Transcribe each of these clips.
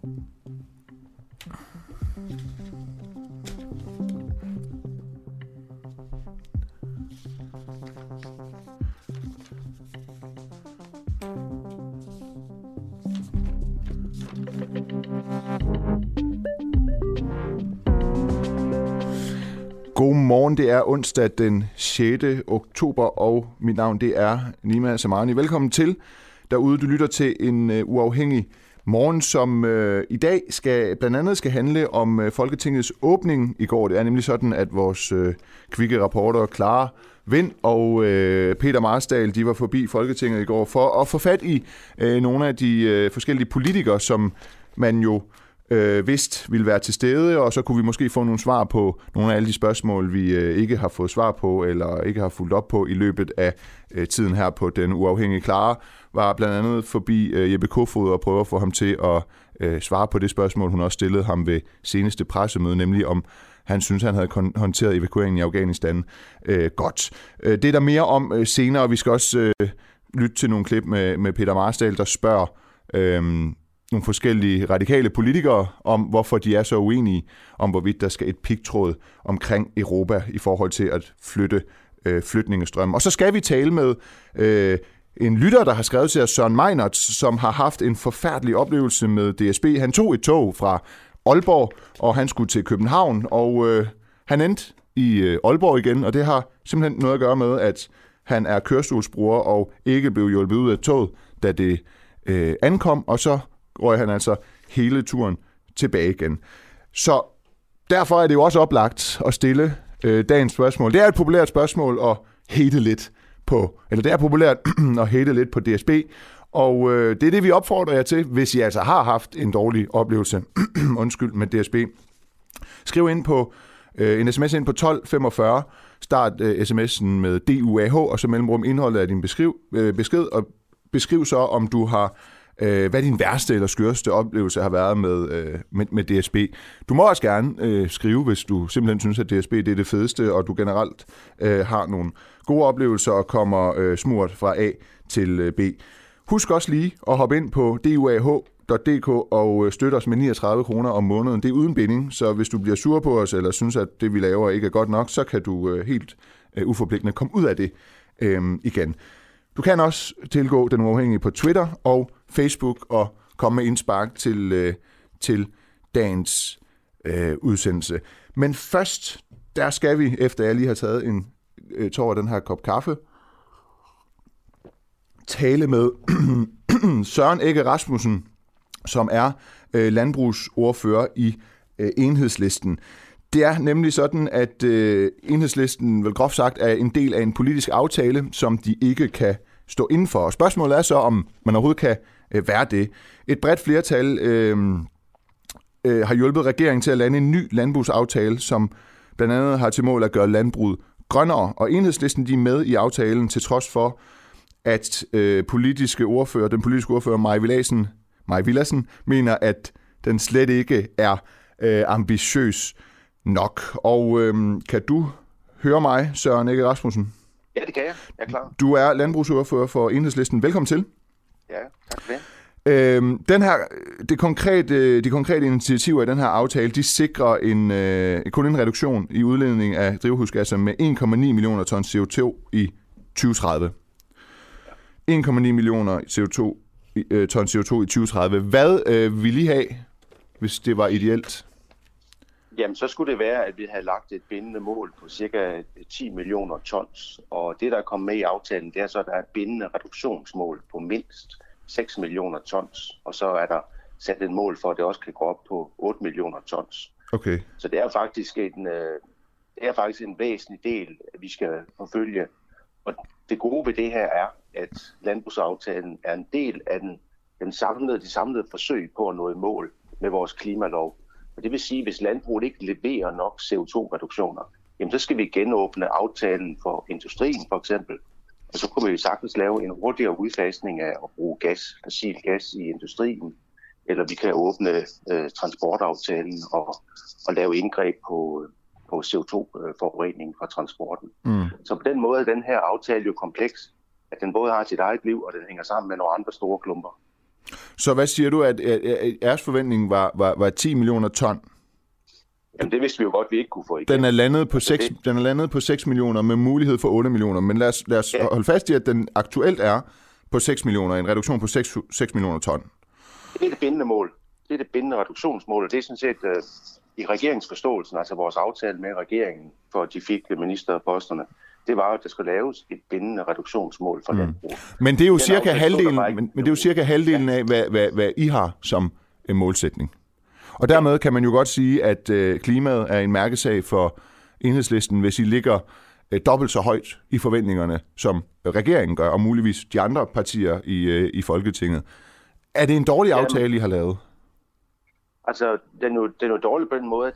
Godmorgen, det er onsdag den 6. oktober, og mit navn det er Nima Samani. Velkommen til derude. Du lytter til en uafhængig morgen, som i dag blandt andet skal handle om Folketingets åbning i går. Det er nemlig sådan, at vores kvikke rapporter Clara Vind og Peter Marstal, de var forbi Folketinget i går for at få fat i nogle af de forskellige politikere, som man jo vidst ville være til stede, og så kunne vi måske få nogle svar på nogle af alle de spørgsmål, vi ikke har fået svar på, eller ikke har fulgt op på i løbet af tiden her på Den Uafhængige. Clara var blandt andet forbi Jeppe Kofod og prøver at få ham til at svare på det spørgsmål, hun også stillede ham ved seneste pressemøde, nemlig om han synes, han havde håndteret evakueringen i Afghanistan godt. Det er der mere om senere, og vi skal også lytte til nogle klip med Peter Marstal, der spørger nogle forskellige radikale politikere om, hvorfor de er så uenige om, hvorvidt der skal et pigtråd omkring Europa i forhold til at flytte flygtningestrømmen. Og så skal vi tale med en lytter, der har skrevet til os, Søren Meinert, som har haft en forfærdelig oplevelse med DSB. Han tog et tog fra Aalborg, og han skulle til København, og han endte i Aalborg igen, og det har simpelthen noget at gøre med, at han er kørestolsbruger og ikke blev hjulpet ud af toget, da det ankom, og så røg han altså hele turen tilbage igen. Så derfor er det jo også oplagt at stille dagens spørgsmål. Det er et populært spørgsmål at hate lidt på, eller det er populært at hate lidt på DSB, og det er det, vi opfordrer jer til, hvis I altså har haft en dårlig oplevelse med DSB. Skriv ind på en sms ind på 1245, start sms'en med DUAH, og så mellemrum indholdet af din besked, og beskriv så, om du har hvad din værste eller skørste oplevelse har været med DSB. Du må også gerne skrive, hvis du simpelthen synes, at DSB det er det fedeste, og du generelt har nogle gode oplevelser og kommer smurt fra A til B. Husk også lige at hoppe ind på duah.dk og støtte os med 39 kroner om måneden. Det er uden binding, så hvis du bliver sur på os, eller synes, at det vi laver ikke er godt nok, så kan du helt uforpligtende komme ud af det igen. Du kan også tilgå Den Uafhængige på Twitter og Facebook og komme med indspark til dagens udsendelse. Men først, der skal vi, efter jeg lige har taget en tår af den her kop kaffe, tale med Søren Egge Rasmussen, som er landbrugsordfører i Enhedslisten. Det er nemlig sådan, at Enhedslisten vel groft sagt er en del af en politisk aftale, som de ikke kan stå inden for. Og spørgsmålet er så, om man overhovedet kan være det. Et bredt flertal har hjulpet regeringen til at lande en ny landbrugsaftale, som blandt andet har til mål at gøre landbruget grønnere. Og Enhedslisten de er med i aftalen, til trods for, at den politiske ordfører Mai Villadsen mener, at den slet ikke er ambitiøs nok. Og kan du høre mig, Søren Egge Rasmussen? Ja, det kan jeg. Jeg er klar. Du er landbrugsordfører for Enhedslisten. Velkommen til. Ja, tak for det. De konkrete initiativer i den her aftale, de sikrer kun en reduktion i udledning af drivhusgasser med 1,9 millioner ton CO2 i 2030. 1,9 millioner ton CO2 i 2030. Hvad vil I have, hvis det var ideelt? Jamen, så skulle det være, at vi havde lagt et bindende mål på cirka 10 millioner tons. Og det, der er kommet med i aftalen, det er så, at der er et bindende reduktionsmål på mindst 6 millioner tons. Og så er der sat et mål for, at det også kan gå op på 8 millioner tons. Okay. Så det er faktisk en væsentlig del, at vi skal forfølge. Og det gode ved det her er, at landbrugsaftalen er en del af de samlede forsøg på at nå et mål med vores klimalov. Og det vil sige, at hvis landbruget ikke leverer nok CO2-reduktioner, jamen så skal vi genåbne aftalen for industrien for eksempel. Og så kunne vi sagtens lave en hurtigere udfasning af at bruge fossil gas i industrien. Eller vi kan åbne transportaftalen og lave indgreb på CO2-forurening fra transporten. Så på den måde er den her aftale jo kompleks, at den både har sit eget liv, og den hænger sammen med nogle andre store klumper. Så hvad siger du, at jeres forventning var 10 millioner ton? Jamen, det vidste vi jo godt, vi ikke kunne få igen. Den er landet på 6 millioner med mulighed for 8 millioner, men lad os holde fast i, at den aktuelt er på 6 millioner, en reduktion på 6 millioner ton. Det er det bindende mål. Det er det bindende reduktionsmål, og det er sådan set i regeringsforståelsen, altså vores aftale med regeringen, for at de fik ministerposterne, det var, at der skulle laves et bindende reduktionsmål for landbruget. Men det er jo cirka halvdelen af, hvad I har som en målsætning. Og dermed kan man jo godt sige, at klimaet er en mærkesag for Enhedslisten, hvis I ligger dobbelt så højt i forventningerne, som regeringen gør, og muligvis de andre partier i Folketinget. Er det en dårlig aftale, I har lavet? Altså, den er jo dårlig på den måde,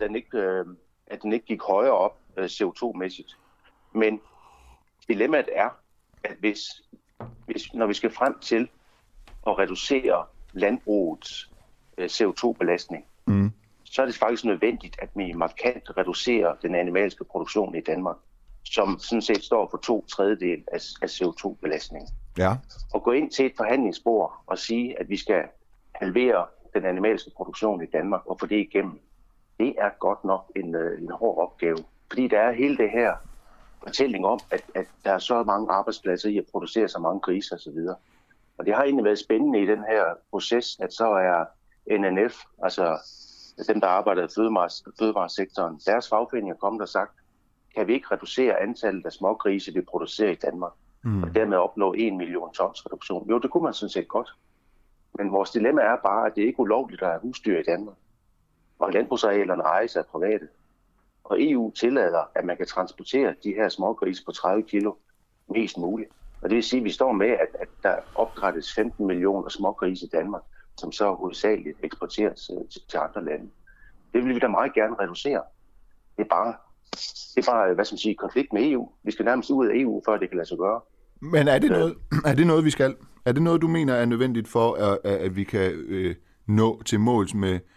at den ikke gik højere op CO2-mæssigt. Men dilemmaet er, at hvis når vi skal frem til at reducere landbrugets CO2-belastning, så er det faktisk nødvendigt, at vi markant reducerer den animalske produktion i Danmark, som sådan set står for 2/3 af CO2-belastningen. Ja. Og gå ind til et forhandlingsbord og sige, at vi skal halvere den animalske produktion i Danmark og få det igennem, det er godt nok en hård opgave. Fordi der er hele det her fortælling om, at der er så mange arbejdspladser i at producere så mange grise osv. Og det har egentlig været spændende i den her proces, at så er NNF, altså dem, der arbejder i fødevaresektoren, deres fagforeninger er kommet og sagt, kan vi ikke reducere antallet af smågrise, vi producerer i Danmark, og dermed opnå 1 million tons reduktion? Jo, det kunne man sådan set godt. Men vores dilemma er bare, at det ikke er ulovligt at have husdyr i Danmark. Og landbrugsarealerne ejes af private. Og EU tillader, at man kan transportere de her smågrise på 30 kilo mest muligt. Og det vil sige, at vi står med, at der opdrættes 15 millioner smågrise i Danmark, som så hovedsageligt eksporteres til andre lande. Det vil vi da meget gerne reducere. Det er bare hvad skal man sige, konflikt med EU. Vi skal nærmest ud af EU, før det kan lade sig gøre. Men er det noget, vi skal? Er det noget, du mener er nødvendigt for, at vi kan nå til måls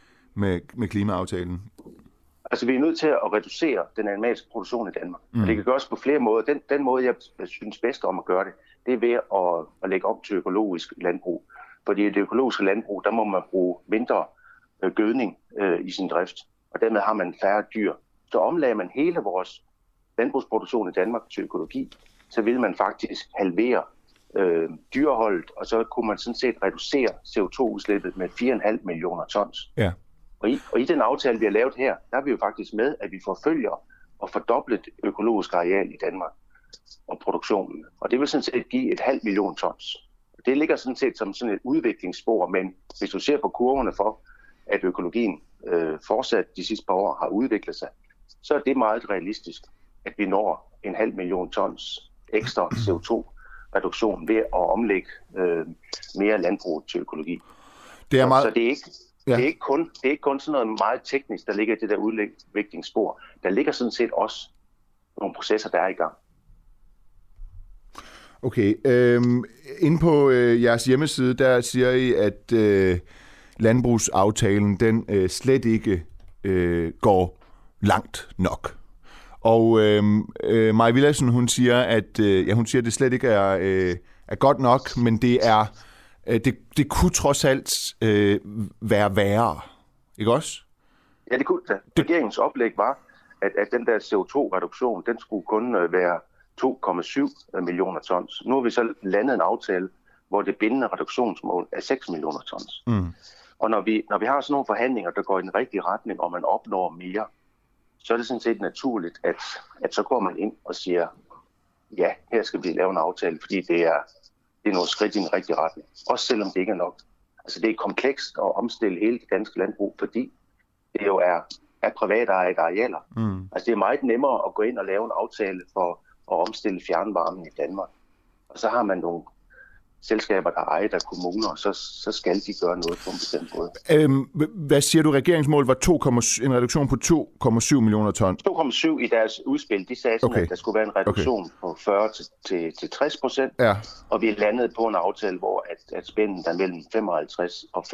med klimaaftalen? Altså, vi er nødt til at reducere den animalske produktion i Danmark. Og det kan gøres på flere måder. Den måde, jeg synes bedst om at gøre det er ved at lægge op til økologisk landbrug. Fordi i det økologiske landbrug, der må man bruge mindre gødning i sin drift. Og dermed har man færre dyr. Så omlagde man hele vores landbrugsproduktion i Danmark til økologi, så vil man faktisk halvere dyreholdet, og så kunne man sådan set reducere CO2-udslippet med 4,5 millioner tons. Ja. Og i den aftale, vi har lavet her, der er vi jo faktisk med, at vi forfølger og fordoblet økologisk areal i Danmark og produktionen. Og det vil sådan set give 0,5 million tons. Det ligger sådan set som sådan et udviklingsspor, men hvis du ser på kurverne for, at økologien fortsat de sidste par år har udviklet sig, så er det meget realistisk, at vi når 0,5 million tons ekstra CO2-reduktion ved at omlægge mere landbrug til økologi. Det er meget... Så det er ikke kun sådan noget meget teknisk, der ligger i det der udviklingsspor. Der ligger sådan set også nogle processer, der er i gang. Okay. Inde på jeres hjemmeside, der siger I, at landbrugsaftalen, den slet ikke går langt nok. Og Mai Villadsen, hun siger, at det slet ikke er godt nok, men det kunne trods alt være værre. Ikke også? Ja, det kunne det. Regeringens oplæg var, at den der CO2-reduktion, den skulle kun være 2,7 millioner tons. Nu har vi så landet en aftale, hvor det bindende reduktionsmål er 6 millioner tons. Og når vi har sådan nogle forhandlinger, der går i den rigtige retning, og man opnår mere, så er det sådan set naturligt, at så går man ind og siger, ja, her skal vi lave en aftale, fordi det er nogle skridt i den rigtige retning. Også selvom det ikke er nok. Altså det er komplekst at omstille hele det danske landbrug, fordi det jo er privatejede arealer. Altså det er meget nemmere at gå ind og lave en aftale for at omstille fjernvarmen i Danmark. Og så har man nogle selskaber, der ejer af kommuner, og så skal de gøre noget på en bestemt måde. Hvad siger du, regeringsmål var en reduktion på 2,7 millioner ton? 2,7 i deres udspil. De sagde sådan, at der skulle være en reduktion på 40-60%, ja. Og vi landede på en aftale, hvor at spændet er mellem 55 og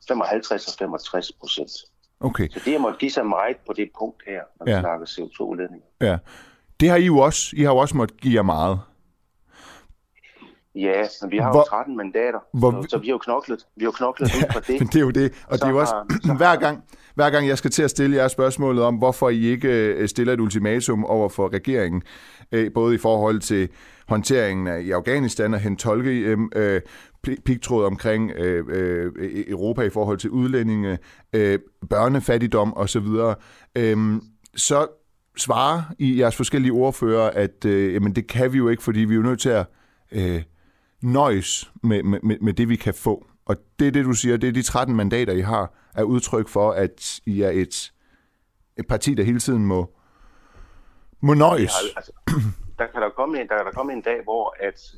65%. Okay. Så det har måttet give sig meget på det punkt her, når vi snakker CO2-udledning. Ja. Det har I jo også. I har jo også måttet give jer meget. Ja, men vi har jo 13 mandater, så vi har jo knoklet. Vi har jo knoklet ud for det. Men det er jo det, og så det er jo også hver gang jeg skal til at stille jer spørgsmålet om, hvorfor I ikke stiller et ultimatum over for regeringen, både i forhold til håndteringen i Afghanistan og hente tolke pigtråd omkring Europa i forhold til udlændinge, børnefattigdom osv., så svarer I jeres forskellige ordfører, at jamen det kan vi jo ikke, fordi vi er jo nødt til at nøjes med det, vi kan få. Og det er det, du siger, det er de 13 mandater, I har, er udtryk for, at I er et parti, der hele tiden må nøjes. Ja, altså, der kan der komme en dag, hvor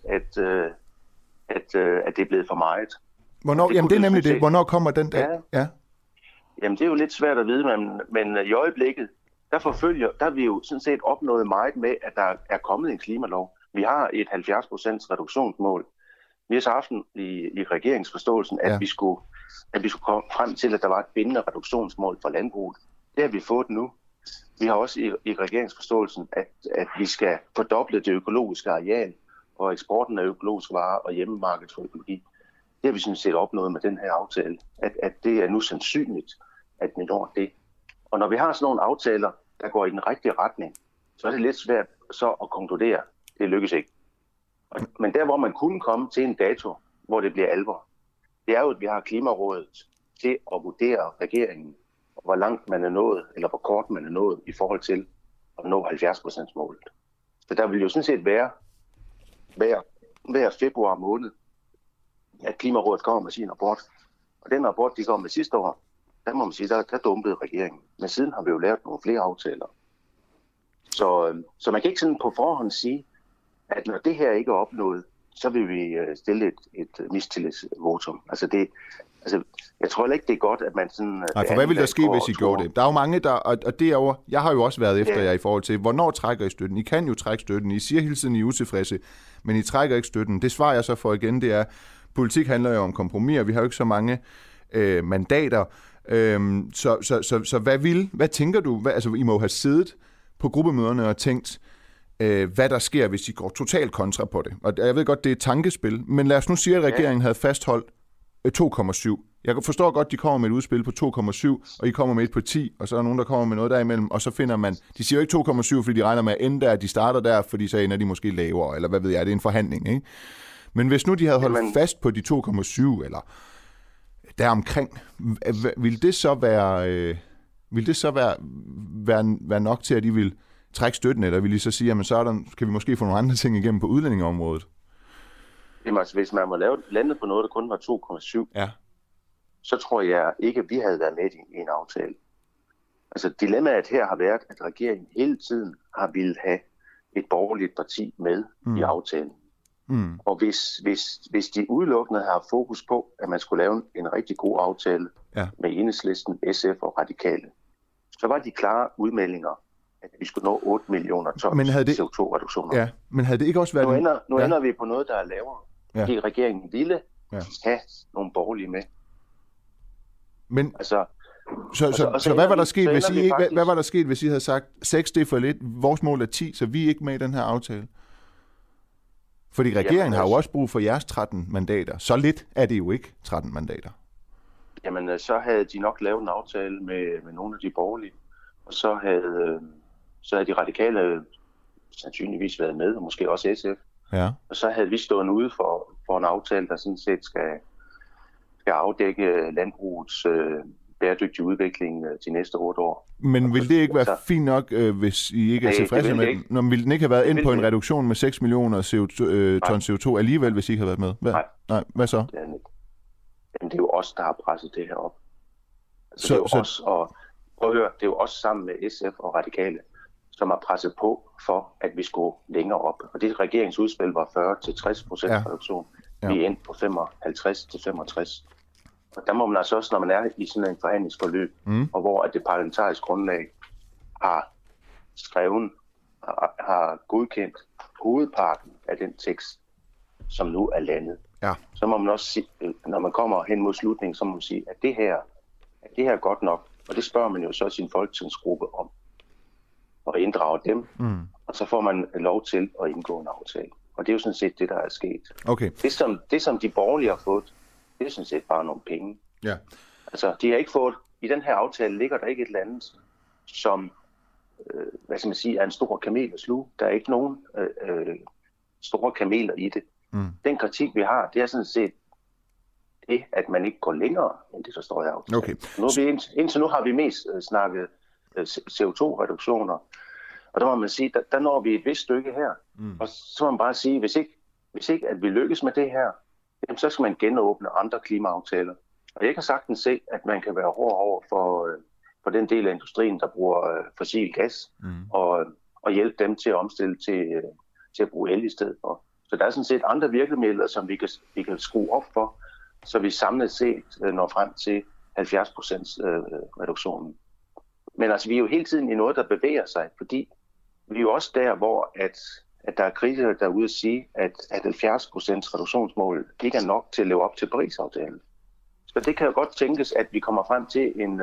at det er blevet for meget. Hvornår? Jamen det er nemlig det. Hvornår kommer den dag? Ja. Jamen det er jo lidt svært at vide, men i øjeblikket, der har vi jo sådan set opnået meget med, at der er kommet en klimalov. Vi har et 70% reduktionsmål. Vi har så haft i regeringsforståelsen, at vi skulle komme frem til, at der var et bindende reduktionsmål for landbruget. Det har vi fået nu. Vi har også i regeringsforståelsen, at vi skal fordoble det økologiske areal og eksporten af økologiske varer og hjemmemarkedet for økologi. Det har vi sådan set opnået med den her aftale, at det er nu sandsynligt, at vi når det. Og når vi har sådan nogle aftaler, der går i den rigtige retning, så er det lidt svært så at konkludere, det lykkes ikke. Men der, hvor man kunne komme til en dato, hvor det bliver alvor, det er jo, at vi har Klimarådet til at vurdere regeringen, hvor langt man er nået, eller hvor kort man er nået i forhold til at nå 70%-målet. Så der vil jo sådan set være hver februar måned, at Klimarådet kommer med sin rapport. Og den rapport, de kom med sidste år, der må man sige, der dumpede regeringen. Men siden har vi jo lavet nogle flere aftaler. Så man kan ikke sådan på forhånd sige, at når det her ikke er opnået, så vil vi stille et mistillidsvotum. Jeg tror ikke, det er godt, at man sådan... Nej, for hvad vil der ske, hvis I gjorde det? Der er jo mange, og det er jo... Jeg har jo også været efter jer i forhold til, hvornår trækker I støtten? I kan jo trække støtten. I siger hele tiden, I er utilfredse, men I trækker ikke støtten. Det svarer jeg så for igen, det er, politik handler jo om kompromiser. Vi har jo ikke så mange mandater. Så hvad tænker du? I må have siddet på gruppemøderne og tænkt, hvad der sker, hvis I går totalt kontra på det. Og jeg ved godt, det er et tankespil, men lad os nu sige, at regeringen havde fastholdt 2,7. Jeg forstår godt, de kommer med et udspil på 2,7, og I kommer med et på 10, og så er der nogen, der kommer med noget derimellem, og så finder man... De siger jo ikke 2,7, fordi de regner med at ende der, de starter der, fordi så ender de måske lavere, eller hvad ved jeg, det er en forhandling, ikke? Men hvis nu de havde holdt fast på de 2,7, eller deromkring, ville det så være nok til, at de vil trække støtten, eller vil I så sige, jamen så kan vi måske få nogle andre ting igennem på udlændingeområdet? Jamen altså, hvis man var landet på noget, der kun var 2,7, så tror jeg ikke, at vi havde været med i en aftale. Altså dilemmaet her har været, at regeringen hele tiden har ville have et borgerligt parti med i aftalen. Og hvis de udelukkende har fokus på, at man skulle lave en rigtig god aftale med Enhedslisten, SF og Radikale, så var de klare udmeldinger, at vi skulle nå 8 millioner tons CO2-reduktioner. Ja, men havde det ikke også været... Nu ender vi på noget, der er lavere. Fordi regeringen ville have nogle borgerlige med. Men... Så hvad var der sket, hvis I ikke, hvad var der sket, hvis I havde sagt, 6 det er for lidt, vores mål er 10, så vi er ikke med i den her aftale? Fordi regeringen har jo også brug for jeres 13 mandater. Så lidt er det jo ikke 13 mandater. Jamen, så havde de nok lavet en aftale med nogle af de borgerlige. Og så havde de radikale sandsynligvis været med, og måske også SF. Ja. Og så havde vi stået ude for en aftale, der sådan set skal afdække landbrugets bæredygtige udvikling de næste 8 år. Men vil det ikke være fint nok, hvis I ikke er tilfredse med den? Når vil den ikke have været ind på en reduktion med 6 millioner ton CO2 alligevel, hvis I ikke har været med? Nej, hvad så? Jamen, det er jo os, der har presset det her op. Altså, det er jo os, og prøv at høre, det er jo også sammen med SF og Radikale, som har presset på for, at vi skulle længere op. Og det regeringsudspil var 40-60% reduktion. Vi er endt på 55-65%. Og der må man altså også, når man er i sådan en forhandlingsforløb, og hvor at det parlamentariske grundlag har godkendt hovedparten af den tekst, som nu er landet. Ja. Så må man også sige, når man kommer hen mod slutningen, så må man sige, at det her er godt nok. Og det spørger man jo så sin folketingsgruppe om. Og inddrage dem. Og så får man lov til at indgå en aftale. Og det er jo sådan set det, der er sket. Okay. Det, som de borgerlige har fået, det er sådan set bare nogle penge. Ja. Altså, de har ikke fået... I den her aftale ligger der ikke et eller andet, som hvad skal man sige, er en stor kamel at sluge. Der er ikke nogen store kameler i det. Den kritik, vi har, det er sådan set det, at man ikke går længere, end det, der står i aftalen. Okay. Indtil nu har vi mest snakket CO2-reduktioner. Og der må man sige, der når vi et vist stykke her. Og så må man bare sige, hvis ikke at vi lykkes med det her, jamen, så skal man genåbne andre klimaaftaler. Og jeg kan sagtens se, at man kan være hård over for den del af industrien, der bruger fossil gas, og hjælpe dem til at omstille til at bruge el i stedet for. Så der er sådan set andre virkemidler, som vi kan skrue op for, så vi samlet set når frem til 70% reduktionen. Men altså, vi er jo hele tiden i noget, der bevæger sig, fordi vi er jo også der, hvor at der er kritikere derude at sige, at 70% reduktionsmål ikke er nok til at leve op til Paris-aftalen. Så det kan jo godt tænkes, at vi kommer frem til en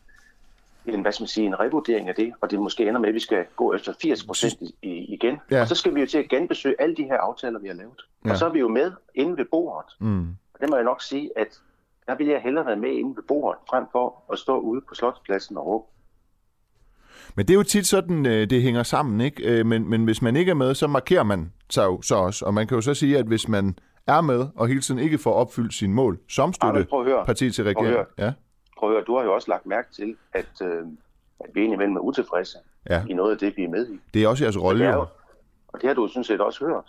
revurdering af det, og det måske ender med, at vi skal gå efter 80% igen. Ja. Og så skal vi jo til at genbesøge alle de her aftaler, vi har lavet. Ja. Og så er vi jo med inde ved bordet. Og det må jeg nok sige, at der vil jeg hellere være med inde ved bordet, frem for at stå ude på Slotspladsen og råbe. Men det er jo tit sådan, det hænger sammen, ikke? Men hvis man ikke er med, så markerer man sig jo så også. Og man kan jo så sige, at hvis man er med, og hele tiden ikke får opfyldt sine mål, som støtteparti til regeringen. Prøv at høre, du har jo også lagt mærke til, at vi indimellem er utilfredse i noget af det, vi er med i. Det er også jeres rolle. Og det har du sådan set også hørt.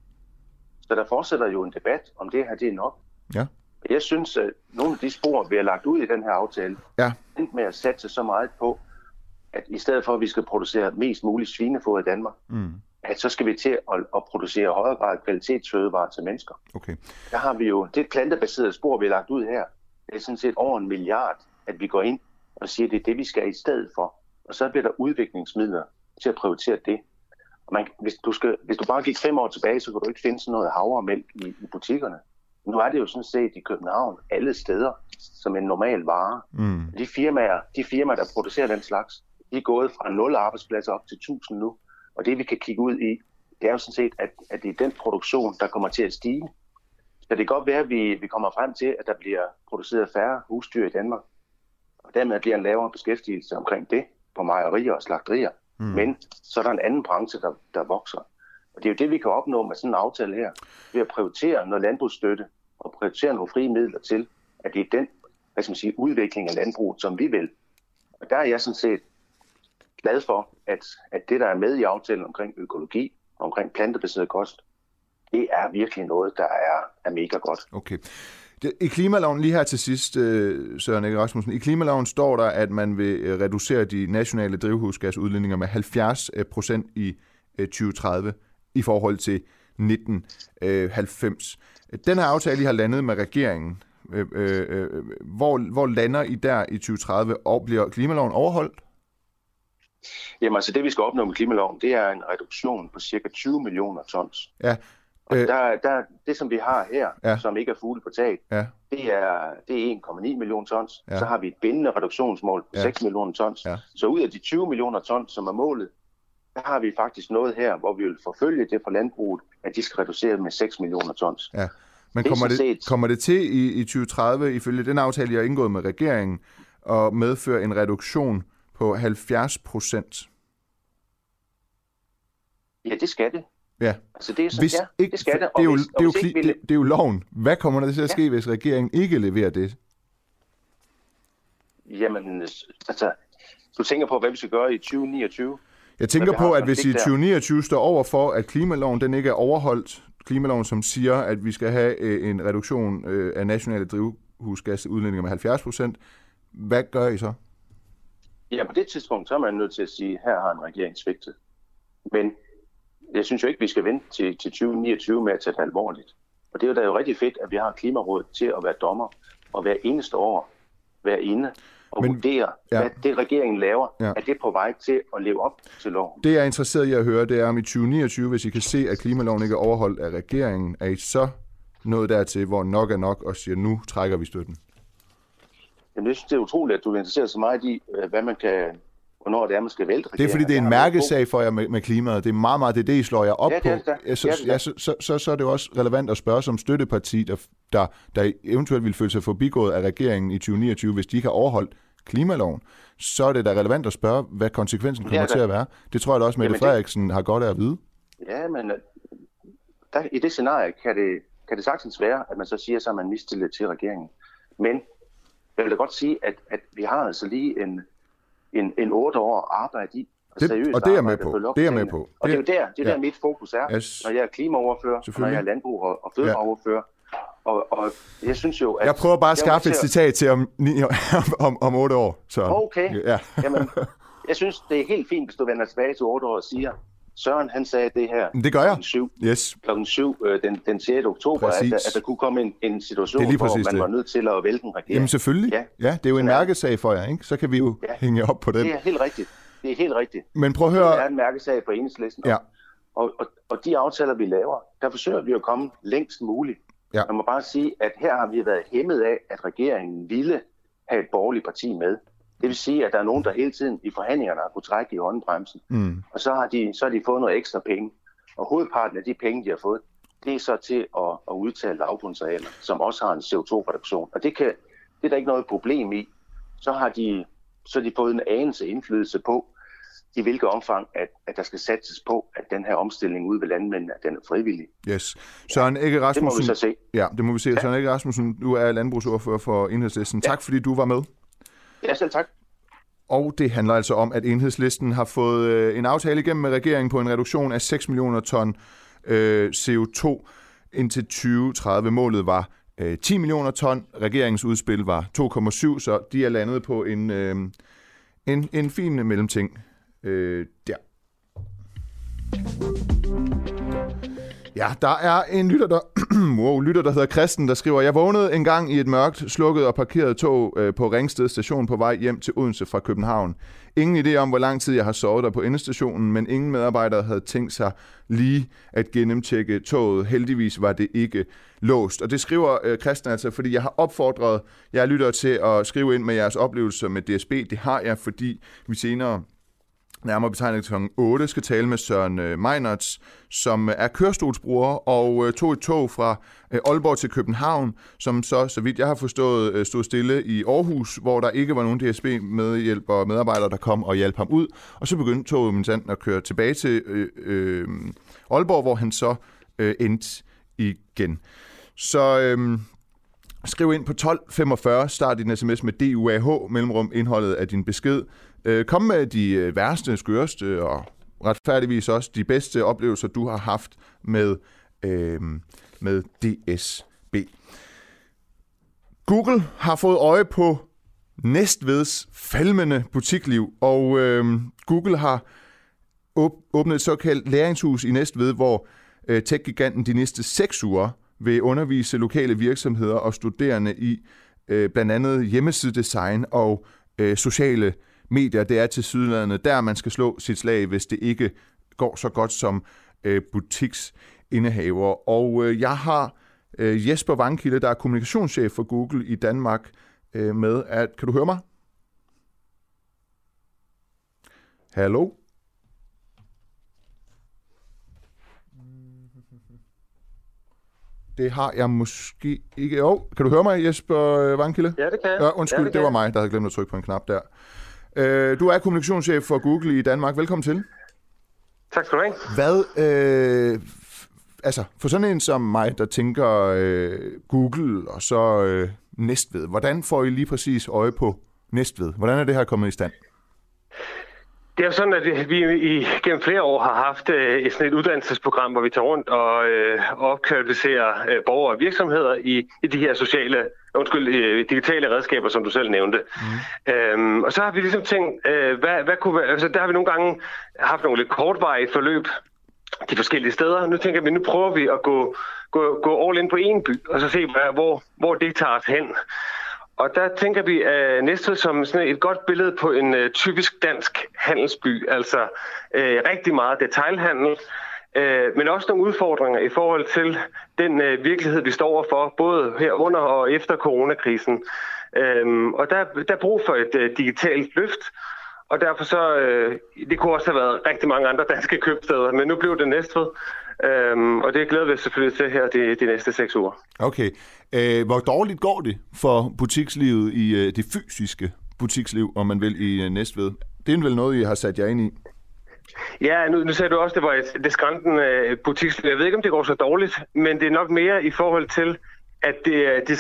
Så der fortsætter jo en debat, om det her det er nok. Ja. Jeg synes, at nogle af de spor, vi har lagt ud i den her aftale, endte med at satse så meget på, at i stedet for, at vi skal producere mest muligt svinefoder i Danmark, at så skal vi til at producere højere grad kvalitetsfødevarer til mennesker. Okay. Der har vi jo det plantebaserede spor, vi har lagt ud her. Det er sådan set over 1 milliard, at vi går ind og siger, at det er det, vi skal i stedet for. Og så bliver der udviklingsmidler til at prioritere det. Og hvis du bare gik 5 år tilbage, så kunne du ikke finde sådan noget havremælk i butikkerne. Nu er det jo sådan set i København alle steder som en normal vare. De firmaer, der producerer den slags, de er gået fra 0 arbejdspladser op til 1000 nu. Og det vi kan kigge ud i, det er jo sådan set, at det er den produktion, der kommer til at stige. Så det kan godt være, at vi kommer frem til, at der bliver produceret færre husdyr i Danmark. Og dermed bliver en lavere beskæftigelse omkring det på mejerier og slagterier. Men så er der en anden branche, der vokser. Og det er jo det, vi kan opnå med sådan en aftale her. Ved at prioritere noget landbrugsstøtte og prioritere nogle frie midler til, at det er den udvikling af landbruget, som vi vil. Og der er jeg sådan set glad for, at det, der er med i aftalen omkring økologi og omkring plantebaseret kost, det er virkelig noget, der er mega godt. Okay. I klimaloven, lige her til sidst, Søren Egge Rasmussen, i klimaloven står der, at man vil reducere de nationale drivhusgasudledninger med 70% i 2030 i forhold til 1990. Den her aftale, I har landet med regeringen, hvor lander I der i 2030, og bliver klimaloven overholdt? Jamen altså det, vi skal opnå med klimaloven, det er en reduktion på cirka 20 millioner tons. Ja. Der, det, som vi har her, som ikke er fugle på taget, det er 1,9 millioner tons. Ja. Så har vi et bindende reduktionsmål på 6 millioner tons. Ja. Så ud af de 20 millioner tons, som er målet, der har vi faktisk noget her, hvor vi vil forfølge det fra landbruget, at de skal reducere med 6 millioner tons. Ja. Men kommer det til i 2030, ifølge den aftale, jeg har indgået med regeringen, at medføre en reduktion på 70%? Ja, det skal det. Ja. Altså det er sådan, det skal det. Det er jo loven. Hvad kommer der til at ske, hvis regeringen ikke leverer det? Jamen, altså, du tænker på, hvad vi skal gøre i 2029? Jeg tænker på, at hvis i 2029 står over for, at klimaloven den ikke er overholdt, klimaloven som siger, at vi skal have en reduktion af nationale drivhusgasudledninger med 70%, hvad gør I så? Ja, på det tidspunkt, så er man nødt til at sige, at her har en regering svigtet. Men jeg synes jo ikke, vi skal vente til 2029 med at tage det alvorligt. Og det er jo da jo rigtig fedt, at vi har Klimarådet til at være dommer, og hver eneste år være inde og vurdere, hvad det regeringen laver, er det på vej til at leve op til loven. Det jeg er interesseret i at høre, det er om i 2029, hvis I kan se, at klimaloven ikke er overholdt af regeringen, er I så nået dertil, hvor nok er nok, og siger, nu trækker vi støtten? Jamen, jeg synes, det er utroligt, at du er interesseret så meget i, hvad man kan hvornår det er, man skal vælte regeringen. Det er fordi, det er en mærkesag for jer med klimaet. Det er meget, meget det I slår jer op på. Så er det jo også relevant at spørge som støtteparti, der eventuelt vil føle sig forbigået af regeringen i 2029, hvis de ikke har overholdt klimaloven. Så er det da relevant at spørge, hvad konsekvensen kommer til at være. Det tror jeg da også, Mette Frederiksen har godt af at vide. Ja, men i det scenarie kan det sagtens være, at man så siger, at man mistillid til regeringen. Men jeg vil da godt sige, at vi har altså lige en 8 år arbejde i. Og det er jeg med på. Det er jeg med på. Og det er jo der mit fokus er, når jeg er klimaoverfører, når jeg er landbrug- og fødevareoverfører. Og jeg synes jo, at... Jeg prøver bare at skaffe et citat til om 8 år. Så. Okay. Ja. Jamen, jeg synes, det er helt fint, hvis du vender tilbage til 8 år og siger, Søren, han sagde det her det gør jeg. Klokken 7 den 6. oktober, at der kunne komme en situation, hvor man var nødt til at vælte en regering. Jamen selvfølgelig. Ja, det er jo en mærkesag for jer, ikke? Så kan vi jo hænge op på den. Det er helt rigtigt. Men prøv at høre... Det er en mærkesag for Enhedslisten. Ja. Og de aftaler, vi laver, der forsøger vi at komme længst muligt. Ja. Man må bare sige, at her har vi været hæmmet af, at regeringen ville have et borgerligt parti med. Det vil sige, at der er nogen, der hele tiden i forhandlingerne har kunnet trække i håndbremsen. Og så har de fået noget ekstra penge. Og hovedparten af de penge, de har fået, det er så til at udtage lavbundsarealer, som også har en CO2-reduktion. Og det er der ikke noget problem i. Så har de fået en anelse indflydelse på, i hvilket omfang, at der skal satses på, at den her omstilling ude ved landmændene, at den er frivillig. Yes. Søren Egge Rasmussen. Det må vi så se. Ja, det må vi se. Ja. Søren Egge Rasmussen, du er landbrugsordfører for Enhedslisten. Tak fordi du var med. Ja, selv tak. Og det handler altså om, at Enhedslisten har fået en aftale igennem med regeringen på en reduktion af 6 millioner ton CO2 indtil 2030. Målet var 10 millioner ton. Regeringens udspil var 2,7, så de er landet på en fin mellemting. Der. Ja, der er en lytter, der hedder Christen, der skriver: Jeg vågnede en gang i et mørkt, slukket og parkeret tog på Ringsted station på vej hjem til Odense fra København. Ingen idé om, hvor lang tid jeg har sovet der på endestationen, men ingen medarbejdere havde tænkt sig lige at gennemtjekke toget. Heldigvis var det ikke låst. Og det skriver Christen altså, fordi jeg har opfordret jer lyttere til at skrive ind med jeres oplevelser med DSB. Det har jeg, fordi vi senere, nærmere betegnet kl. 8, skal tale med Søren Meinertz, som er kørestolsbruger og tog et tog fra Aalborg til København, som så vidt jeg har forstået, stod stille i Aarhus, hvor der ikke var nogen DSB-medhjælpere og medarbejdere, der kom og hjalp ham ud. Og så begyndte toget mindsand at køre tilbage til Aalborg, hvor han så endte igen. Så skriv ind på 1245, start din sms med DUAH, mellemrum indholdet af din besked. Kom med de værste, skøreste og retfærdigvis også de bedste oplevelser, du har haft med DSB. Google har fået øje på Næstveds falmende butikliv, og Google har åbnet et såkaldt læringshus i Næstved, hvor tech-giganten de næste 6 uger vil undervise lokale virksomheder og studerende i blandt andet hjemmesidedesign og sociale medier. Det er tilsyneladende der, man skal slå sit slag, hvis det ikke går så godt som butiksindehaver. Og jeg har Jesper Vangkilde, der er kommunikationschef for Google i Danmark, med. Kan du høre mig? Hallo? Det har jeg måske ikke. Kan du høre mig, Jesper Vangkilde? Ja, det kan jeg. Ja, undskyld, det var mig, der havde glemt at trykke på en knap der. Du er kommunikationschef for Google i Danmark. Velkommen til. Tak skal du have. Hvad, for sådan en som mig, der tænker Google og så Næstved, hvordan får I lige præcis øje på Næstved? Hvordan er det her kommet i stand? Det er jo sådan, at vi gennem flere år har haft sådan et uddannelsesprogram, hvor vi tager rundt og opkvalificerer borgere og virksomheder i de her digitale redskaber, som du selv nævnte. Og så har vi ligesom tænkt, der har vi nogle gange haft nogle lidt kortvarige forløb de forskellige steder. Nu tænker vi, nu prøver vi at gå all in på en by, og så se, hvor det tager os hen. Og der tænker vi Næstved som sådan et godt billede på en typisk dansk handelsby, altså rigtig meget detailhandel, men også nogle udfordringer i forhold til den virkelighed, vi står overfor, både her under og efter coronakrisen. Og der er brug for et digitalt løft, Og derfor så, det kunne også have været rigtig mange andre danske købsteder, men nu blev det Næstved. Og det glæder vi selvfølgelig til her de næste 6 uger. Okay. Hvor dårligt går det for butikslivet i det fysiske butiksliv, om man vil, i Næstved? Det er vel noget, I har sat jer ind i? Ja, nu sagde du også, at det var det skrantende butiksliv. Jeg ved ikke, om det går så dårligt, men det er nok mere i forhold til, at de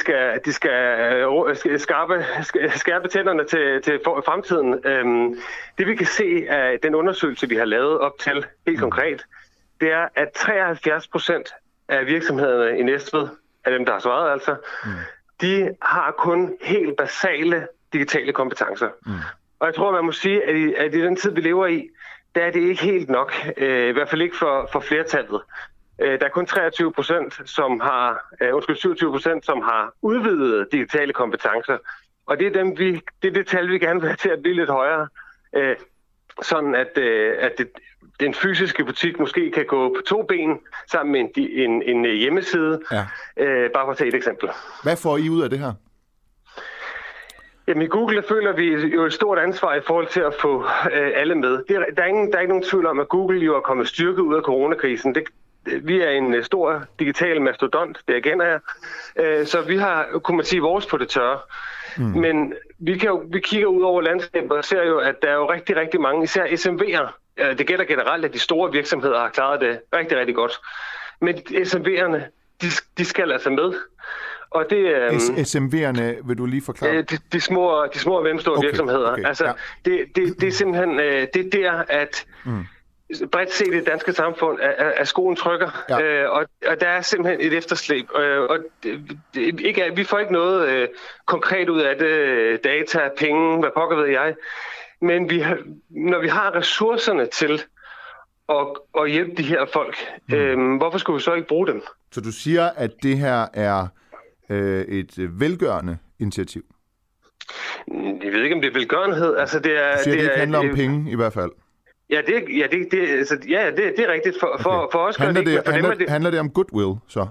skal skærpe tænderne til fremtiden. Det vi kan se af den undersøgelse, vi har lavet op til helt konkret, det er, at 73% af virksomhederne i Næstved, af dem, der har svaret altså, de har kun helt basale digitale kompetencer. Og jeg tror, man må sige, at i den tid, vi lever i, der er det ikke helt nok. I hvert fald ikke for flertallet. Der er kun 27%, som har 27%, som har udvidede digitale kompetencer. Og det er det tal, vi gerne vil have til at blive lidt højere. Sådan at den fysiske butik måske kan gå på 2 ben sammen med en hjemmeside. Ja. Bare for at tage et eksempel. Hvad får I ud af det her? Jamen i Google føler vi jo et stort ansvar i forhold til at få alle med. Der er ikke nogen tvivl om, at Google jo er kommet styrket ud af coronakrisen. Vi er en stor digital mastodont, det erkender jeg. Så vi har, kunne man sige, vores på det tørre. Men vi kigger ud over landskabet og ser jo, at der er jo rigtig, rigtig mange, især SMV'er. Det gælder generelt, at de store virksomheder har klaret det rigtig, rigtig godt. Men SMV'erne, de skal altså med. Og det SMV'erne, vil du lige forklare? De små og mellemstore virksomheder. Okay, altså, ja. det er simpelthen det er der, at bredt set i det danske samfund er skoen trykker, ja. Og der er simpelthen et efterslæb. Og vi får ikke noget konkret ud af det, data, penge, hvad pokker ved jeg. Men når vi har ressourcerne til at hjælpe de her folk, hvorfor skulle vi så ikke bruge dem? Så du siger, at det her er et velgørende initiativ? Jeg ved ikke, om det er velgørenhed. Altså, det ikke handler om penge i hvert fald? Ja, det er rigtigt. For os handler det om goodwill, så?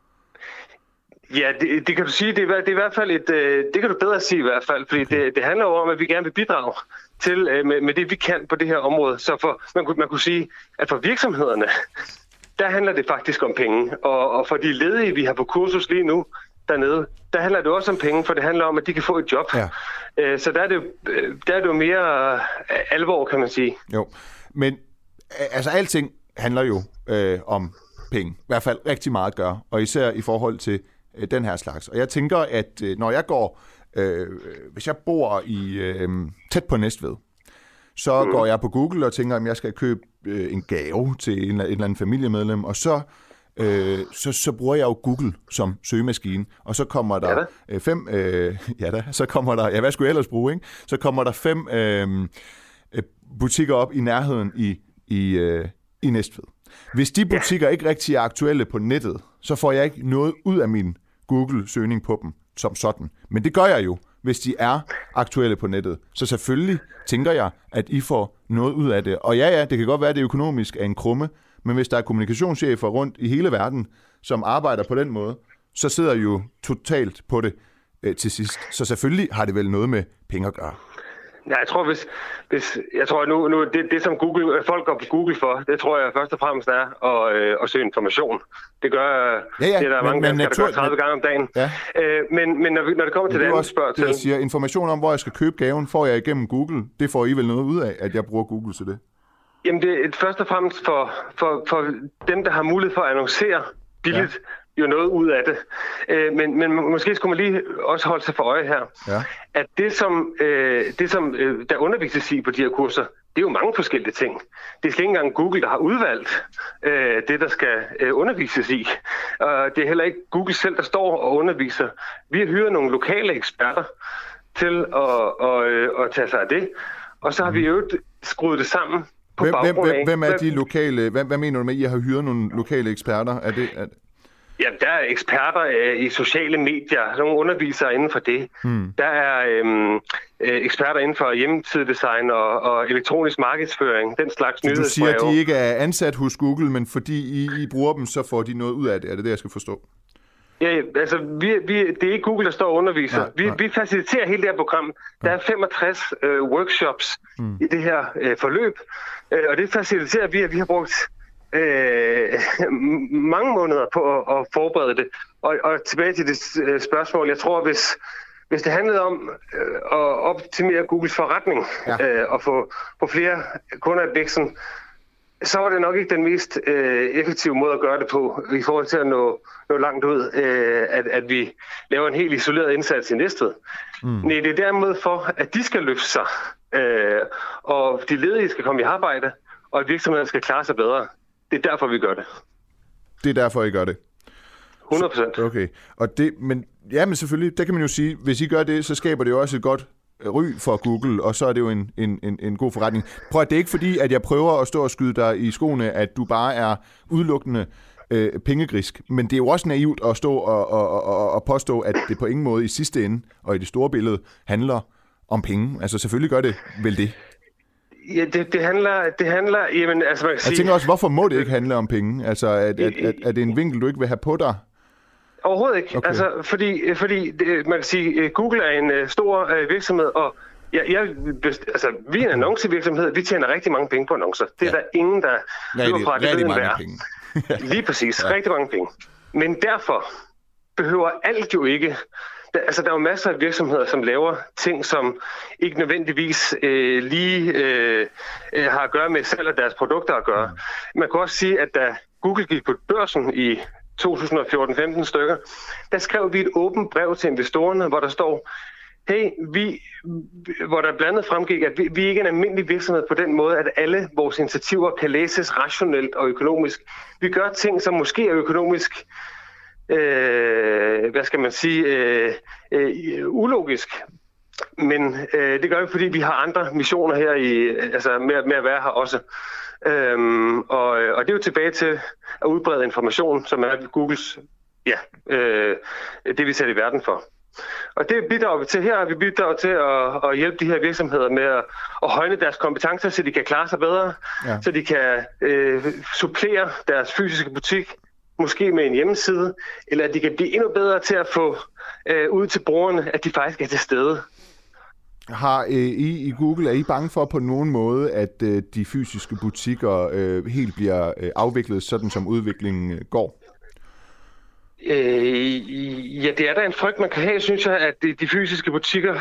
Ja, det kan du sige. Det er i hvert fald det kan du bedre sige i hvert fald, fordi okay. det handler jo om, at vi gerne vil bidrage til med det, vi kan på det her område. Så man kunne sige, at for virksomhederne, der handler det faktisk om penge. Og for de ledige, vi har på kursus lige nu dernede, der handler det også om penge, for det handler om, at de kan få et job. Ja. Så der er det jo mere alvor, kan man sige. Jo, men altså alting handler jo om penge. I hvert fald rigtig meget at gøre, og især i forhold til den her slags. Og jeg tænker, at når jeg går, hvis jeg bor i tæt på Næstved, så går jeg på Google og tænker, at jeg skal købe en gave til et eller andet familiemedlem, og så bruger jeg jo Google som søgemaskine, og så kommer der 5, så kommer der, hvad skulle jeg ellers bruge, ikke? Så kommer der 5 butikker op i nærheden i Næstved. Hvis de butikker ikke rigtig er aktuelle på nettet, så får jeg ikke noget ud af min Google-søgning på dem som sådan. Men det gør jeg jo, hvis de er aktuelle på nettet. Så selvfølgelig tænker jeg, at I får noget ud af det. Og ja, det kan godt være, at det økonomisk er en krumme, men hvis der er kommunikationschefer rundt i hele verden, som arbejder på den måde, så sidder I jo totalt på det til sidst. Så selvfølgelig har det vel noget med penge at gøre. Ja, jeg tror nu det som folk går på Google for, det tror jeg først og fremmest er at søge information. Det gør det er der mange danskere, der gør 30 gange om dagen. Ja. Men når det kommer til det andet spørgsmål til... Jeg siger, information om, hvor jeg skal købe gaven, får jeg igennem Google. Det får I vel noget ud af, at jeg bruger Google til det? Jamen det er først og fremmest for dem, der har mulighed for at annoncere billigt, jo noget ud af det. Men måske skulle man lige også holde sig for øje her, at det som der undervises i på de her kurser, det er jo mange forskellige ting. Det er slet ikke engang Google, der har udvalgt det, der skal undervises i. Og det er heller ikke Google selv, der står og underviser. Vi har hyret nogle lokale eksperter til at tage sig af det, og så har vi jo skruet det sammen på baggrund af... Hvem er de lokale... Hvad mener du med, at I har hyret nogle lokale eksperter? Ja, der er eksperter i sociale medier, nogle undervisere inden for det. Der er eksperter inden for hjemmesidedesign og elektronisk markedsføring, den slags nyhedsbreve. Så du siger, at de ikke er ansat hos Google, men fordi I bruger dem, så får de noget ud af det? Er det det, jeg skal forstå? Ja, altså det er ikke Google, der står og underviser. Vi faciliterer hele det her program. Der er 65 workshops i det her forløb, og det faciliterer vi, at vi har brugt mange måneder på at forberede det. Og tilbage til det spørgsmål, jeg tror, hvis det handlede om at optimere Googles forretning og få flere kunder i biksen, så var det nok ikke den mest effektive måde at gøre det på i forhold til at nå langt ud, at vi laver en helt isoleret indsats i Næstved. Nej, det er derimod for, at de skal løfte sig, og de ledige skal komme i arbejde, og at virksomheden skal klare sig bedre. Det er derfor, vi gør det. Det er derfor, I gør det? 100%. Okay. Og det, men selvfølgelig, der kan man jo sige, hvis I gør det, så skaber det jo også et godt ry for Google, og så er det jo en god forretning. Prøv at det er ikke fordi, at jeg prøver at stå og skyde dig i skoene, at du bare er udelukkende pengegrisk, men det er jo også naivt at stå og påstå, at det på ingen måde i sidste ende, og i det store billede, handler om penge. Altså selvfølgelig gør det vel det. Ja, det handler, jamen, altså man kan sige... Jeg tænker også, hvorfor må det ikke handle om penge? Altså, er det en vinkel, du ikke vil have på dig? Overhovedet ikke. Okay. Altså, fordi man kan sige, Google er en stor virksomhed, og vi er en annoncevirksomhed, vi tjener rigtig mange penge på annoncer. Det er der ingen, der løber fra, det ved en værd. Lige præcis, rigtig mange penge. Men derfor behøver alt jo ikke... Altså, der er jo masser af virksomheder, som laver ting, som ikke nødvendigvis har at gøre med salg af deres produkter at gøre. Man kan også sige, at da Google gik på børsen i 2014-15 stykker, der skrev vi et åbent brev til investorerne, hvor der står, hey, hvor der blandt andet fremgik, at vi ikke er en almindelig virksomhed på den måde, at alle vores initiativer kan læses rationelt og økonomisk. Vi gør ting, som måske er økonomisk ulogisk. Men det gør vi, fordi vi har andre missioner her med at være her også. Og det er jo tilbage til at udbrede information, som er Googles, det vi sætter i verden for. Og det bidrager vi til her. Vi bidrager til at hjælpe de her virksomheder med at højne deres kompetencer, så de kan klare sig bedre, så de kan supplere deres fysiske butik, måske med en hjemmeside, eller at de kan blive endnu bedre til at få ud til brugerne, at de faktisk er til stede. Har I i Google, er I bange for på nogen måde, at de fysiske butikker helt bliver afviklet, sådan som udviklingen går? Ja, det er der en frygt, man kan have, synes jeg, at de fysiske butikker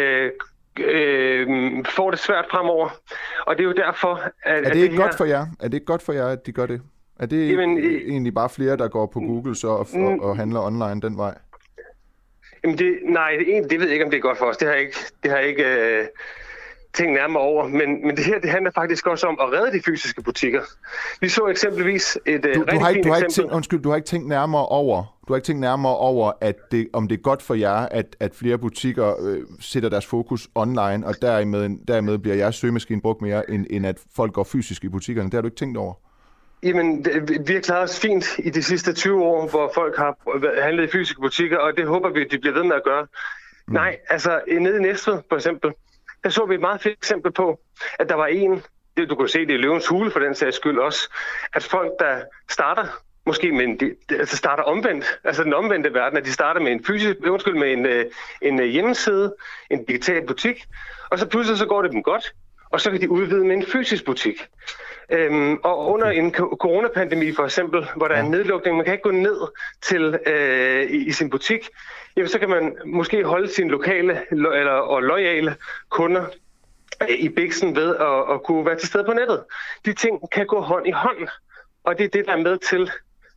får det svært fremover. Og det er jo derfor, at er det ikke godt for jer? Er det ikke godt for jer, at de gør det? Er det egentlig bare flere, der går på Google så og handler online den vej? Jamen det ved jeg ikke, om det er godt for os. Det har jeg ikke tænkt nærmere over. Men det her, det handler faktisk også om at redde de fysiske butikker. Vi så eksempelvis et eksempel. Du har ikke tænkt nærmere over, at om det er godt for jer, at flere butikker sætter deres fokus online, og dermed bliver jeres søgemaskine brugt mere, end at folk går fysisk i butikkerne. Det har du ikke tænkt over? Jamen, vi har klaret os fint i de sidste 20 år, hvor folk har handlet i fysiske butikker, og det håber vi, de bliver ved med at gøre. Nej, altså nede i Næstved for eksempel, der så vi et meget fedt eksempel på, at der var du kan se det i Løvens Hule for den sags skyld også, at folk, der starter måske starter omvendt, altså den omvendte verden, at de starter med en hjemmeside, en digital butik, og så pludselig så går det dem godt, og så kan de udvide med en fysisk butik. Og under en coronapandemi for eksempel, hvor der er en nedlukning, man kan ikke gå ned til i sin butik, jamen, så kan man måske holde sine lokale og loyale kunder i biksen ved at kunne være til stede på nettet. De ting kan gå hånd i hånd, og det er det, der er med til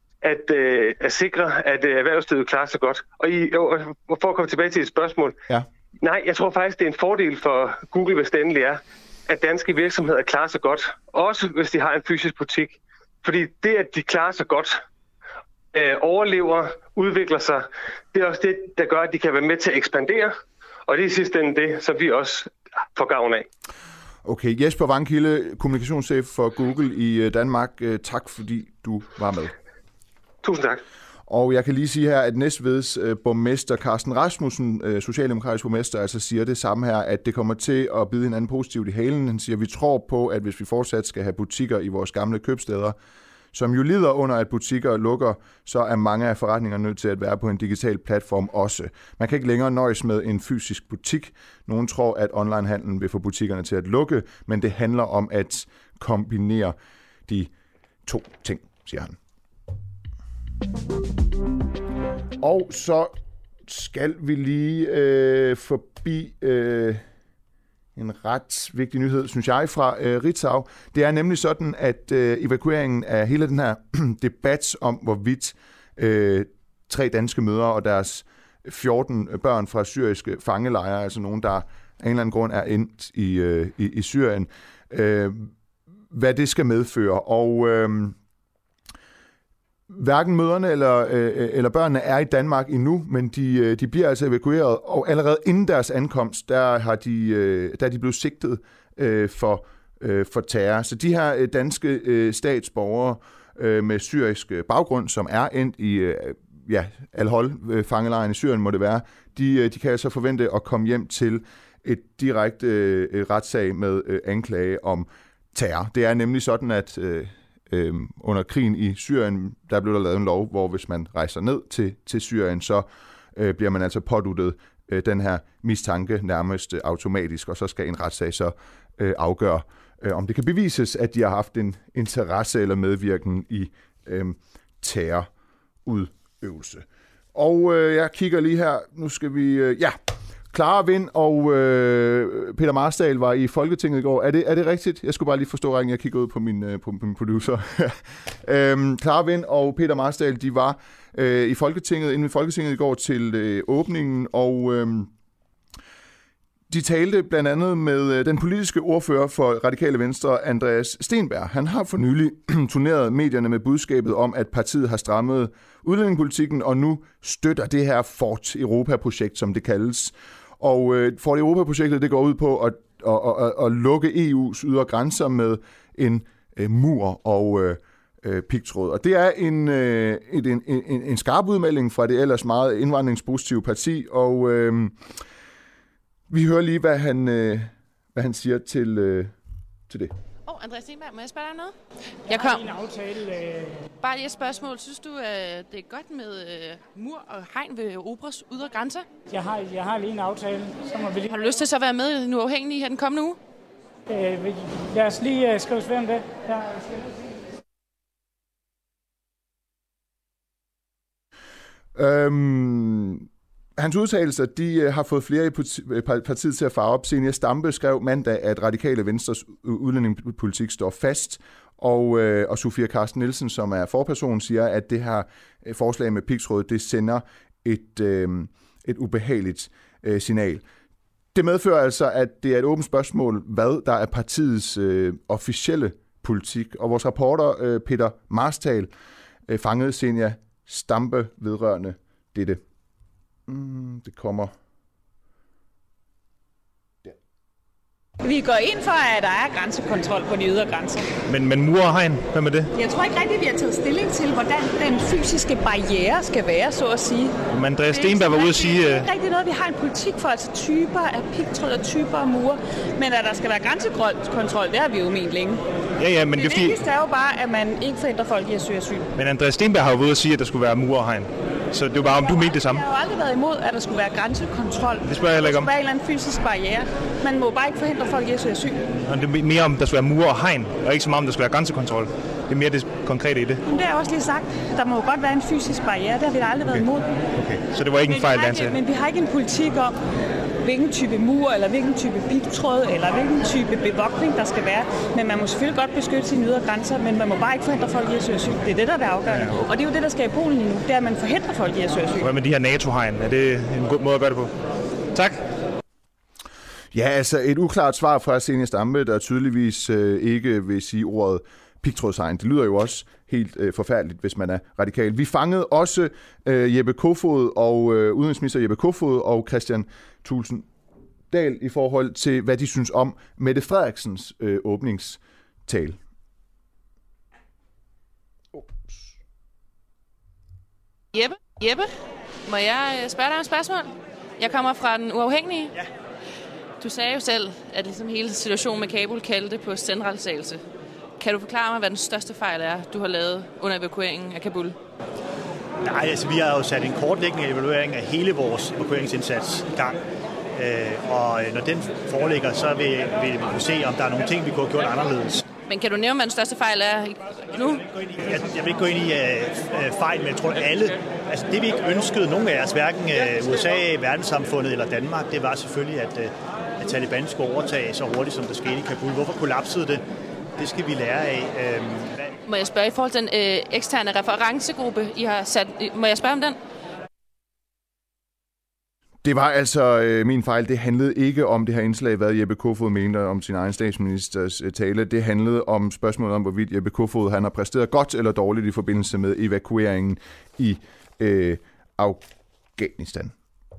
at sikre, at erhvervslivet klarer sig godt. Og for at komme tilbage til et spørgsmål, nej, jeg tror faktisk, det er en fordel for Google, hvis det endelig er, at danske virksomheder klarer sig godt, også hvis de har en fysisk butik. Fordi det, at de klarer sig godt, overlever, udvikler sig, det er også det, der gør, at de kan være med til at ekspandere, og det er i sidste ende det, som vi også får gavn af. Okay, Jesper Vangkilde, kommunikationschef for Google i Danmark. Tak, fordi du var med. Tusind tak. Og jeg kan lige sige her, at Næstveds borgmester Carsten Rasmussen, socialdemokratisk borgmester, altså siger det samme her, at det kommer til at bide hinanden positivt i halen. Han siger, at vi tror på, at hvis vi fortsat skal have butikker i vores gamle købsteder, som jo lider under, at butikker lukker, så er mange af forretningerne nødt til at være på en digital platform også. Man kan ikke længere nøjes med en fysisk butik. Nogen tror, at onlinehandlen vil få butikkerne til at lukke, men det handler om at kombinere de to ting, siger han. Og så skal vi lige forbi en ret vigtig nyhed, synes jeg, fra Ritzau. Det er nemlig sådan, at evakueringen af hele den her debat om, hvorvidt 3 danske mødre og deres 14 børn fra syriske fangelejre, altså nogen, der af en eller anden grund er endt i Syrien, hvad det skal medføre. Og hverken mødrene eller børnene er i Danmark endnu, men de bliver altså evakueret, og allerede inden deres ankomst, der er de blevet sigtet for terror. Så de her danske statsborgere med syrisk baggrund, som er endt i Al-Hol-fangelejren i Syrien, må det være, de kan altså forvente at komme hjem til et direkte retssag med anklage om terror. Det er nemlig sådan, at under krigen i Syrien, der blev der lavet en lov, hvor hvis man rejser ned til Syrien, så bliver man altså påduttet den her mistanke nærmest automatisk, og så skal en retssag så afgøre, om det kan bevises, at de har haft en interesse eller medvirken i terrorudøvelse. Og jeg kigger lige her, nu skal vi... Clara Vind og Peter Marstal var i Folketinget i går. Er det rigtigt? Jeg skulle bare lige forstå rækken. Jeg kigger ud på min producer. Clara Vind og Peter Marstal, de var i Folketinget, inde i Folketinget i går til åbningen, og de talte blandt andet med den politiske ordfører for Radikale Venstre, Andreas Steenberg. Han har for nylig turneret medierne med budskabet om, at partiet har strammet udlændingepolitikken og nu støtter det her Fort Europa-projekt, som det kaldes. Og Fort Europa-projektet, det går ud på at lukke EU's ydre grænser med en mur og pigtråd. Og det er en skarp udmelding fra det ellers meget indvandringspositive parti, og vi hører lige, hvad han siger til det. Andreas Steenberg, må jeg spørge dig om noget? Jeg kom. En aftale. Bare lige et spørgsmål. Synes du, at det er godt med mur og hegn ved Operas ydre grænser? Jeg har lige en aftale. Så må vi lige... Har du lyst til så at være med i Den Uafhængige her den kommende uge? Lad os lige skrive svær om det. Hans udtalelser, de har fået flere i partiet til at fare op. Zenia Stampe skrev mandag, at Radikale Venstres udlændingepolitik står fast, og Sofia Carsten Nielsen, som er forperson, siger, at det her forslag med pigtråd, det sender et ubehageligt signal. Det medfører altså, at det er et åbent spørgsmål, hvad der er partiets officielle politik. Og vores reporter Peter Marstal fangede Zenia Stampe vedrørende dette. Det kommer der. Vi går ind for, at der er grænsekontrol på de ydre grænser. Men mur og hegn, hvad med det? Jeg tror ikke rigtigt, vi har taget stilling til, hvordan den fysiske barriere skal være, så at sige. Men Andreas Steenberg var ude at sige... Det er ikke rigtigt noget, vi har en politik for, altså typer af pigtråd og typer af mure. Men at der skal være grænsekontrol, det har vi jo ment længe. Ja, men det vigtigste er jo bare, at man ikke forhindrer folk i at søge asyl. Men Andreas Steenberg har jo ude at sige, at der skulle være mur og hegn. Så det er jo bare, om du mente det samme. Jeg har jo aldrig været imod, at der skulle være grænsekontrol. Det spørger jeg heller ikke om. Der skulle være en eller anden fysisk barriere. Man må bare ikke forhindre folk i at søge asyl. Og det er mere om, der skulle være mure og hegn, og ikke så meget om, der skulle være grænsekontrol. Det er mere det konkrete i det. Men det har jeg også lige sagt. Der må jo godt være en fysisk barriere. Det har vi da aldrig været imod. Okay, så det var ikke en fejl, der men vi har ikke en politik om, hvilken type mur, eller hvilken type pigtråd, eller hvilken type bevogtning, der skal være. Men man må selvfølgelig godt beskytte sine ydre grænser, men man må bare ikke forhindre folk i at søge asyl. Det er det, der er afgørende. Ja, okay. Og det er jo det, der sker i Polen lige nu. Det er, at man forhindrer folk i at søge asyl. Hvad med de her NATO-hegn? Er det en god måde at gøre det på? Tak. Ja, altså et uklart svar fra Zenia Stampe, der tydeligvis ikke vil sige ordet pigtrådshegn. Det lyder jo også helt forfærdeligt, hvis man er radikal. Vi fangede også Jeppe Kofod og udenrigsminister Jeppe Kofod og Kristian Thulesen Dahl i forhold til, hvad de synes om Mette Frederiksens åbningstale. Jeppe, må jeg spørge dig om et spørgsmål? Jeg kommer fra Den Uafhængige. Ja. Du sagde jo selv, at ligesom hele situationen med Kabul kaldte på centralisering. Kan du forklare mig, hvad den største fejl er, du har lavet under evakueringen af Kabul? Nej, altså vi har jo sat en kortlægning af evaluering af hele vores evakueringsindsats i gang. Og når den foreligger, så vil vi kunne se, om der er nogle ting, vi kunne have gjort anderledes. Men kan du nævne, hvad den største fejl er nu? Jeg vil ikke gå ind i fejl, men jeg tror, at alle... Altså det vi ikke ønskede, nogen af os, hverken USA, verdenssamfundet eller Danmark, det var selvfølgelig, at Taliban skulle overtage så hurtigt, som det skete i Kabul. Hvorfor kollapsede det? Det skal vi lære af. Må jeg spørge i forhold til den eksterne referencegruppe, I har sat... Må jeg spørge om den? Det var altså min fejl. Det handlede ikke om det her indslag, hvad Jeppe Kofod mente om sin egen statsministers tale. Det handlede om spørgsmålet om, hvorvidt Jeppe Kofod han har præsteret godt eller dårligt i forbindelse med evakueringen i Afghanistan.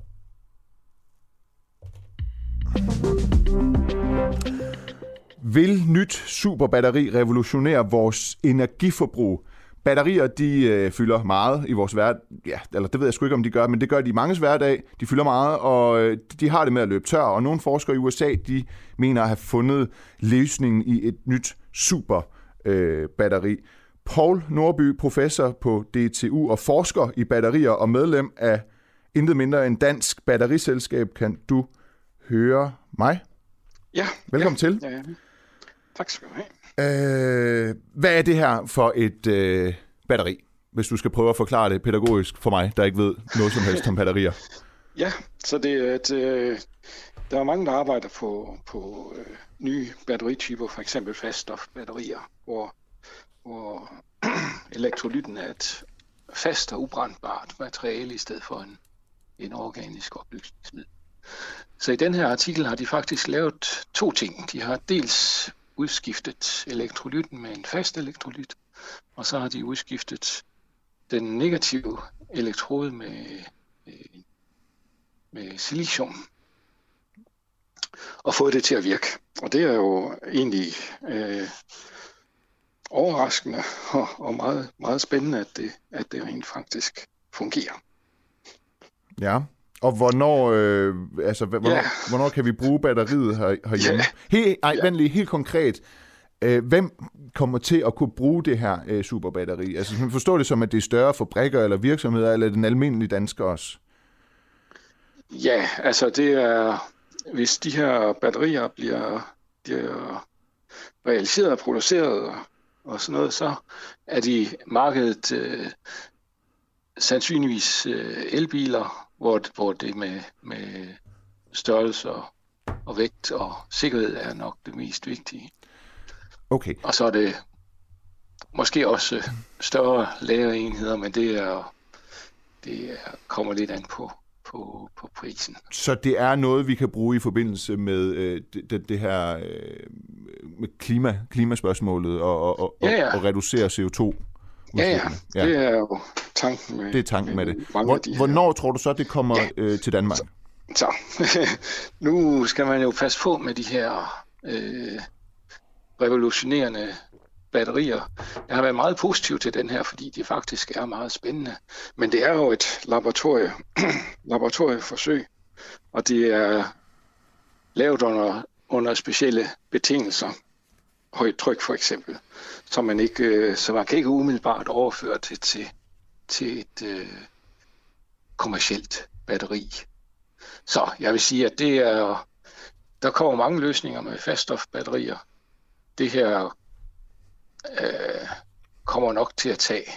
Vil nyt superbatteri revolutionere vores energiforbrug? Batterier, de fylder meget i vores hverdag. Ja, eller det ved jeg sgu ikke, om de gør, men det gør de i manges hverdag. De fylder meget, og de har det med at løbe tør. Og nogle forskere i USA, de mener at have fundet løsningen i et nyt superbatteri. Poul Nordby, professor på DTU og forsker i batterier og medlem af intet mindre end Dansk Batteriselskab. Kan du høre mig? Ja. Velkommen til. Ja. Tak skal du have. Hvad er det her for et batteri, hvis du skal prøve at forklare det pædagogisk for mig, der ikke ved noget som helst om batterier? Ja, så det er der er mange, der arbejder på nye batterityper, for eksempel faststofbatterier, hvor elektrolytten er et fast og ubrandbart materiale i stedet for en organisk opløsningsmiddel. Så i den her artikel har de faktisk lavet to ting. De har dels udskiftet elektrolytten med en fast elektrolyt, og så har de udskiftet den negative elektrode med silicium og fået det til at virke. Og det er jo egentlig overraskende og meget, meget spændende, at det rent faktisk fungerer. Ja. Og hvornår kan vi bruge batteriet herhjemme? Helt konkret. Hvem kommer til at kunne bruge det her superbatteri? Altså, man forstår det som, at det er større fabrikker eller virksomheder, eller den almindelige dansker også? Ja, altså det er, hvis de her batterier bliver realiseret og produceret og sådan noget, så er de markedet sandsynligvis elbiler, hvor det med størrelse og vægt og sikkerhed er nok det mest vigtige. Okay. Og så er det måske også større lagerenheder, men det kommer lidt an på prisen. Så det er noget, vi kan bruge i forbindelse med det her med klimaspørgsmålet og reducere CO2? Ja, det er jo tanken med, det er tanken med det. Hvornår tror du så, det kommer til Danmark? Så, nu skal man jo passe på med de her revolutionerende batterier. Jeg har været meget positiv til den her, fordi de faktisk er meget spændende. Men det er jo et laboratorieforsøg, og det er lavet under specielle betingelser. Højt tryk for eksempel, så man kan ikke umiddelbart overføre det til et kommercielt batteri. Så jeg vil sige, at der kommer mange løsninger med faststofbatterier. Det her kommer nok til at tage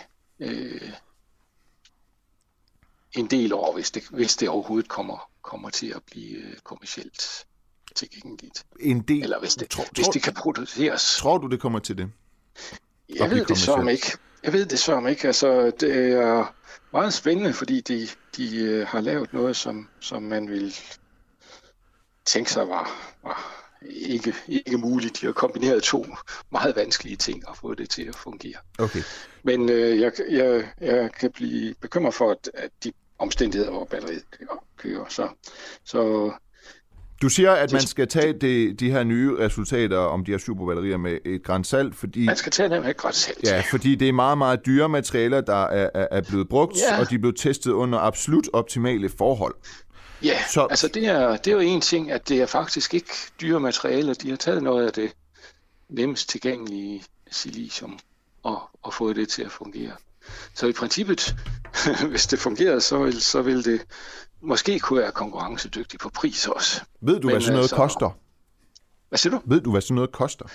en del år, hvis det overhovedet kommer til at blive kommercielt tilgængeligt. En del? Eller hvis det kan produceres. Tror du, det kommer til det? Jeg ved det sørme ikke. Altså, det er meget spændende, fordi de har lavet noget, som man vil tænke sig var ikke muligt. De har kombineret to meget vanskelige ting og fået det til at fungere. Okay. Men jeg kan blive bekymret for, at de omstændigheder, hvor batteriet kører. Så du siger, at man skal tage de her nye resultater om de her superbatterier med et gran salt, fordi... Man skal tage dem med et gran salt. Ja, fordi det er meget, meget dyre materialer, der er blevet brugt, og de er blevet testet under absolut optimale forhold. Ja, altså det er jo en ting, at det er faktisk ikke dyre materialer. De har taget noget af det nemmest tilgængelige silicium og fået det til at fungere. Så i princippet, hvis det fungerer, så vil det måske kunne være konkurrencedygtigt på pris også. Ved du, hvad sådan noget koster? Hvad siger du? Ved du, hvad sådan noget koster?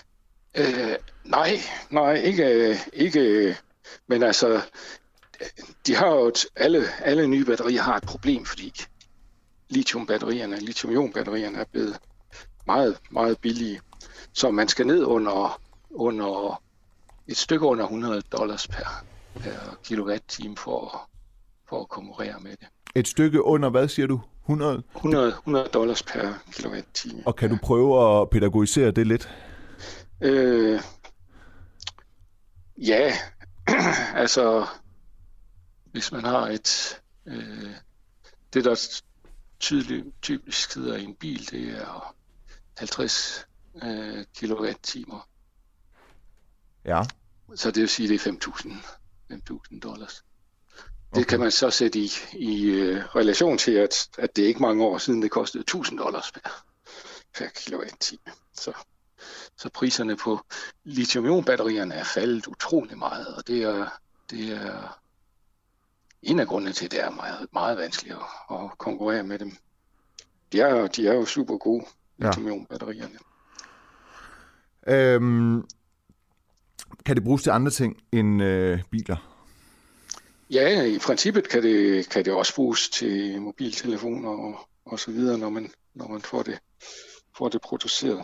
Nej, ikke. Men altså, de har jo alle nye batterier har et problem, fordi lithium-ion-batterierne er blevet meget, meget billige. Så man skal ned under et stykke under $100 per kilowatt-time for at konkurrere med det. Et stykke under, hvad siger du? $100 per kilowatt-time. Og kan du prøve at pædagogisere det lidt? Ja, altså hvis man har det der typisk sidder i en bil, det er 50 kilowatt-timer. Ja. Så det vil sige, det er $5.000. Det kan man så sætte i relation til, at det ikke mange år siden, det kostede $1.000 per kilowatt-time. Så priserne på lithium-ion-batterierne er faldet utrolig meget, og det er en af grundene til, at det er meget, meget vanskeligt at konkurrere med dem. De er jo super gode, lithium-ion-batterierne. Kan det bruges til andre ting end biler? Ja, i princippet kan det også bruges til mobiltelefoner og så videre, når man får det produceret.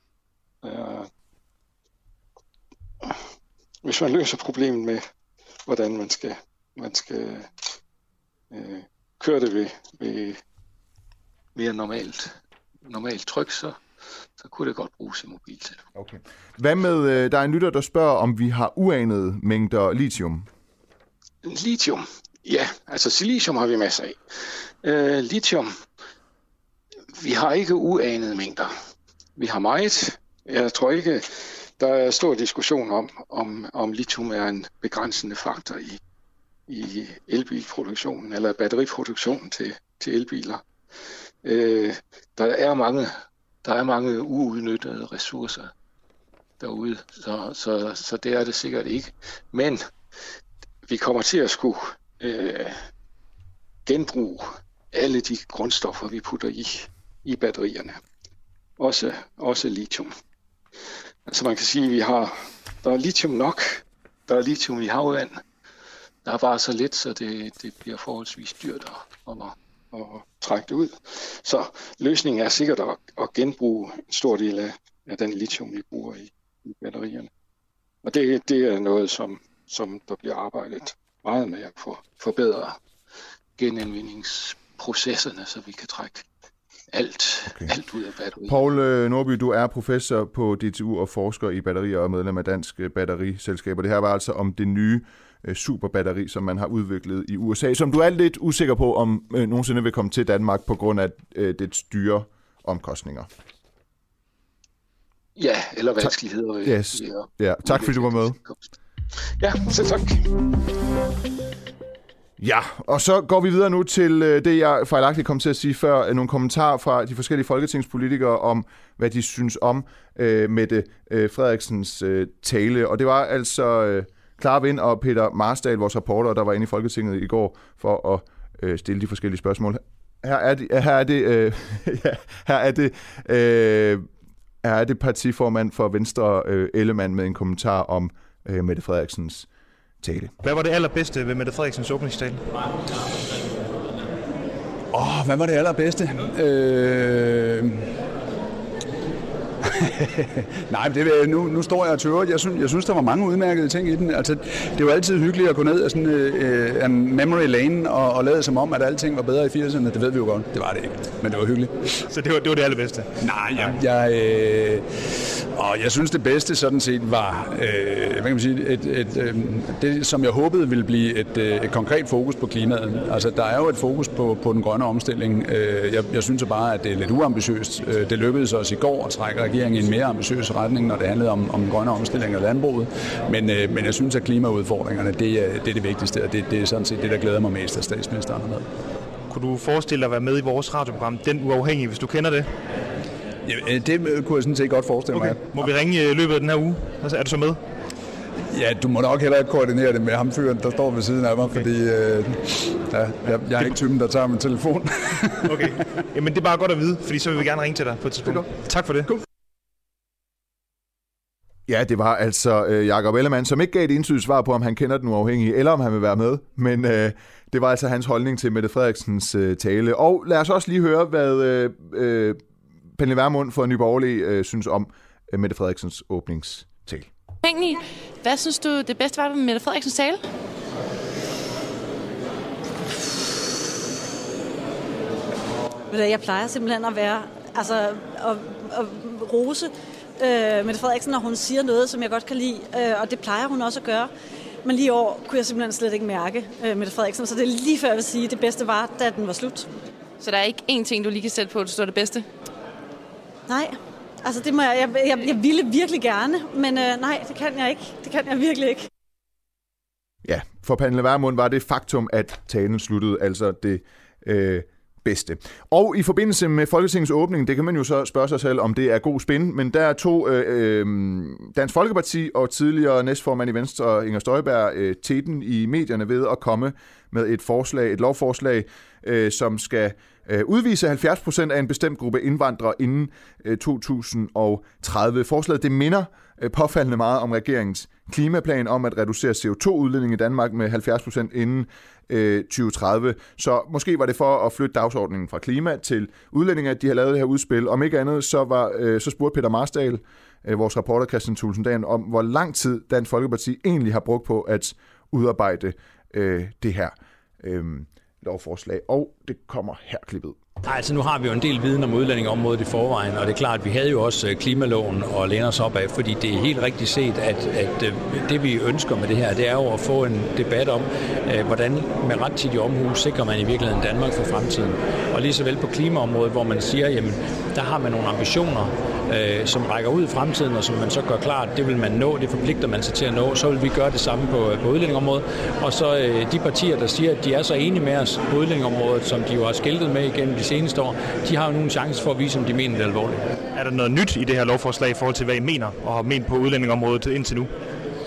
Hvis man løser problemet med, hvordan man skal køre det ved normalt tryk, så kunne det godt bruges i mobiltelefon. Okay. Hvad med, der er en lytter, der spørger, om vi har uanede mængder lithium? Lithium? Ja, altså silicium har vi masser af. Lithium, vi har ikke uanede mængder. Vi har meget. Jeg tror ikke, der er stor diskussion om lithium er en begrænsende faktor i elbilproduktionen eller batteriproduktionen til elbiler. Der er mange uudnyttede ressourcer derude, så det er det sikkert ikke. Men vi kommer til at skulle genbruge alle de grundstoffer, vi putter i batterierne. Også lithium. Altså man kan sige, at der er lithium nok. Der er lithium i havvand. Der er bare så lidt, så det bliver forholdsvis dyrt at trække det ud. Så løsningen er sikkert at genbruge en stor del af den lithium, vi bruger i batterierne. Og det er noget, som der bliver arbejdet meget med at forbedre genindvindingsprocesserne, så vi kan trække alt ud af batteriet. Poul Nordby, du er professor på DTU og forsker i batterier og medlem af Dansk Batteriselskab. Det her var altså om det nye superbatteri, som man har udviklet i USA, som du er lidt usikker på, om nogensinde vil komme til Danmark på grund af dets dyre omkostninger. Ja, eller vanskeligheder. Yes. Ja, tak fordi du var med. Ja, selv tak. Ja, og så går vi videre nu til det, jeg fejlagtigt kom til at sige før, nogle kommentarer fra de forskellige folketingspolitikere om, hvad de synes om Mette Frederiksens tale. Og det var altså Clara Vind og Peter Marstal, vores reporter, der var inde i Folketinget i går for at stille de forskellige spørgsmål. Her er det partiformand for Venstre, Ellemann, med en kommentar om Mette Frederiksens tale. Hvad var det allerbedste ved Mette Frederiksens åbningstale? Hvad var det allerbedste? Nej, nu står jeg og tøver. Jeg synes, der var mange udmærkede ting i den. Altså, det er jo altid hyggeligt at gå ned ad sådan en memory lane og lade som om, at alting var bedre i 80'erne. Det ved vi jo godt. Det var det ikke, men det var hyggeligt. Så det var det allerbedste? Nej, jeg synes, det bedste sådan set var, hvad kan man sige, det, som jeg håbede ville blive et konkret fokus på klimaet. Altså, der er jo et fokus på den grønne omstilling. Jeg synes bare, at det er lidt uambitiøst. Det lykkedes os i går at trække regeringen i en mere ambitiøs retning, når det handlede om den grønne omstilling af landbruget. Men jeg synes, at klimaudfordringerne, det er det vigtigste, og det er sådan set det, der glæder mig mest, at statsministeren har med. Kunne du forestille dig at være med i vores radioprogram, Den Uafhængige, hvis du kender det? Ja, det kunne jeg sådan set godt forestille mig. Må vi ringe i løbet af den her uge? Altså, er du så med? Ja, du må nok heller ikke koordinere det med ham fyren, der står ved siden af mig, okay. Fordi jeg er ikke typen, der tager min telefon. Okay, jamen det er bare godt at vide, fordi så vil vi gerne ringe til dig på et tidspunkt. Tak for det. Cool. Ja, det var altså Jakob Ellemann, som ikke gav et entydigt svar på, om han kender den uafhængige, eller om han vil være med. Men det var altså hans holdning til Mette Frederiksens tale. Og lad os også lige høre, hvad Pernille Vermund fra Nye Borgerlige synes om Mette Frederiksens åbningstale. Hvad synes du det bedste var ved Mette Frederiksens tale? Jeg plejer simpelthen at være, at rose Mette Frederiksen, når hun siger noget, som jeg godt kan lide, og det plejer hun også at gøre. Men lige i år kunne jeg simpelthen slet ikke mærke Mette Frederiksen, så det er lige før jeg vil sige, at det bedste var, da den var slut. Så der er ikke én ting, du lige kan sætte på, at du står det bedste? Nej, altså det må jeg ville virkelig gerne, men nej, det kan jeg ikke. Det kan jeg virkelig ikke. Ja, for Pernille Vermund var det faktum, at talen sluttede, altså det bedste. Og i forbindelse med Folketingets åbning, det kan man jo så spørge sig selv, om det er god spin, men der tog Dansk Folkeparti og tidligere næstformand i Venstre, Inger Støjberg, teten i medierne ved at komme med et lovforslag, som skal udvise 70% af en bestemt gruppe indvandrere inden 2030. Forslaget det minder påfaldende meget om regeringens klimaplan om at reducere CO2-udledning i Danmark med 70% inden 2030. Så måske var det for at flytte dagsordningen fra klima til udlændinge, at de har lavet det her udspil. Om ikke andet, så spurgte Peter Marsdal, vores reporter Christian Thulesen Dahl, om hvor lang tid Dansk Folkeparti egentlig har brugt på at udarbejde det her lovforslag. Og det kommer her klippet. Altså nu har vi jo en del viden om udlændingeområdet i forvejen, og det er klart, at vi havde jo også klimaloven at læne os op af, fordi det er helt rigtigt set, at det vi ønsker med det her, det er jo at få en debat om, hvordan med rettidig omhu sikrer man i virkeligheden Danmark for fremtiden. Og lige så vel på klimaområdet, hvor man siger, jamen der har man nogle ambitioner, som rækker ud i fremtiden, og som man så gør klart, det vil man nå, det forpligter man sig til at nå, så vil vi gøre det samme på udlændingeområdet. Og så de partier, der siger, at de er så enige med os på udlændingeområdet, som de jo har skiltet med igennem de seneste år, de har jo nogle chancer for at vise, om de mener det alvorligt. Er der noget nyt i det her lovforslag i forhold til, hvad I mener og har ment på udlændingeområdet indtil nu?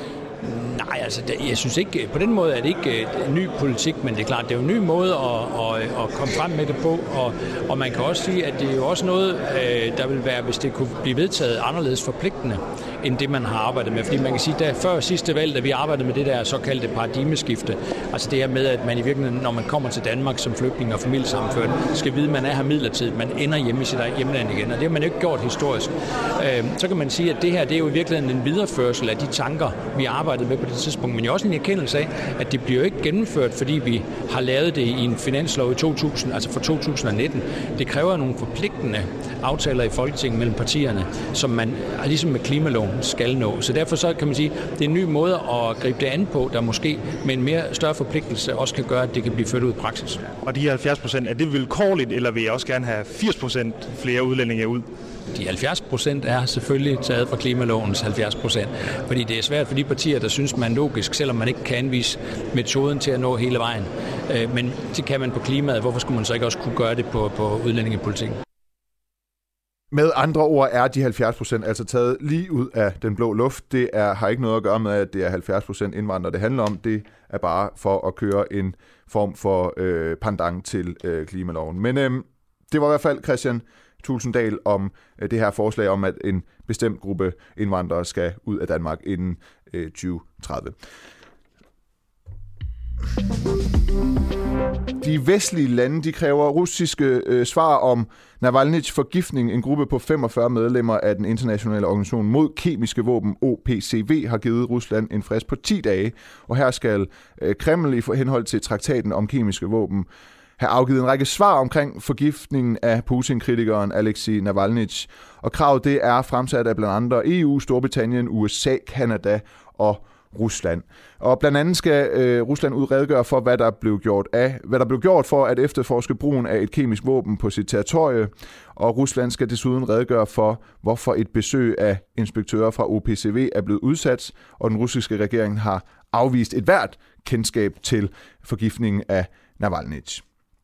Nej, altså jeg synes ikke, på den måde er det ikke ny politik, men det er klart, det er jo en ny måde at komme frem med det på, og man kan også sige, at det er jo også noget, der vil være, hvis det kunne blive vedtaget anderledes forpligtende, end det man har arbejdet med. Fordi man kan sige, at før sidste valg, da vi arbejdede med det der såkaldte paradigmeskifte, altså det her med, at man i virkeligheden, når man kommer til Danmark som flygtning og familiesammenført, skal vide, at man er her midlertidigt, man ender hjemme i sit hjemland igen, og det har man jo ikke gjort historisk. Så kan man sige, at det her, det er jo i virkeligheden en videreførsel af de tanker, vi har arbejdet med på det tidspunkt, men jo også en erkendelse af, at det bliver jo ikke gennemført, fordi vi har lavet det i en finanslov i 2000, altså for 2019. Det kræver nogle forpligtende aftaler i Folketinget mellem partierne, som man ligesom med klimaloven skal nå. Så derfor så kan man sige, det er en ny måde at gribe det an på, der måske med en mere større forpligtelse også kan gøre, at det kan blive ført ud i praksis. Og de 70%, er det vilkårligt, eller vil jeg også gerne have 80% flere udlændinge ud? De 70% er selvfølgelig taget fra klimalovens 70%, fordi det er svært for de partier, der synes, man logisk, selvom man ikke kan anvise metoden til at nå hele vejen. Men det kan man på klimaet. Hvorfor skulle man så ikke også kunne gøre det på udlændingepolitikken? Med andre ord er de 70% altså taget lige ud af den blå luft. Det har ikke noget at gøre med, at det er 70% indvandrere, det handler om. Det er bare for at køre en form for pendant til klimaloven. Men det var i hvert fald Christian Thulesen Dahl om det her forslag om, at en bestemt gruppe indvandrere skal ud af Danmark inden 2030. De vestlige lande de kræver russiske svar om Navalnyjs forgiftning. En gruppe på 45 medlemmer af den internationale organisation mod kemiske våben, OPCW, har givet Rusland en frist på 10 dage. Og her skal Kreml i henhold til traktaten om kemiske våben have afgivet en række svar omkring forgiftningen af Putin-kritikeren Alexei Navalnyj. Og kravet det er fremsat af blandt andre EU, Storbritannien, USA, Kanada og Rusland. Og blandt andet skal Rusland udredegøre for, hvad der blev gjort for at efterforske brugen af et kemisk våben på sit territorie. Og Rusland skal desuden redegøre for, hvorfor et besøg af inspektører fra OPCW er blevet udsat, og den russiske regering har afvist et hvert kendskab til forgiftningen af Navalnyj.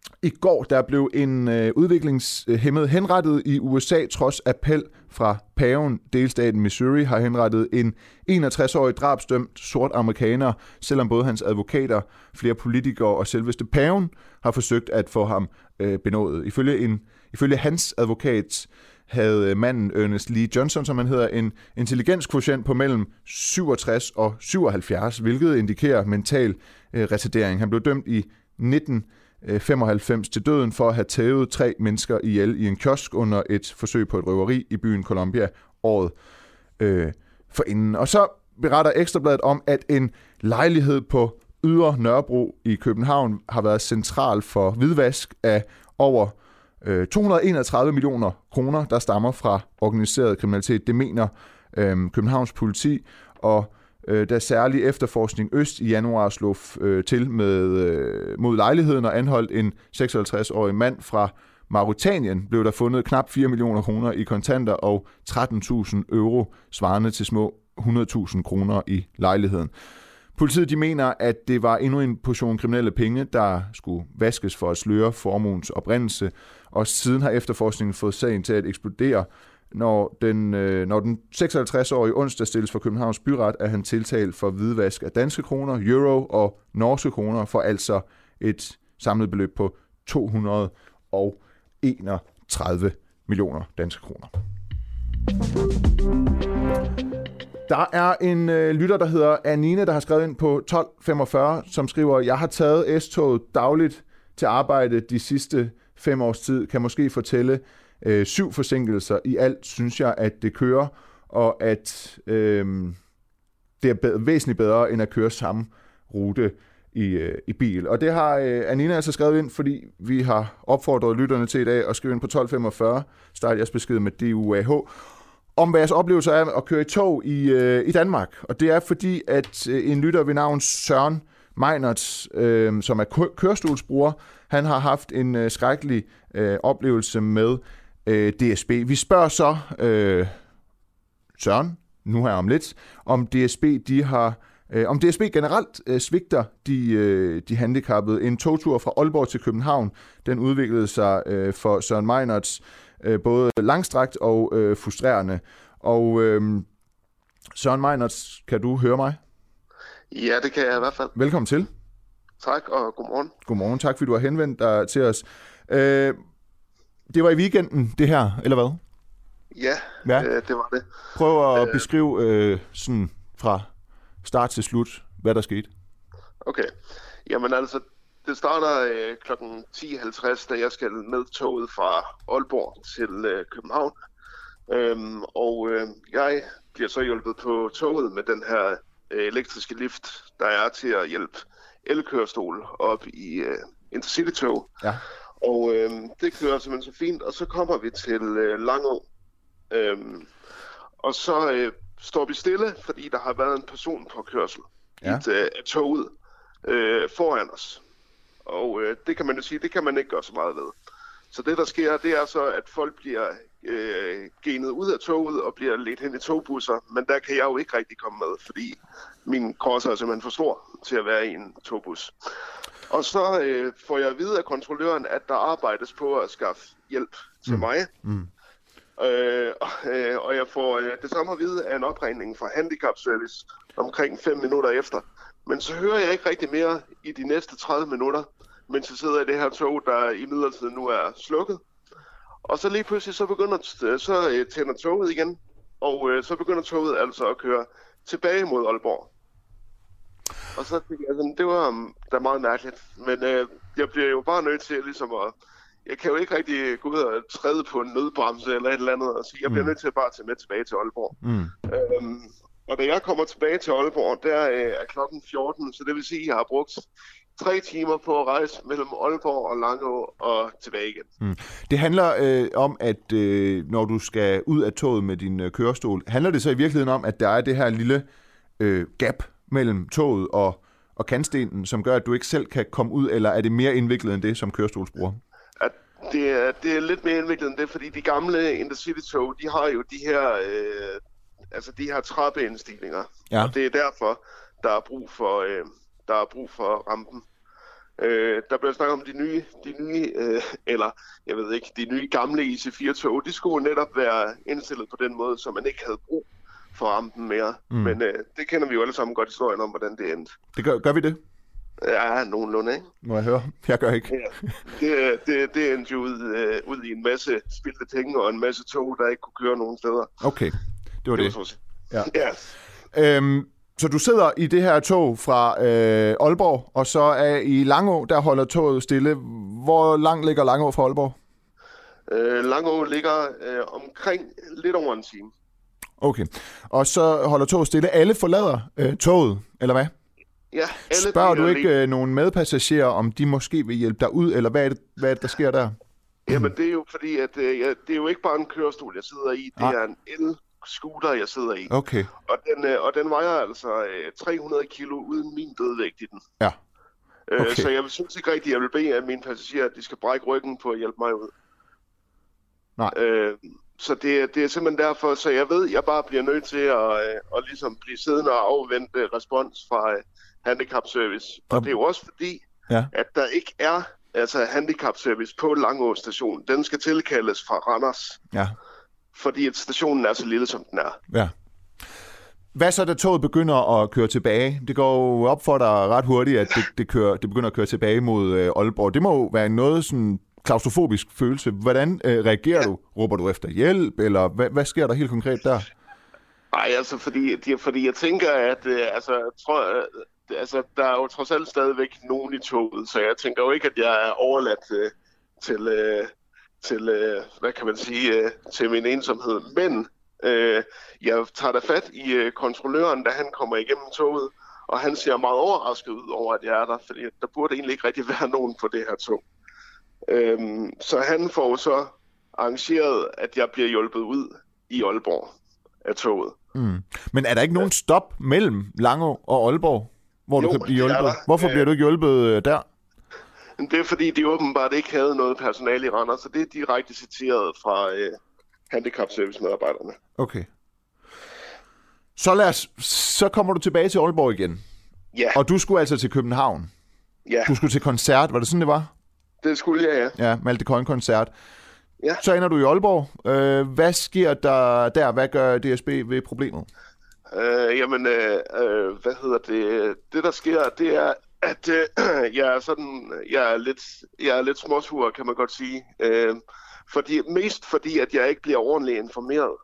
I går der blev en udviklingshæmmet henrettet i USA trods appel fra paven. Delstaten Missouri har henrettet en 61-årig drabsdømt sort amerikaner, selvom både hans advokater, flere politikere og selveste paven har forsøgt at få ham benådet. Ifølge hans advokat havde manden Ernest Lee Johnson, som han hedder, en intelligenskvotient på mellem 67 og 77, hvilket indikerer mental retardering. Han blev dømt i 1995 til døden for at have tævet 3 mennesker ihjel i en kiosk under et forsøg på et røveri i byen Columbia året forinden. Og så beretter Ekstrabladet om, at en lejlighed på Ydre Nørrebro i København har været central for hvidvask af over 231 millioner kroner, der stammer fra organiseret kriminalitet. Det mener Københavns politi, og da særlig efterforskning Øst i januar slog til mod lejligheden og anholdt en 56-årig mand fra Mauritanien, blev der fundet knap 4 millioner kroner i kontanter og 13.000 euro, svarende til små 100.000 kroner i lejligheden. Politiet de mener, at det var endnu en portion kriminelle penge, der skulle vaskes for at sløre formuens oprindelse, og siden har efterforskningen fået sagen til at eksplodere. Når den 56-årige onsdag stilles for Københavns Byret, er han tiltalt for hvidvask af danske kroner, euro og norske kroner, for altså et samlet beløb på 231 millioner danske kroner. Der er en lytter, der hedder Anine, der har skrevet ind på 1245, som skriver: Jeg har taget S-toget dagligt til arbejde de sidste 5 års tid. Kan måske fortælle 7 forsinkelser. I alt synes jeg, at det kører, og at det er væsentligt bedre, end at køre samme rute i bil. Og det har Anina altså skrevet ind, fordi vi har opfordret lytterne til i dag at skrive ind på 1245, start jeres besked med DUAH, om hvad jeres oplevelser er at køre i tog i Danmark. Og det er fordi, at en lytter ved navn Søren Meinert, som er kørestolsbruger, han har haft en skrækkelig oplevelse med DSB. Vi spørger så Søren, nu her om lidt, om DSB generelt svigter de handicappede. En togtur fra Aalborg til København, den udviklede sig for Søren Meinerts både langstrakt og frustrerende. Og Søren Meinerts, kan du høre mig? Ja, det kan jeg i hvert fald. Velkommen til. Tak, og godmorgen. Godmorgen, tak fordi du har henvendt dig til os. Det var i weekenden, det her, eller hvad? Ja, det var det. Prøv at beskrive sådan fra start til slut, hvad der skete. Okay. Jamen altså, det starter kl. 10.50, da jeg skal med toget fra Aalborg til København. Jeg bliver så hjulpet på toget med den her elektriske lift, der er til at hjælpe elkørestol op i Intercity-tog. Ja. Og det kører simpelthen så fint, og så kommer vi til Langå. Og så står vi stille, fordi der har været en person på kørsel af toget foran os. Og det kan man jo sige, det kan man ikke gøre så meget ved. Så det der sker, det er så, at folk bliver genet ud af toget og bliver ledt hen i togbusser, men der kan jeg jo ikke rigtig komme med, fordi min krosser er simpelthen for stor til at være i en togbus. Og så får jeg at vide af kontrolløren, at der arbejdes på at skaffe hjælp til mig. Og jeg får det samme at vide af en opringning fra Handicap Service omkring 5 minutter efter. Men så hører jeg ikke rigtig mere i de næste 30 minutter, mens jeg sidder i det her tog, der i midlertid nu er slukket. Og så lige pludselig så tænder toget igen, og så begynder toget altså at køre tilbage mod Aalborg. Og så tænkte jeg, det var da meget mærkeligt, men jeg bliver jo bare nødt til ligesom at... Jeg kan jo ikke rigtig gå ud og træde på en nødbremse eller et eller andet og sige, jeg bliver nødt til at bare tage med tilbage til Aalborg. Og da jeg kommer tilbage til Aalborg, der er klokken 14, så det vil sige, at jeg har brugt 3 timer på at rejse mellem Aalborg og Langå og tilbage igen. Det handler om, at når du skal ud af toget med din kørestol, handler det så i virkeligheden om, at der er det her lille gap mellem toget og kantstenen, som gør, at du ikke selv kan komme ud, eller er det mere indviklet end det som kørestolsbruger? Det er lidt mere indviklet end det, fordi de gamle Intercity-tog, de har jo de her trappeindstigninger. Ja. Og det er derfor, der er brug for rampen. Der bliver snakket om de nye gamle IC4-tog. De skulle netop være indstillet på den måde, så man ikke havde brug for rampen mere. Men det kender vi jo alle sammen godt historien om, hvordan det endte. Det gør vi det? Ja, nogenlunde, ikke? Må jeg høre? Jeg gør ikke. Ja, det endte jo ud i en masse spildte penge og en masse tog, der ikke kunne køre nogen steder. Okay, det var det. Ja. Så du sidder i det her tog fra Aalborg, og så er i Langå, der holder toget stille. Hvor langt ligger Langå fra Aalborg? Langå ligger omkring lidt over en time. Okay, og så holder toget stille. Alle forlader toget, eller hvad? Ja, alle. Spørger du ikke nogen medpassagerer, om de måske vil hjælpe dig ud, eller hvad er det der sker der? Jamen, det er jo fordi, at det er jo ikke bare en kørestol, jeg sidder i. Det er en el-scooter, jeg sidder i. Okay. Og den vejer altså 300 kilo uden min dødvægt i den. Ja. Okay. Så jeg synes ikke rigtigt, at jeg vil bede af mine passagerer, at de skal brække ryggen på at hjælpe mig ud. Nej. Så det er simpelthen derfor, så jeg ved, at jeg bare bliver nødt til at ligesom blive siddende og afvente respons fra handicapservice. Og det er jo også fordi, at der ikke er handicapservice på Langå station. Den skal tilkaldes fra Randers. Ja. Fordi at stationen er så lille, som den er. Ja. Hvad så, da toget begynder at køre tilbage? Det går jo op for dig ret hurtigt, at det begynder at køre tilbage mod Aalborg. Det må jo være noget sådan klaustrofobisk følelse. Hvordan reagerer du? Råber du efter hjælp, eller hvad sker der helt konkret der? Nej, altså fordi jeg tænker, at der er jo trods alt stadigvæk nogen i toget, så jeg tænker jo ikke, at jeg er overladt til hvad kan man sige, til min ensomhed. Men jeg tager da fat i kontrolløren, da han kommer igennem toget, og han ser meget overrasket ud over, at jeg er der, fordi der burde egentlig ikke rigtig være nogen på det her tog. Så han får så arrangeret, at jeg bliver hjulpet ud i Aalborg af toget. Men er der ikke nogen stop mellem Langå og Aalborg, hvor du kan blive hjulpet? Hvorfor bliver du ikke hjulpet der? Det er fordi, de åbenbart ikke havde noget personale i Randers, så det er direkte citeret fra handicapservice-medarbejderne. Okay. Så kommer du tilbage til Aalborg igen. Ja. Og du skulle altså til København. Ja. Du skulle til koncert, var det sådan, det var? Det skulle jeg, ja. Ja, Malte Coyne-koncert. Ja. Så ender du i Aalborg. Hvad sker der? Hvad gør DSB ved problemet? Det der sker, det er, at jeg er lidt småsur, kan man godt sige. Fordi at jeg ikke bliver ordentligt informeret.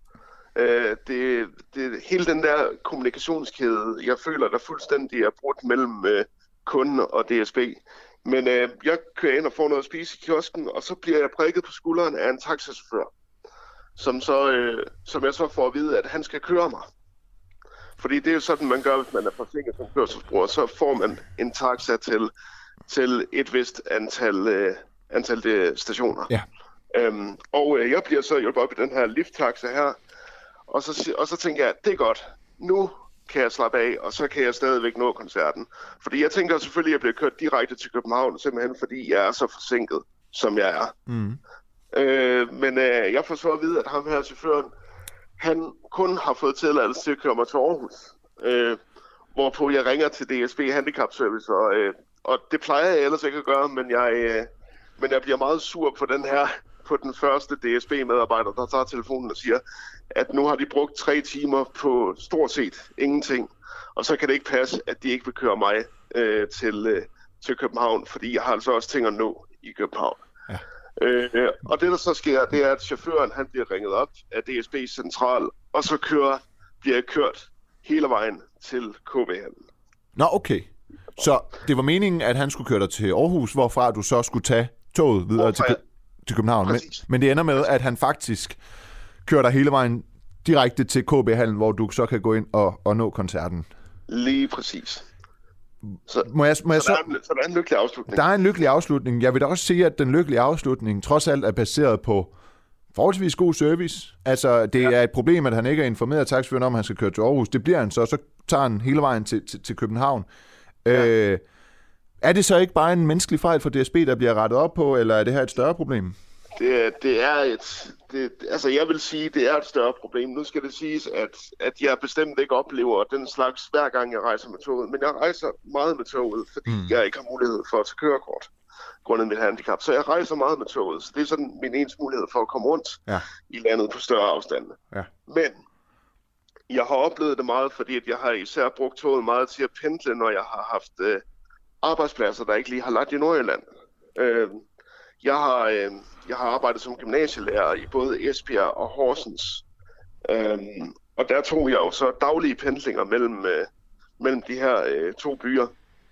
Hele den der kommunikationskæde, jeg føler, der fuldstændig er brudt mellem kunden og DSB. Men jeg kører ind og får noget at spise i kiosken, og så bliver jeg prikket på skulderen af en taxachauffør, som jeg så får at vide, at han skal køre mig. Fordi det er jo sådan, man gør, hvis man er forsinket som kørselsbruger. Så får man en taxa til et vist antal stationer. Ja. Og jeg bliver så hjulpet op i den her lifttaxa her, og så tænker jeg, det er godt. Nu kan jeg slappe af, og så kan jeg stadigvæk nå koncerten. Fordi jeg tænker selvfølgelig, at jeg bliver kørt direkte til København, simpelthen fordi jeg er så forsinket, som jeg er. Men jeg får så at vide, at ham her chaufføren, han kun har fået tilladelse til at køre mig til Aarhus. Hvorpå jeg ringer til DSB Handicapservice, og det plejer jeg ellers ikke at gøre, men jeg bliver meget sur på den første DSB-medarbejder, der tager telefonen og siger, at nu har de brugt 3 timer på stort set ingenting, og så kan det ikke passe, at de ikke vil køre mig til København, fordi jeg har altså også ting at nå i København. Ja. Og det der så sker, det er, at chaufføren han bliver ringet op af DSB Central, og så bliver jeg kørt hele vejen til KB-hallen. Nå, okay. Så det var meningen, at han skulle køre dig til Aarhus, hvorfra du så skulle tage toget videre til København. Men det ender med, at han faktisk kører dig hele vejen direkte til KB-hallen, hvor du så kan gå ind og nå koncerten. Lige præcis. Så der er en lykkelig afslutning. Der er en lykkelig afslutning. Jeg vil da også sige, at den lykkelige afslutning trods alt er baseret på forholdsvis god service. Altså, det er et problem, at han ikke er informeret taxichaufføren om, at han skal køre til Aarhus. Det bliver han så tager han hele vejen til København. Er det så ikke bare en menneskelig fejl for DSB, der bliver rettet op på, eller er det her et større problem? Altså jeg vil sige, det er et større problem. Nu skal det siges, at jeg bestemt ikke oplever den slags hver gang jeg rejser med toget. Men jeg rejser meget med toget, fordi jeg ikke har mulighed for at tage kørekort grundet mit handicap. Så jeg rejser meget med toget. Så det er sådan min ens mulighed for at komme rundt i landet på større afstande. Ja. Men jeg har oplevet det meget, fordi at jeg har især brugt toget meget til at pendle, når jeg har haft arbejdspladser, der ikke lige har lagt i Nordjylland. Jeg har arbejdet som gymnasielærer i både Esbjerg og Horsens. Og der tog jeg jo så daglige pendlinger mellem de her to byer.